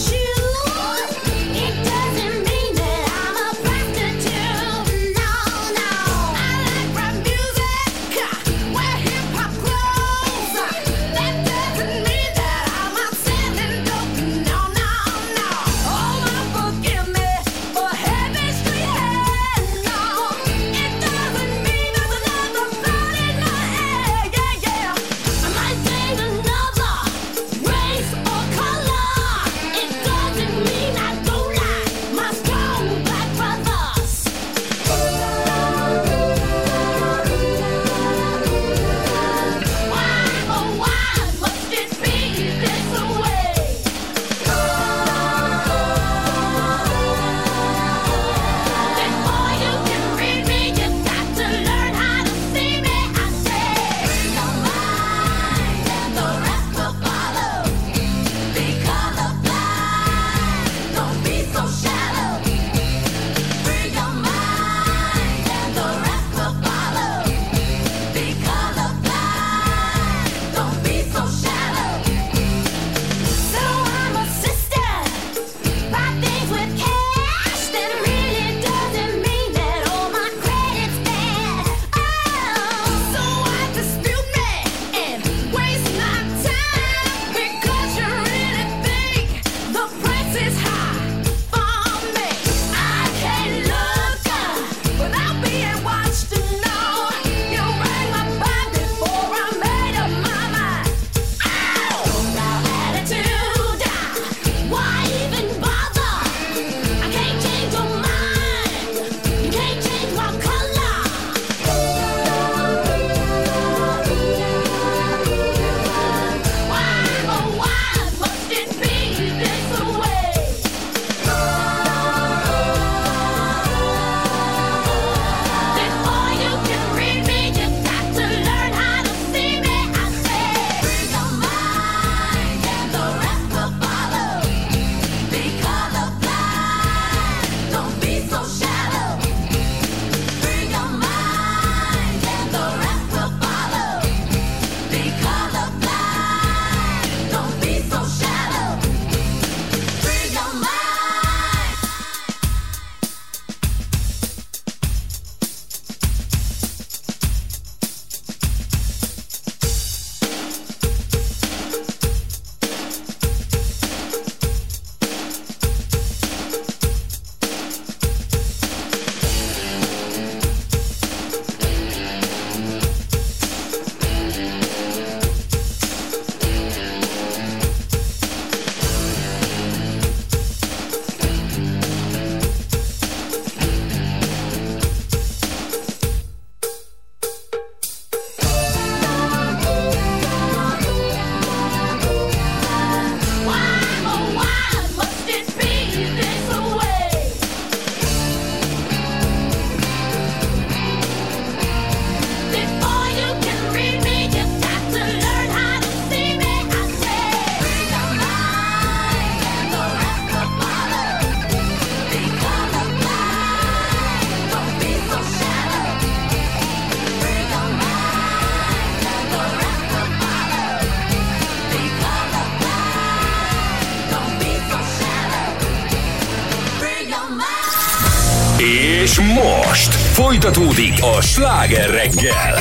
most folytatódik a Sláger reggel.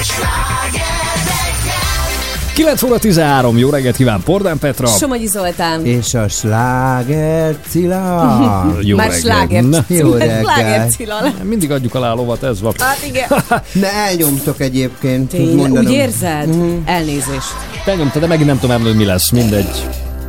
kilenc óra tizenhárom, jó reggelt kíván Pordán Petra. Somogyi Zoltán. És a Sláger Cilla. Jó Már reggelt. Sláger Na, Jó reggelt. Sláger Cilla. mindig adjuk alá a lovat, ez van. Hát igen. Ne elnyomtok egyébként. Tényleg, mondanom. úgy érzed? Mm. Elnézést. Te nyomtad, de megint nem tudom elmondani, hogy mi lesz, mindegy.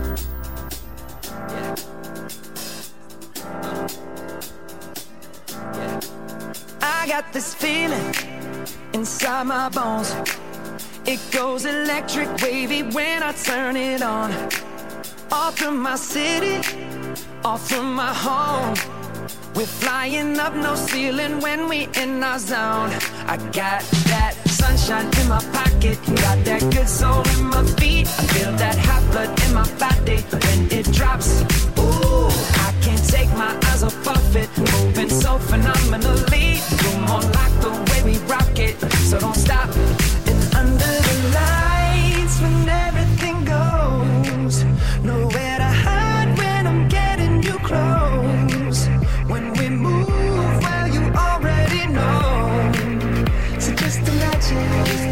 I got this feeling inside my bones. It goes electric wavy when I turn it on. Off from my city, off from my home. We're flying up, no ceiling when we in our zone. I got that sunshine in my pocket, got that good soul in my feet. I feel that hot blood in my body when it drops. Ooh, I can't take my eyes off of it, moving so phenomenally. You're more like the way we rock it, so don't stop. And under the lights when everything goes, nowhere to hide when I'm getting you close. When we move, well, you already know. So just imagine.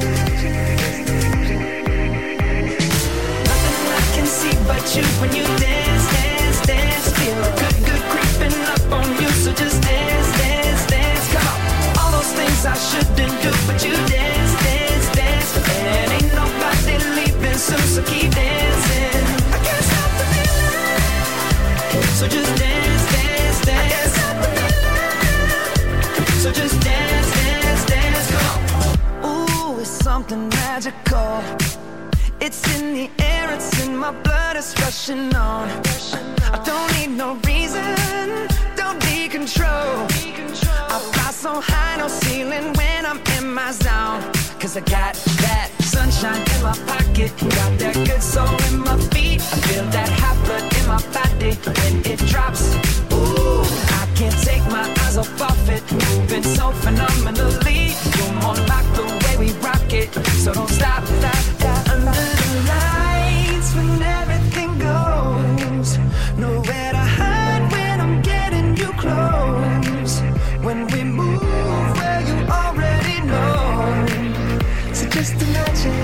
Nothing I can see but you when you dance, dance, dance. Feel good, good creeping up on you. So just dance, dance, dance. Come on. All those things I shouldn't do, but you dance, dance, dance. And ain't nobody leaving soon, so keep dancing. I can't stop the feeling. So just dance, dance, dance. So just dance, dance, dance. Come on. Ooh, it's something magical. It's in the air, it's in my blood, it's rushing on. I don't need no reason, don't need control. I fly so high, no ceiling when I'm in my zone. Cause I got that sunshine in my pocket, got that good soul in my feet. I feel that hot blood in my body when it drops. Ooh, I can't take my eyes off of it, moving so phenomenally. You're more like the way we rock it, so don't stop, stop, stop. Under the lights when everything goes, nowhere to hide when I'm getting you close. When we move, well, you already know. So just imagine.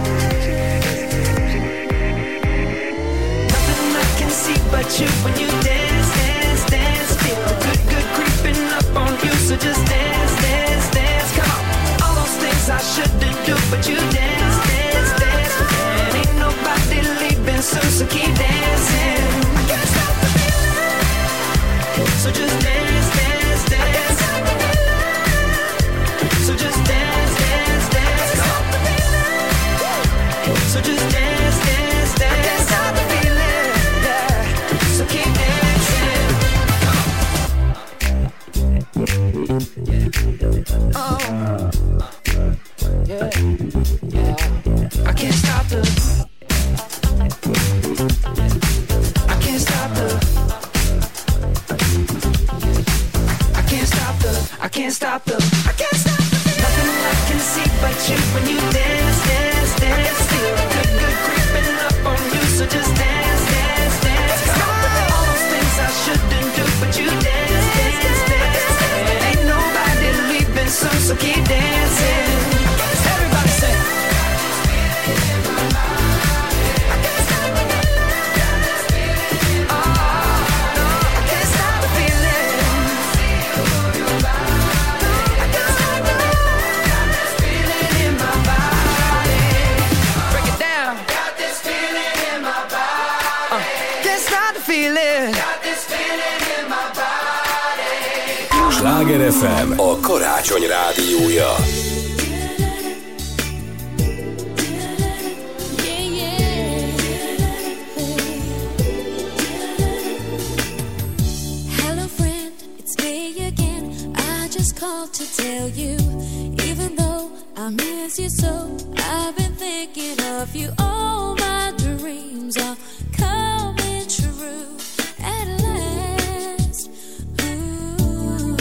Nothing I can see but you when you dance, dance, dance. Feel good, good creeping up on you. So just dance, dance, dance. Come on. All those things I shouldn't do, but you dance, dance, dance. And ain't nobody leaving soon, so keep dancing. I can't stop the feeling. So just dance, dance, dance. So just dance, dance, dance. So just dance, dance, dance. I can't stop the feeling, yeah. So keep dancing. Oh, yeah, yeah. I can't stop the. I can't stop the. I can't stop the. I can't stop the. I can't stop the. Nothing I can see but you when you dance, dance, dance. Feel good, good creeping up on you. So just dance, dance, dance. Come on. All those things I shouldn't do, but you dance, dance, dance. And ain't nobody leaving soon, so keep dancing. Everybody say. Sláger ef em, a karácsony rádiója. Hello friend, it's me again. I just called to tell you, even though I miss you so, I've been thinking of you. All my dreams are coming true at last. Ooh.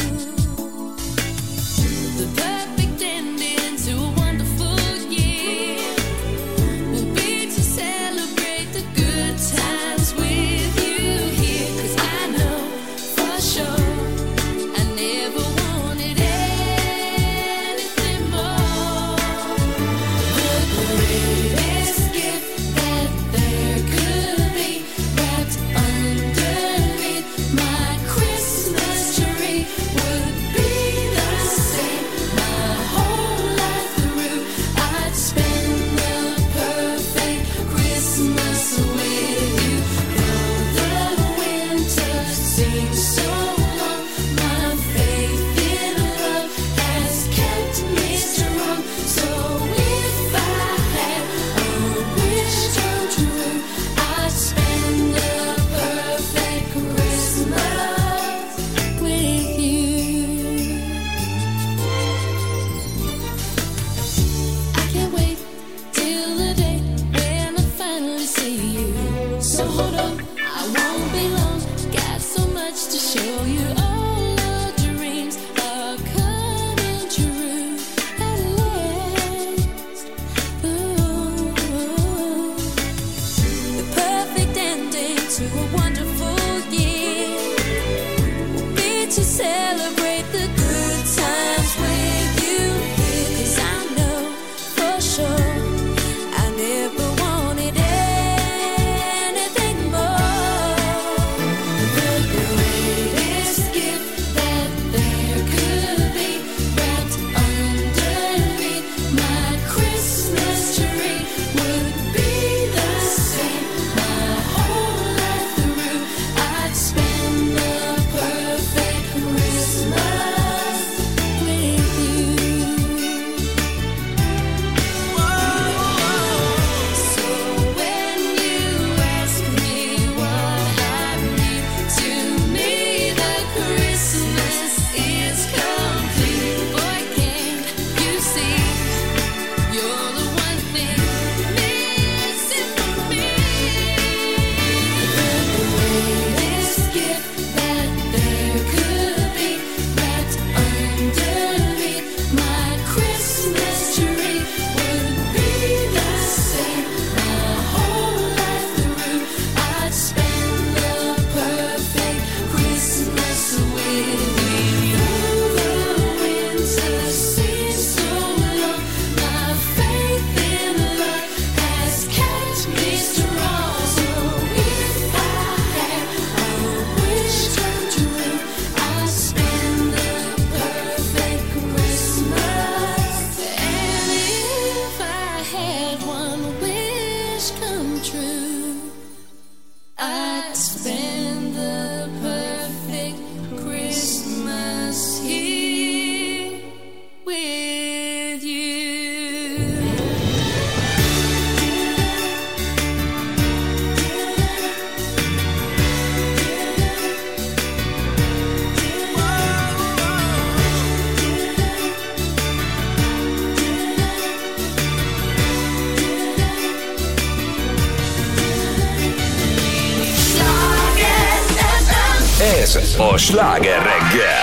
The perfect ending to a wonderful year will be to celebrate the good times with you here. 'Cause I know for sure I never wanted day when I finally see you. So hold on, I won't be long. Got so much to show you. All our dreams are coming true at last. Ooh. The perfect ending to a wonderful year will be to celebrate the good times with you here. 'Cause I know for sure I never wanted anything more. The greatest gift that there could be wrapped underneath my Christmas tree would be the same my whole life through. I'd spend the perfect Christmas with you. So when you ask me what I mean, to me the Christmas is complete. Boy, can't you see? You're the one thing missing from me. The greatest gift that there could be wrapped underneath my Christmas tree would be the same my whole life through. I'd spend the perfect Christmas with you. Through the winter seems so long, my faith in love has kept me strong. So if I had a wish come true, I'd spend the perfect Christmas. And if I had one wish come true, I'd spend the perfect Christmas here with you. Ez a Sláger reggel.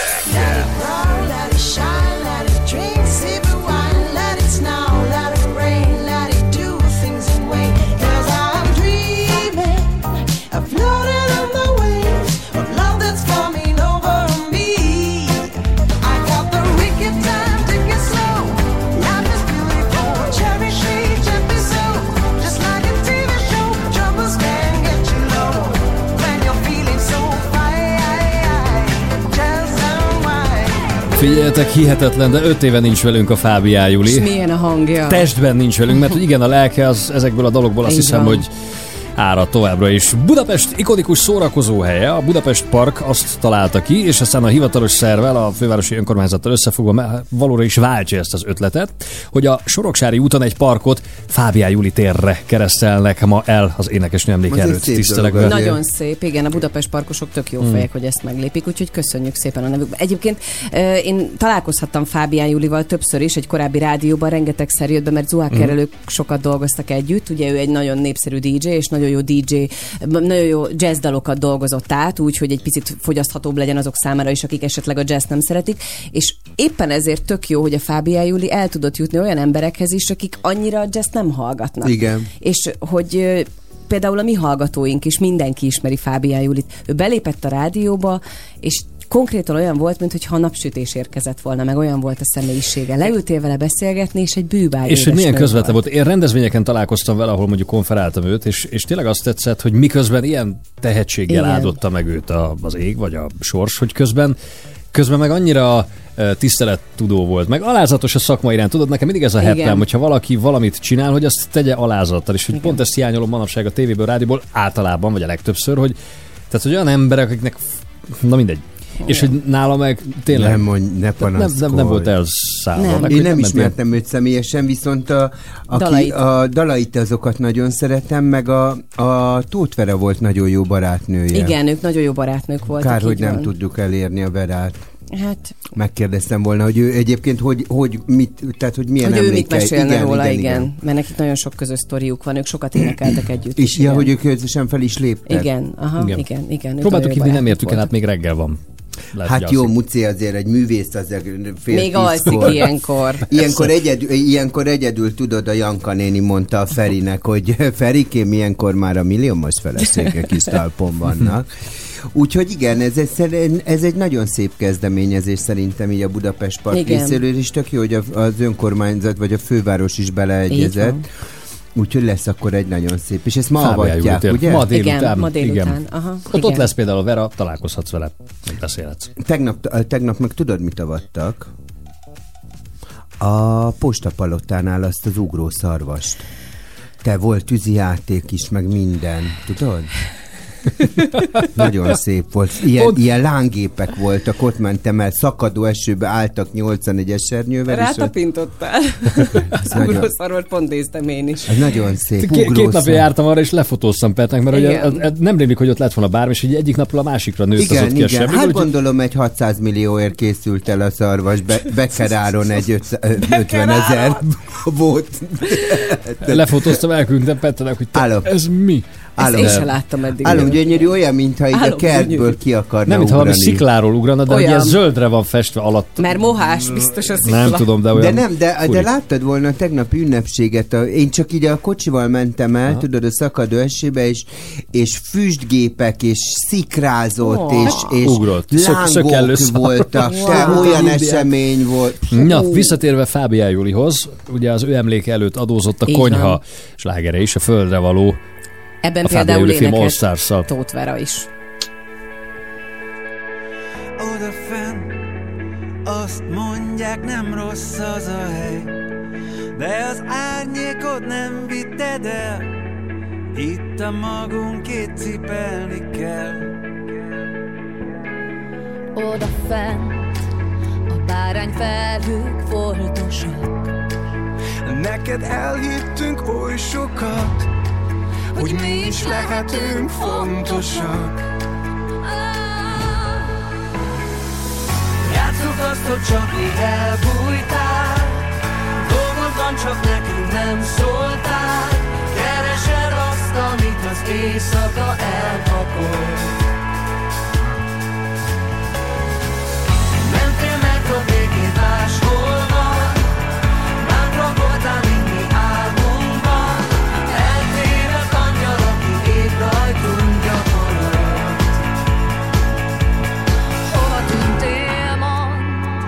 Let it shine, let it drink, sip the wine, let it snow, let it rain, let it do things in way. 'Cause I'm dreaming of floating on the waves of love that's coming over me. I got the wicked time, take it slow. Life is beautiful, cherish each episode. Just like a T V show, troubles can get you low. When you're feeling so fine, just unwind. Figyeljetek, hihetetlen, de öt éve nincs velünk a Fábián Juli. És milyen a hangja? Testben nincs velünk, mert hogy igen, a lelke az ezekből a dalokból azt Így hiszem, van. hogy árad továbbra is. Budapest ikonikus szórakozó helye, a Budapest Park azt találta ki, és aztán a hivatalos szervvel, a fővárosi önkormányzattal összefogva me- valóra is váltja ezt az ötletet, hogy a Soroksári úton egy parkot Fábián Juli térre keresztelnek ma el az énekesnő emléke Az egy előtt szép tisztelegve. dolog. Nagyon szép, igen, a Budapest parkosok tök jó Hmm. fejek, hogy ezt meglépik, úgyhogy köszönjük szépen a nevükbe. Egyébként eh, én találkozhattam Fábián Julival többször is, egy korábbi rádióban rengetegszer jött be, mert Zuhakerrel ők sokat dolgoztak együtt, ugye ő egy nagyon népszerű dé dzsé, és nagyon jó dé dzsé, nagyon jó jazz dalokat dolgozott át, úgyhogy egy picit fogyaszthatóbb legyen azok számára is, akik esetleg a jazz nem szeretik, és éppen ezért tök jó, hogy a Fábián Juli el tudott jutni olyan emberekhez is, akik annyira a jazz nem hallgatnak. Igen. És hogy eh, például a mi hallgatóink is, mindenki ismeri Fábián Julit. Ő belépett a rádióba, és konkrétan olyan volt, mintha napsütés érkezett volna, meg olyan volt a személyisége. Leültél vele beszélgetni, és egy bűbáj És hogy milyen édesnő közvetlen volt. Én rendezvényeken találkoztam vele, ahol mondjuk konferáltam őt, és, és tényleg azt tetszett, hogy miközben ilyen tehetséggel Igen. áldotta meg őt a, az ég, vagy a sors, hogy közben közben meg annyira uh, tisztelettudó volt, meg alázatos a szakma iránt. Tudod, nekem mindig ez a Igen. heplem, hogyha valaki valamit csinál, hogy azt tegye alázattal, és hogy Igen. pont ezt hiányolom manapság a tévéből, rádióból általában, vagy a legtöbbször, hogy tehát, hogy olyan emberek, akiknek na mindegy. És hogy nála meg tényleg Nem mondj, ne nem, panaszkodj. nem, nem volt elszállva. Nem. Meg, Én hogy nem ment ilyen- ismertem őt személyesen, viszont a, aki, Dalait. a dalait azokat nagyon szeretem, meg a, a Tóth Vera volt nagyon jó barátnője. Igen, ők nagyon jó barátnők voltak. Kár, hogy így nem van. tudjuk elérni a Verát. Hát... Megkérdeztem volna, hogy ő egyébként hogy, hogy mit, tehát hogy milyen hogy emlékei. ő mit mesélne igen, róla, igen, igen, igen. igen. Mert nekik nagyon sok közös sztoriuk van, ők sokat énekeltek együtt. És ja, hogy ők közösen fel is léptek. Igen, aha, igen, igen. igen Próbáltuk hívni, nem értük el, hát még reggel van. Lehet, hát jó, Muci azért egy művész, azért fél még alszik ilyenkor. Ilyenkor egyedül, ilyenkor egyedül tudod, a Janka néni mondta a Ferinek, hogy Ferikém, ilyenkor már a milliómos feleségek is talpon vannak. Úgyhogy igen, ez egy, ez egy nagyon szép kezdeményezés szerintem így a Budapest Park részéről, és tök jó, hogy az önkormányzat vagy a főváros is beleegyezett. Úgyhogy lesz akkor egy nagyon szép. És ezt ma avatják, ugye? Ma délután. Igen, ma délután. Igen. Aha, ott, igen. Ott lesz például a Vera, találkozhatsz vele, beszélhetsz. Tegnap, tegnap meg tudod, mit avattak? A postapalotánál azt az ugró szarvast. Te volt tűzijáték is, meg minden. Tudod? Nagyon szép volt. Ilyen, ilyen lángépek voltak, ott mentem el, szakadó esőbe álltak nyolcan egy esernyővel. Rátapintottál. Ugró-szarvast pont néztem én is. Ez nagyon szép. Két, két napja jártam arra, és lefotóztam Petnek, mert ugye, az, az nem rémlik, hogy ott lett volna bármi, és így egyik napról a másikra nőtt igen, az ott ki a semmi. Hát gondolom egy hatszáz millióért készült el a szarvas, Be- Bekeráron egy ötven ezer volt. Lefotóztam, elküldtem Petnek, hogy te, ez mi? Ezt én sem láttam eddig. Állom gyönyörű, olyan, mintha így a kertből ki akarna nem, mintha valami szikláról ugrana, de olyan. Ugye zöldre van festve alatt. Mert mohás biztos a szikla. Nem tudom, de olyan. De nem, de, de láttad volna a tegnapi ünnepséget. A, én csak így a kocsival mentem el, aha. tudod, a szakadó esébe, és, és füstgépek, és szikrázott, oh. és, és ugrott. lángok Szök, voltak. wow. Te olyan esemény volt. Na, visszatérve Fábián Julihoz, ugye az ő emléke előtt adózott a konyha slágere is, a földre való. Ebben a például énekelt Tóth Vera is. Odafenn azt mondják, nem rossz az a hely, de az árnyékot nem vitted el, itt a magunkét cipelni kell. Odafent a bárányfelhők foltosak, neked elhittünk oly sokat, hogy mi is lehetünk fontosak. Játsszuk azt, hogy csak így elbújtál, dolgod van, csak nekünk nem szóltál. Keresed azt, amit az éjszaka elpakol. Mentél meg a végén máshol van, ránk raboltál, mint mi álmunkban. Eltévedt angyal, aki épp rajtunk gyakorolt. Hova tűntél, mond?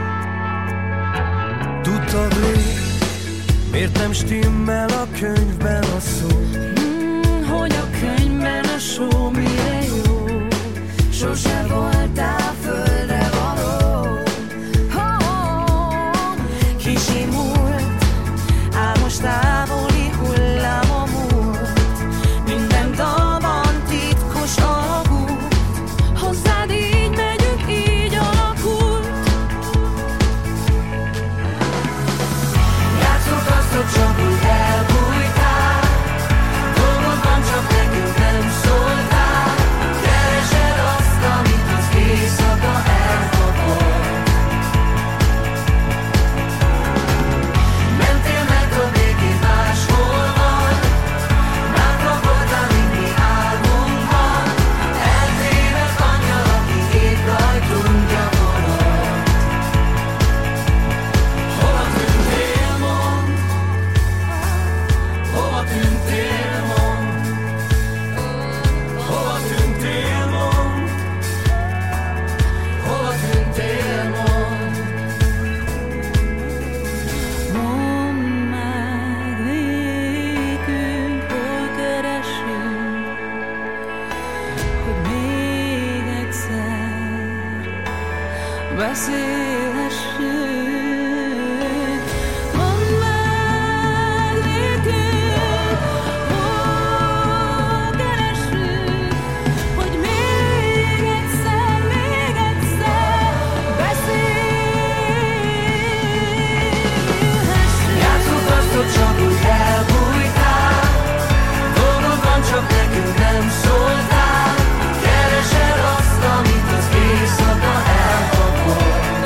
Tudtad még, miért nem stimmel a könyvben a szó? Hmm, hogy a könyvben a só mire jó? Sose voltál földre való. Oh, oh, kisimult, álmos távoli hullám a múlt. Minden dalban titkos alagút, hozzád így megyünk, így alakult. Játsszuk azt, hogy csak úgy elbújtál, dolgod van, csak nekünk nem szóltál. Keresed azt, amit az éjszaka elfogol. Mentél meg a végén máshol van, ránk raboltál, mint mi álmunkban. Eltévedt angyal, aki épp rajtunk gyakorolt. Hova tűntél, mond? Hova tűntél, mond? Hova tűntél, mond? Hova tűntél, mond? Mondd meg végünk, hol keresünk, hogy még egyszer beszélhessünk. Mondd meg végünk, hol keresünk, hogy még egyszer, még egyszer beszélhessünk. Játsszuk azt, hogy csak úgy elbújtál, dolgod van, csak nekünk nem szóltál. Keresed azt, amit az éjszaka elfogol.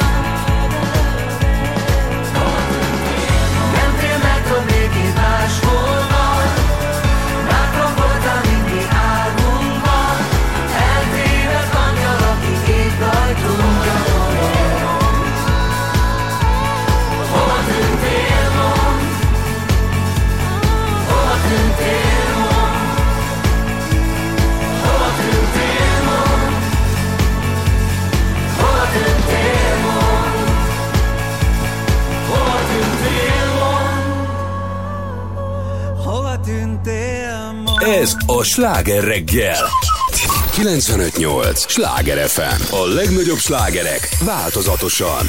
hova tűntél ma? Ez a Sláger reggel. kilencvenöt nyolc Sláger ef em. A legnagyobb slágerek változatosan.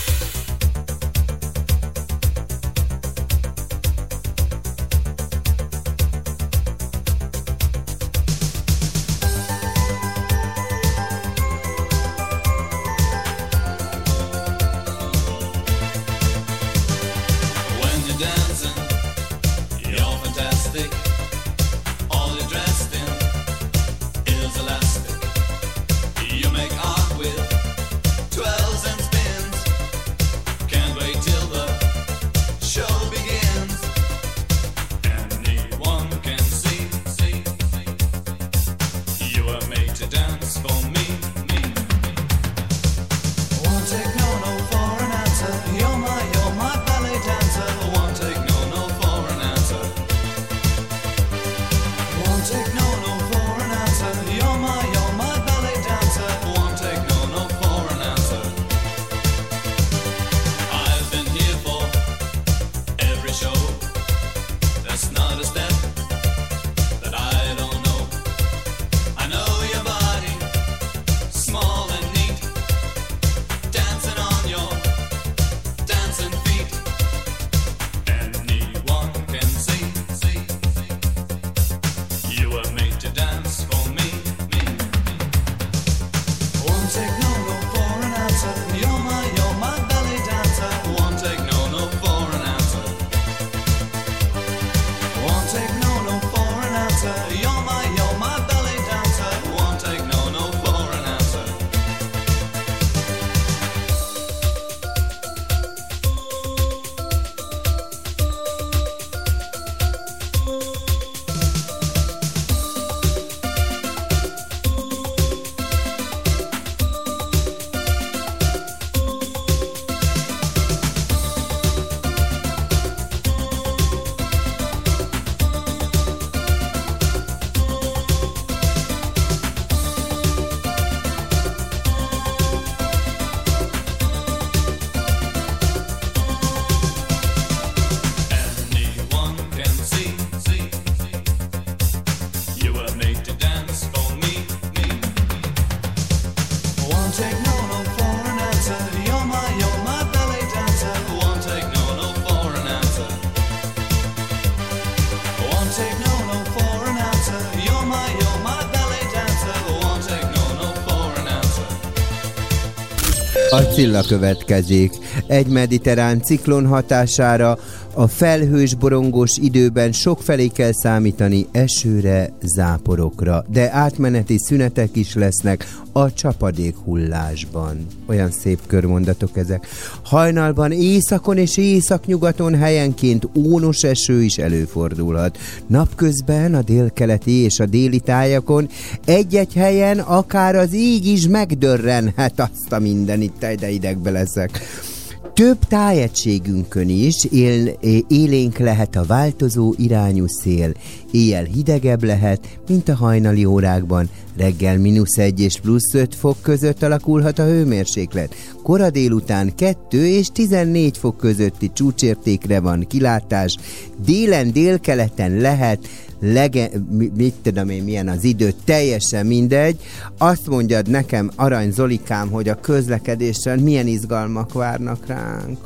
Attila következik. Egy mediterrán ciklon hatására a felhős borongós időben sokfelé kell számítani esőre, záporokra, de átmeneti szünetek is lesznek a csapadékhullásban. Olyan szép körmondatok ezek. Hajnalban északon és északnyugaton helyenként ónos eső is előfordulhat. Napközben a délkeleti és a déli tájakon egy-egy helyen akár az ég is megdörrenhet, azt a mindenit, de idegbe leszek. Több tájegységünkön is él, élénk lehet a változó irányú szél. Éjjel hidegebb lehet, mint a hajnali órákban. Reggel mínusz egy és plusz öt fok között alakulhat a hőmérséklet. Kora délután kettő és tizennégy fok közötti csúcsértékre van kilátás. Délen, délkeleten lehet, lege, mit tudom én, milyen az idő, teljesen mindegy. Azt mondjad nekem, Arany Zolikám, hogy a közlekedéssel milyen izgalmak várnak ránk.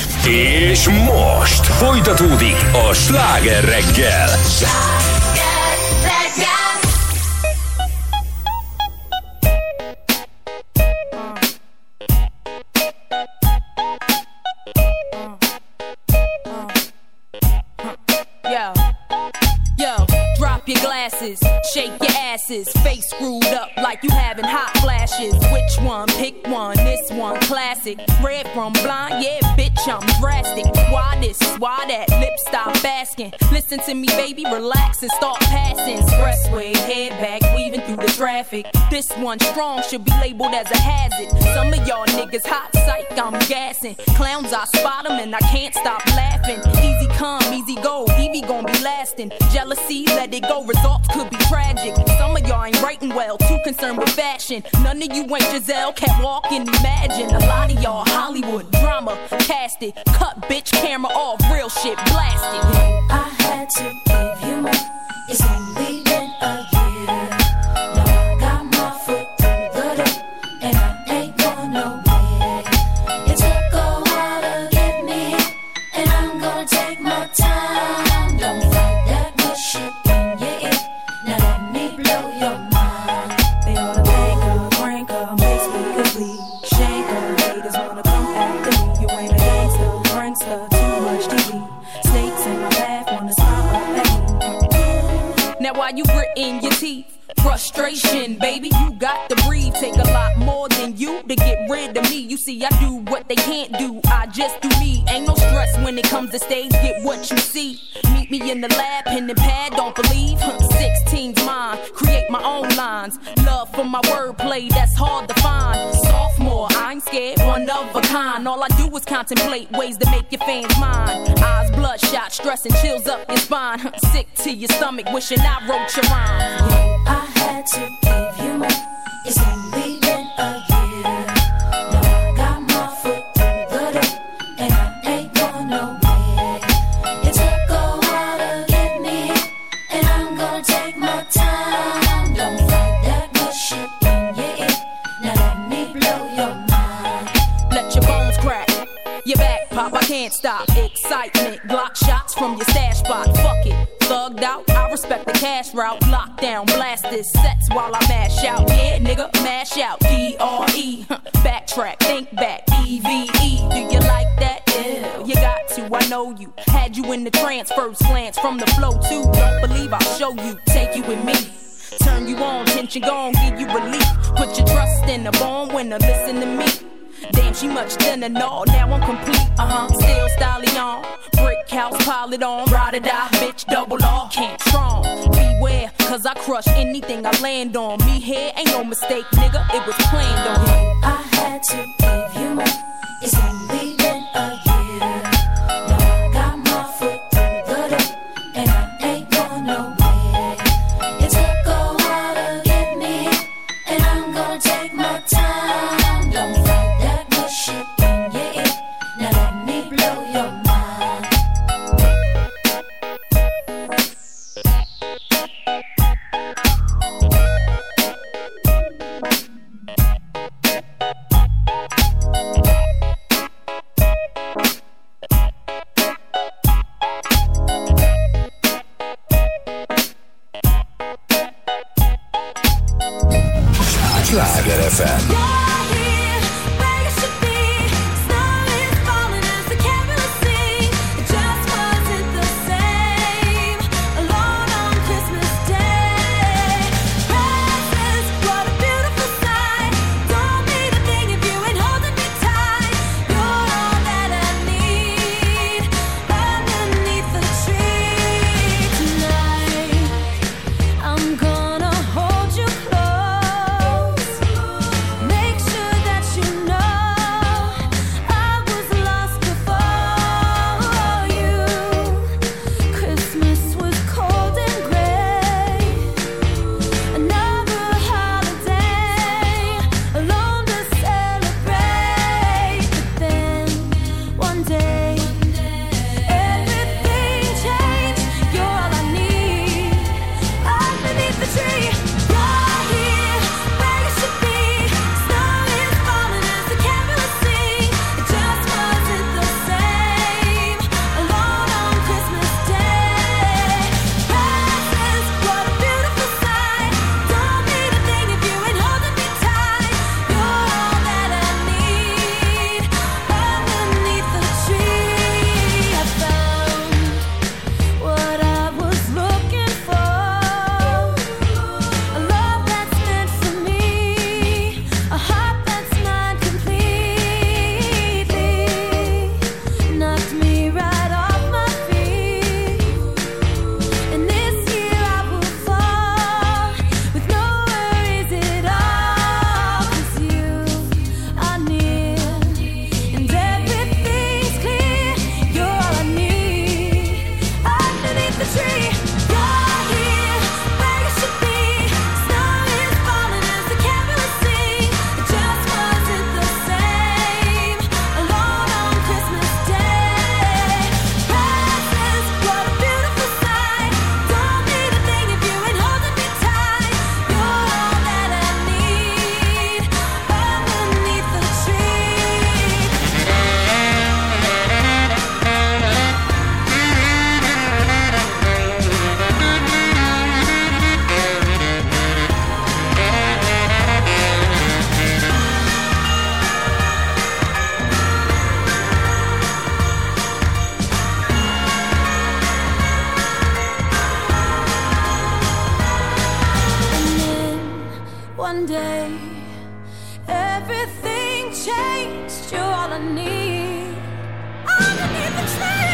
És most folytatódik a Sláger reggel. Your glasses, shake your asses, face screwed up like you having hot flashes. Which one? Pick one. This one classic. Red from blind, yeah, bitch, I'm drastic. Why this? Why that? Lip stop asking. Listen to me, baby, relax and start passing. Expressway, head back, weaving through the traffic. This one strong should be labeled as a hazard. Some of y'all niggas hot psych, I'm gassing. Clowns, I spot them and I can't stop laughing. Easy come, easy go, Evie gon' be lasting. Jealousy, let it go. Results could be tragic. Some of y'all ain't writing well, too concerned with fashion. None of you ain't Giselle, can't walk and imagine. A lot of y'all Hollywood drama, cast it, cut bitch camera off, real shit blasted. I had to give Now why you gritting your teeth? Frustration, baby, you got to breathe. Take a lot more than you to get rid of me. You see, I do what they can't do. I just do me. Ain't no stress when it comes to stage. Get what you see. Meet me in the lab, pen and pad. Don't believe. sixteen's mine. Create my own lines. Love for my wordplay. That's hard to find. Sophomore, I ain't scared. One of a kind. All I do is contemplate ways to make your fans mine. Eyes bloodshot, stress and chills up your spine. Sick to your stomach, wishing I wrote your rhyme. I had to give you more. It's only been a year. Now I got my foot through the door, and I ain't going nowhere. It took a while to get me here, and I'm gonna take my time. Don't fight that bullshit in your ear. Now let me blow your mind. Let your bones crack, your back pop, I can't stop. Excitement, Glock shots from your stash spot. Fuck it, thugged out, I respect the cash route. Lockdown, blast this sets while I mash out. Yeah, nigga, mash out, D R E. Backtrack, think back, E V E. Do you like that? Yeah, you got to, I know you. Had you in the trance, first glance from the flow too. Don't believe I'll show you, take you with me. Turn you on, tension gone, give you relief. Put your trust in a born winner, listen to me. Damn, she much thinner, no, now I'm complete, uh-huh, still styling on. Brick house, pile it on, ride or die, bitch, double off, can't strong. Beware, cause I crush anything I land on. Me here, ain't no mistake, nigga, it was planned on. I had to give you more. It's only been a year. Now I got my foot through the door, and I ain't going nowhere. It took a while to get me here, and I'm gonna take my time. Don't fight that bullshit in your ear. Now let me blow your mind. Sláger ef em. I'm gonna hold you close, make one day everything changed. You're all I need. Underneath the tree.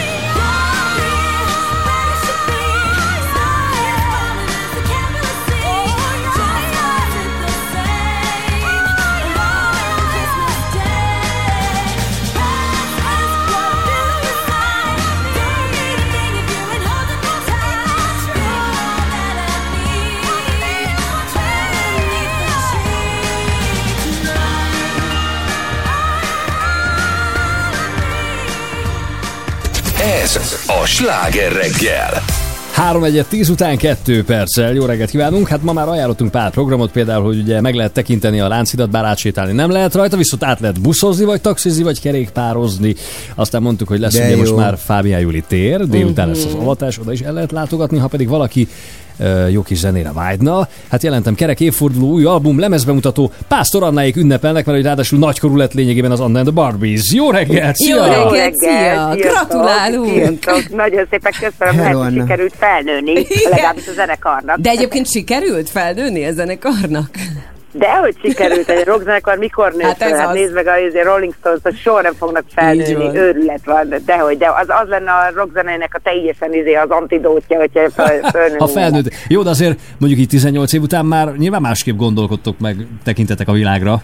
Ez a Sláger reggel. három egyet tíz után kettő perccel. Jó reggelt kívánunk! Hát ma már ajánlottunk pár programot, például, hogy ugye meg lehet tekinteni a Lánchidat, bár átsétálni nem lehet rajta, viszont át lehet buszozni, vagy taxizni, vagy kerékpározni. Aztán mondtuk, hogy lesz De ugye jó. most már Fábián Júli tér, délután lesz az avatás, oda is el lehet látogatni, ha pedig valaki uh, jó kis zenére vágyna. Hát jelentem, kerek évforduló új album, lemezbemutató, Pásztor Annáék ünnepelnek, mert hogy ráadásul nagykorú lett lényegében az Anna and the Barbies. Jó reggelt! Jó Szia! reggelt, szia! Gratulálunk! Sziasztok. Nagyon szépen köszönöm, Hello, lehet, Anna. hogy sikerült felnőni, legalábbis a zenekarnak. De egyébként sikerült felnőni a zenekarnak? Dehogy sikerült, egy rockzenekar mikor nőtt Hát fel? ez Hát az. nézd meg, a izé Rolling Stones-ot soha nem fognak Így felnőni, van. őrület van, dehogy, de az, az lenne a rockzenének a teljesen izé, az antidótja, hogyha fel, felnőni. Ha felnőtt. Jó, de azért mondjuk így tizennyolc év után már nyilván másképp gondolkodtok meg, tekintetek a világra.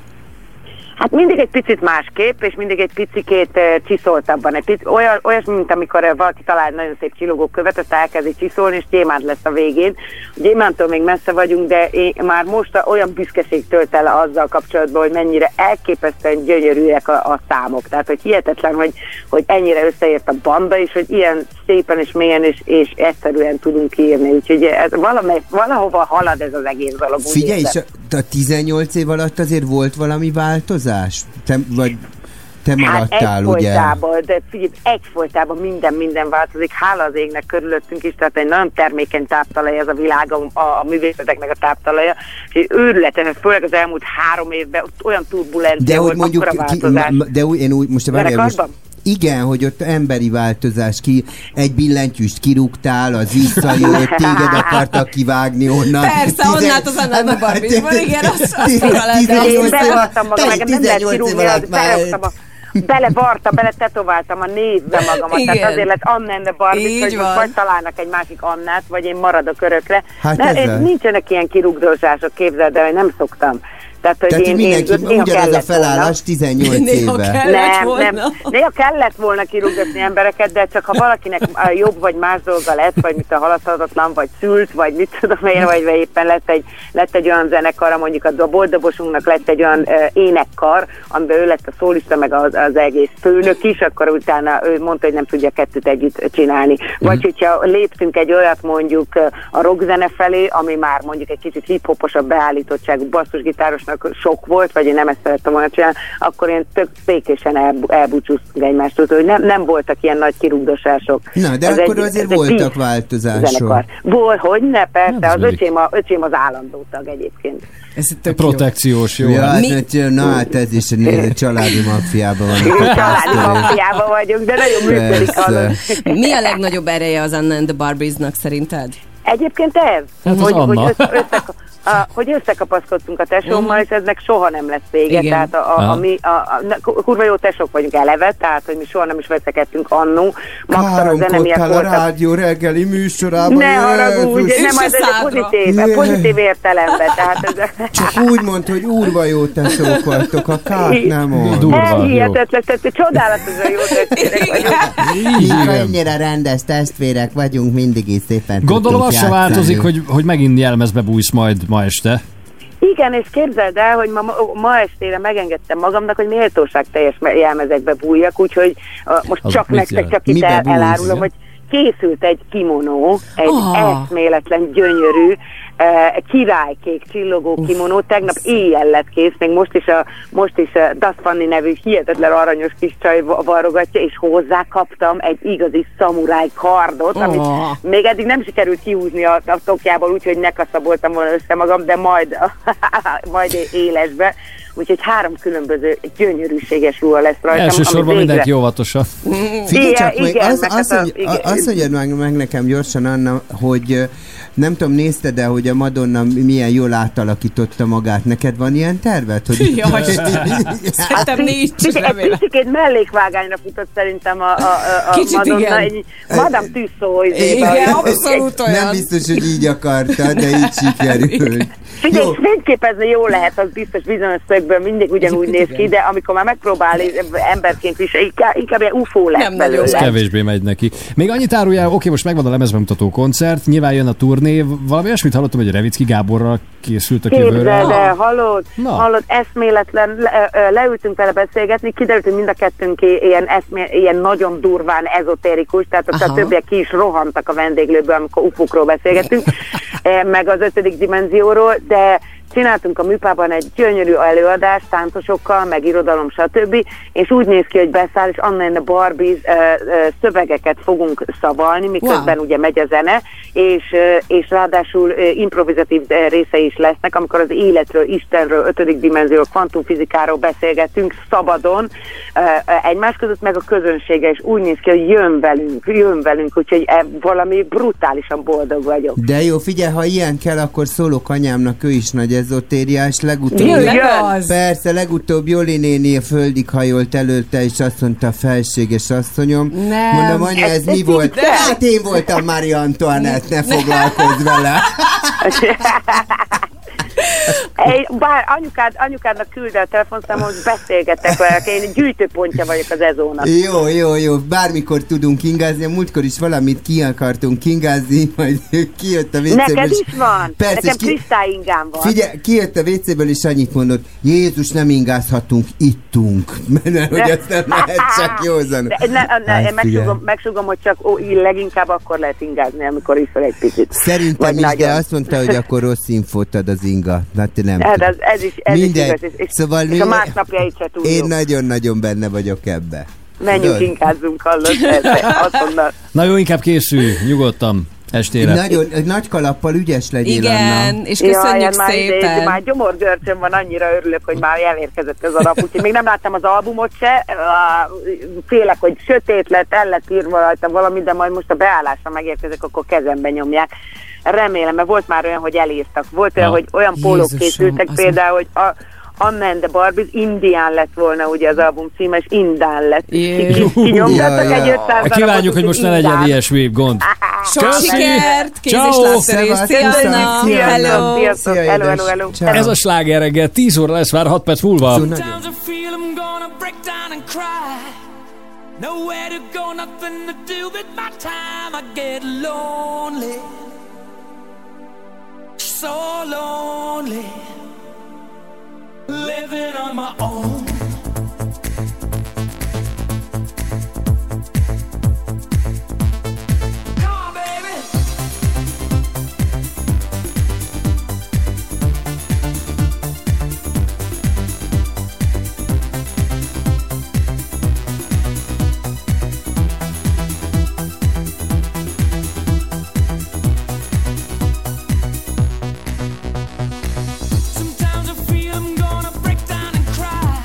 Hát mindig egy picit másképp, és mindig egy picikét uh, csiszoltabban. Egy pic, olyan, olyas, mint amikor uh, valaki talál nagyon szép csillogó követ, azt elkezdi csiszolni, és gyémánt lesz a végén. Gyémántól még messze vagyunk, de én már most a, olyan büszkeség tölt el azzal kapcsolatban, hogy mennyire elképesztően gyönyörűek a, a számok. Tehát, hogy hihetetlen, hogy, hogy ennyire összeért a banda, és hogy ilyen szépen és mélyen és, és egyszerűen tudunk írni. Úgyhogy ez valamely, valahova halad ez az egész dolog. úgy Figyelj, és érzem. a, a tizennyolc év alatt azért volt valami változás? Te, vagy te maradtál, hát ugye? egyfolytában, de figyelj, egyfolytában minden, minden változik. Hála az égnek körülöttünk is, tehát egy nagyon termékeny táptalaj ez a világ, a, a művészeteknek a táptalaja, és őrületes, főleg az elmúlt három évben olyan turbulencia De hogy volt, mondjuk, akkora ki, változás. ma- de úgy, én úgy, most várjál, most, Zenekarban? igen, hogy ott emberi változás, ki, egy billentyűst kirúgtál, az visszajött, téged akartak kivágni onnan. Persze, onnát az Anna and the Barbiesból, igen, az, az fura lett. Én bevartam magam, meg nem lehet kirúgni, az beraktam a belevartam, beletetováltam a névbe magamat, Igen. tehát azért lett Anna and the Barbies, Így hogy most van. vagy találnak egy másik Annát, vagy én maradok örökre. Hát De ezzel. nincsenek ilyen kirúgdósások, képzeld el, hogy nem szoktam. Tehát, hogy Tehát én, mindenki, én, néha ugyanaz a kellett felállás tizennyolc Néha éve. kell. Kellett nem, volna. nem. Néha kellett volna kirúgdosni embereket, de csak ha valakinek a jobb vagy más dolga lett, vagy mit a halaszthatatlan, vagy szült, vagy mit tudom én, vagy éppen lett egy, lett egy olyan zenekar, mondjuk a boldobosunknak lett egy olyan uh, énekkar, amiben ő lett a szólista, meg az, az egész főnök is, akkor utána ő mondta, hogy nem tudja kettőt együtt csinálni. Vagy Mhm. hogyha léptünk egy olyat mondjuk uh, a rockzene felé, ami már mondjuk egy kicsit hip-hoposabb beállítottságú basszusgitárosnak sok volt, vagy én nem ezt szerettem volna csinálni, akkor én tök békésen el, elbúcsúztunk egymástól, hogy nem, nem voltak ilyen nagy kirúgdosások. Na, de Ez akkor egy- azért ez egy voltak víz változások. zenekar. Volt, hogy ne, persze, Hát, ez az mindig. öcsém, a, öcsém az állandó tag egyébként. Ez Protekciós, jó. Ja, hát. hát, Mi- Mi? Na hát ez is egy családi maffiában van. itt a Családi pásztori. maffiában vagyunk, de nagyon működik. Persze. az. Mi a legnagyobb ereje az Anna and the Barbiesnak szerinted? Egyébként ez, Hát az hogy, hogy, Anna. össze, össze, a, hogy összekapaszkodtunk a tesómmal, és eznek soha nem lesz vége. Igen. Tehát a, a, a, Aha. mi, a, a, na, kurva jó tesók vagyunk eleve, tehát hogy mi soha nem is veszekedtünk annó. Maxon a zene miatt Káromkodtál a voltak. rádió reggeli műsorában. Ne haragudj, Jézus. nem, az És a egy szádra. pozitív, Jé. pozitív értelemben. Tehát ez, Csak úgy mondta, hogy úrva jó teszók vagytok, a kát nem mond. Durva, jó. elhihetetlen, tehát csodálatosan jó testvérek vagyunk. Így, Mi igen. annyira rendes testvérek vagyunk, mindig is szépen Gondolom tudtunk az se játszani. változik, hogy, hogy megint jelmezbe bújsz majd ma este. Igen, és képzeld el, hogy ma, ma estére megengedtem magamnak, hogy méltóság teljes jelmezekbe bújjak, úgyhogy uh, most Az csak mit nektek jelent? csak itt Mibe el, bújsz? elárulom, hogy készült egy kimonó, egy Ah. eszméletlen, gyönyörű, uh, királykék csillogó kimonó, tegnap éjjel lett kész, még most is a most is a Das Fanny nevű hihetetlen aranyos kis csaj va- varrogatja, és hozzá kaptam egy igazi szamuráj kardot, amit Ah. még eddig nem sikerült kihúzni a, a tokjából, úgyhogy ne kaszaboltam volna össze magam, de majd, majd élesbe. Úgyhogy három különböző gyönyörűséges ruha lesz rajtam. Elsősorban ami mindenki végre- óvatosan. Figyelj Igen, csak, meg igen, az, meg azt, hát a- mondja, igen. azt mondjad meg, meg nekem gyorsan, Anna, hogy ö, nem tudom, nézted, de hogy hogy a Madonna milyen jól átalakította magát. Neked van ilyen terved? Hogy Jaj, szerintem nincs, Egy picit mellékvágányra futott szerintem a, a, a, a Kicsit Madonna. igen. Egy Madame Tussauds izébe. Igen, abszolút olyan. Nem biztos, hogy így akartad, de így sikerült. Figyelj, fényképezni jó lehet, az biztos bizonyos szögből mindig ugyanúgy néz ki, de amikor már megpróbál emberként is, inkább, inkább ilyen ufó lesz Ez belőle. kevésbé megy neki. Még annyit áruljál, oké, most megvan a lemezbemutató koncert, nyilván jön a turné, valami olyasmit hallottam, hogy Revicki Gáborral készültek jövőre. Képzeld el, hallod, hallod, eszméletlen, le, leültünk vele beszélgetni, kiderült, hogy mind a kettőnk ilyen, eszmé, ilyen nagyon durván ezotérikus, tehát ott a többiek ki is rohantak a vendéglőből, amikor ufókról beszélgettünk, meg az ötödik dimenzióról, de csináltunk a műpában egy gyönyörű előadást táncosokkal, meg irodalom, stb. És úgy néz ki, hogy beszáll, és Anna and the Barbies uh, uh, szövegeket fogunk szavalni, miközben wow. ugye megy a zene, és, uh, és ráadásul uh, improvizatív uh, részei is lesznek, amikor az életről, Istenről, ötödik dimenzióról, kvantumfizikáról beszélgetünk szabadon uh, uh, egymás között, meg a közönsége, és úgy néz ki, hogy jön velünk, jön velünk, úgyhogy uh, valami brutálisan boldog vagyok. De jó, figyelj, ha ilyen kell, akkor szólok anyámnak, ő is nagy ezotériás, legutóbb... Jön, persze, legutóbb Joli néni a földig hajolt előtte, és azt mondta, a felséges asszonyom. Nem. Mondom, anya, ez mi volt? De. Hát én voltam Marie Antoinette, ne foglalkozz vele. Egy, bár anyukád, anyukádnak küld el a telefonszámot, beszélgetek vele, én gyűjtőpontja vagyok az ezónak. Jó, jó, jó, bármikor tudunk ingázni, a múltkor is valamit ki akartunk ingázni, majd kijött a vécéből. Neked is van? Persze, nekem ki... kristályingám van. Figyelj, kijött a vécéből, és annyit mondott, Jézus, nem ingázhatunk, ittunk. Mert hogy azt nem lehet csak józan. Ne, ne, ne, megsugom, megsugom, hogy csak ó, leginkább akkor lehet ingázni, amikor iszol egy picit. Szerintem is, de azt mondta, hogy akkor rossz infót ad az inga. Hát nem ez, ez, ez is, ez Mindegy. is igaz, és, Szóval és mi... a másnapjait se tudjuk. Én nagyon-nagyon benne vagyok ebbe. Menjünk, inkázzunk, hallott, azonnal. Na jó, inkább készülj, nyugodtan. Estére. Nagyon, nagy kalappal ügyes legyél, igen, Anna. és köszönjük Jaj, szépen. Már, már gyomorgörcsöm van, annyira örülök, hogy már elérkezett ez a nap, úgyhogy még nem láttam az albumot se, félek, hogy sötét lett, el lett írva rajta valami, de majd most a beállásra megérkezek, akkor kezembe nyomják. Remélem, mert volt már olyan, hogy elírtak. Volt olyan, Na, hogy olyan pólók Jézusom, készültek az például, hogy a Anna and the Barbies, Indián lett volna ugye az album címe, és Indán lett. Kinyomtattak egy ötszáz Kívánjuk, hogy most ne legyen ilyesmi gond. Sok sikert, kéz és lábtörés. Szia, Anna! Hello! Sziasztok! Hello, hello, hello! Ez a Sláger reggel, tíz óra lesz már, hat perc múlva. Sometimes I feel I'm gonna break down and cry. Nowhere to go, nothing to do with my time. I get lonely, so lonely, living on my own. Sometimes I feel I'm gonna break down and cry.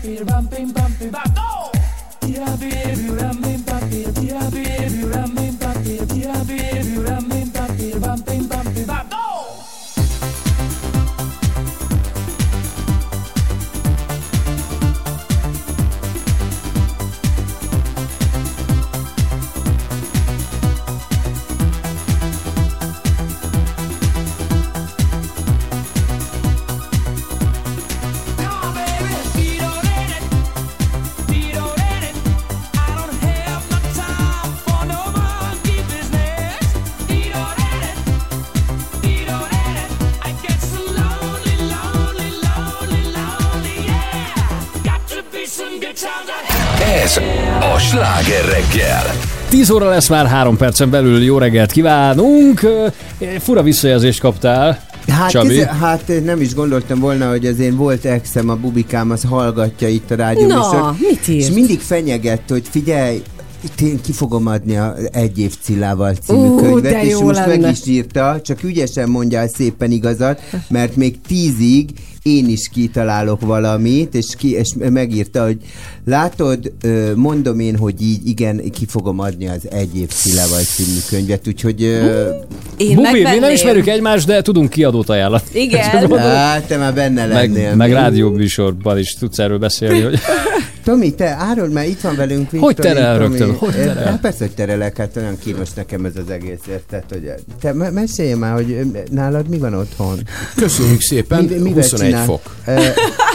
Ez a Sláger reggel. tíz óra lesz már, három percen belül. Jó reggelt kívánunk. Fura visszajelzést kaptál, Hát, Csabi. ez, hát nem is gondoltam volna, hogy az én volt exem, a Bubikám, az hallgatja itt a rádió. Na, mit írt? És mindig fenyegett, hogy figyelj, én ki fogom adni a Egy év Cillával című Ú, könyvet, de és jó most lenne. meg is írta, csak ügyesen mondja szépen igazat, mert még tízig én is kitalálok valamit, és, ki, és megírta, hogy látod, mondom én, hogy így, igen, ki fogom adni az Egy év Cillával című könyvet, úgyhogy... Én Bubi, mi nem megvenném. ismerjük egymást, de tudunk kiadót ajánlani. Igen. Hát, te már benne lennél. Meg, meg rádióműsorban is tudsz erről beszélni, hogy... Tomi, te áruld már, itt van velünk Viktor. Hogy terel rögtön? Hogy terel? Hát persze, hogy terelek, hát olyan kínos nekem ez az egész, érted? Hogy te me- mesélj már, hogy nálad mi van otthon? Köszönjük szépen, Mi- mivel huszonegy csinál? fok. E,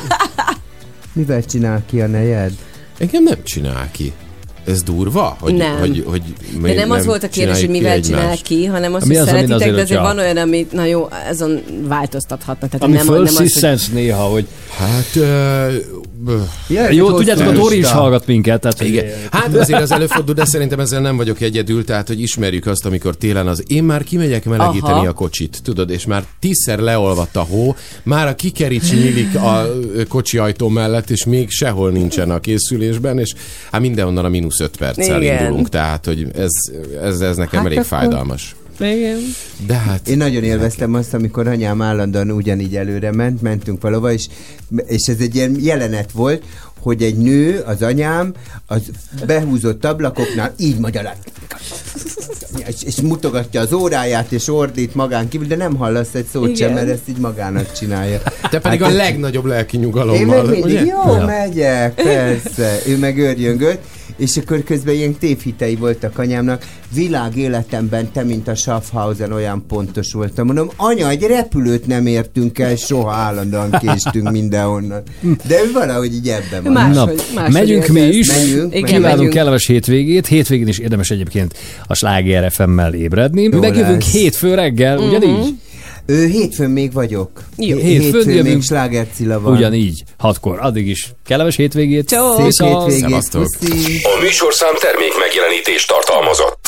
mivel csinál ki a nejed? Engem nem csinál ki. Ez durva? Hogy, Nem. Hogy, hogy De nem az volt a kérdés, hogy mivel csinál ki, hanem az, hogy szeretitek, de azért van olyan, amit, na jó, azon változtathatnak. Tehát Ami nem, nem az, fölsziszensz néha, hogy... Hát... Uh, Ja, jó, tudjátok, a Dori is hallgat minket. Tehát, igen. Hát azért az előfordul, de szerintem ezzel nem vagyok egyedül, tehát hogy ismerjük azt, amikor télen az én már kimegyek melegíteni Aha. a kocsit, tudod, és már tízszer leolvadt a hó, már a kikerics nyílik a kocsi ajtó mellett, és még sehol nincsen a készülésben, és hát mindenhonnan a mínusz öt perccel Igen. indulunk, tehát hogy ez, ez, ez nekem Hát elég akkor- fájdalmas. Igen. De hát... Én nagyon élveztem azt, amikor anyám állandóan ugyanígy előre ment, mentünk valahova, és, és ez egy ilyen jelenet volt, hogy egy nő, az anyám, az behúzott ablakoknál így magyaráz. És, és mutogatja az óráját, és ordít magán kívül, de nem hallasz egy szót Igen. sem, mert ezt így magának csinálja. Te pedig Hát a ez- legnagyobb lelki Én nyugalommal. meg mindig, ugye? jó, megyek, persze. Ő meg őrjöngött, és akkor közben ilyen tévhitei voltak anyámnak. Világ életemben te, mint a Schaffhausen, olyan pontos voltam. Mondom, anya, egy repülőt nem értünk el, soha állandóan késtünk mindenhonnan. De ő valahogy így ebben van. Máshogy, Na, máshogy megyünk mi érzed. is. Megyünk, Igen, Kívánunk megyünk. kellemes hétvégét. Hétvégén is érdemes egyébként a Sláger ef emmel ébredni. Jó Megjövünk lesz. hétfő reggel, ugyanígy? Ő hétfőn még vagyok. Jó. Hé- Hétfőn még jövünk. Sláger Cilla van. Ugyanígy, hatkor. Addig is kellemes hétvégét. Ciao. Szép Viszont- hétvégét, Szevasztok. puszi. A műsorszám termék megjelenítést tartalmazott.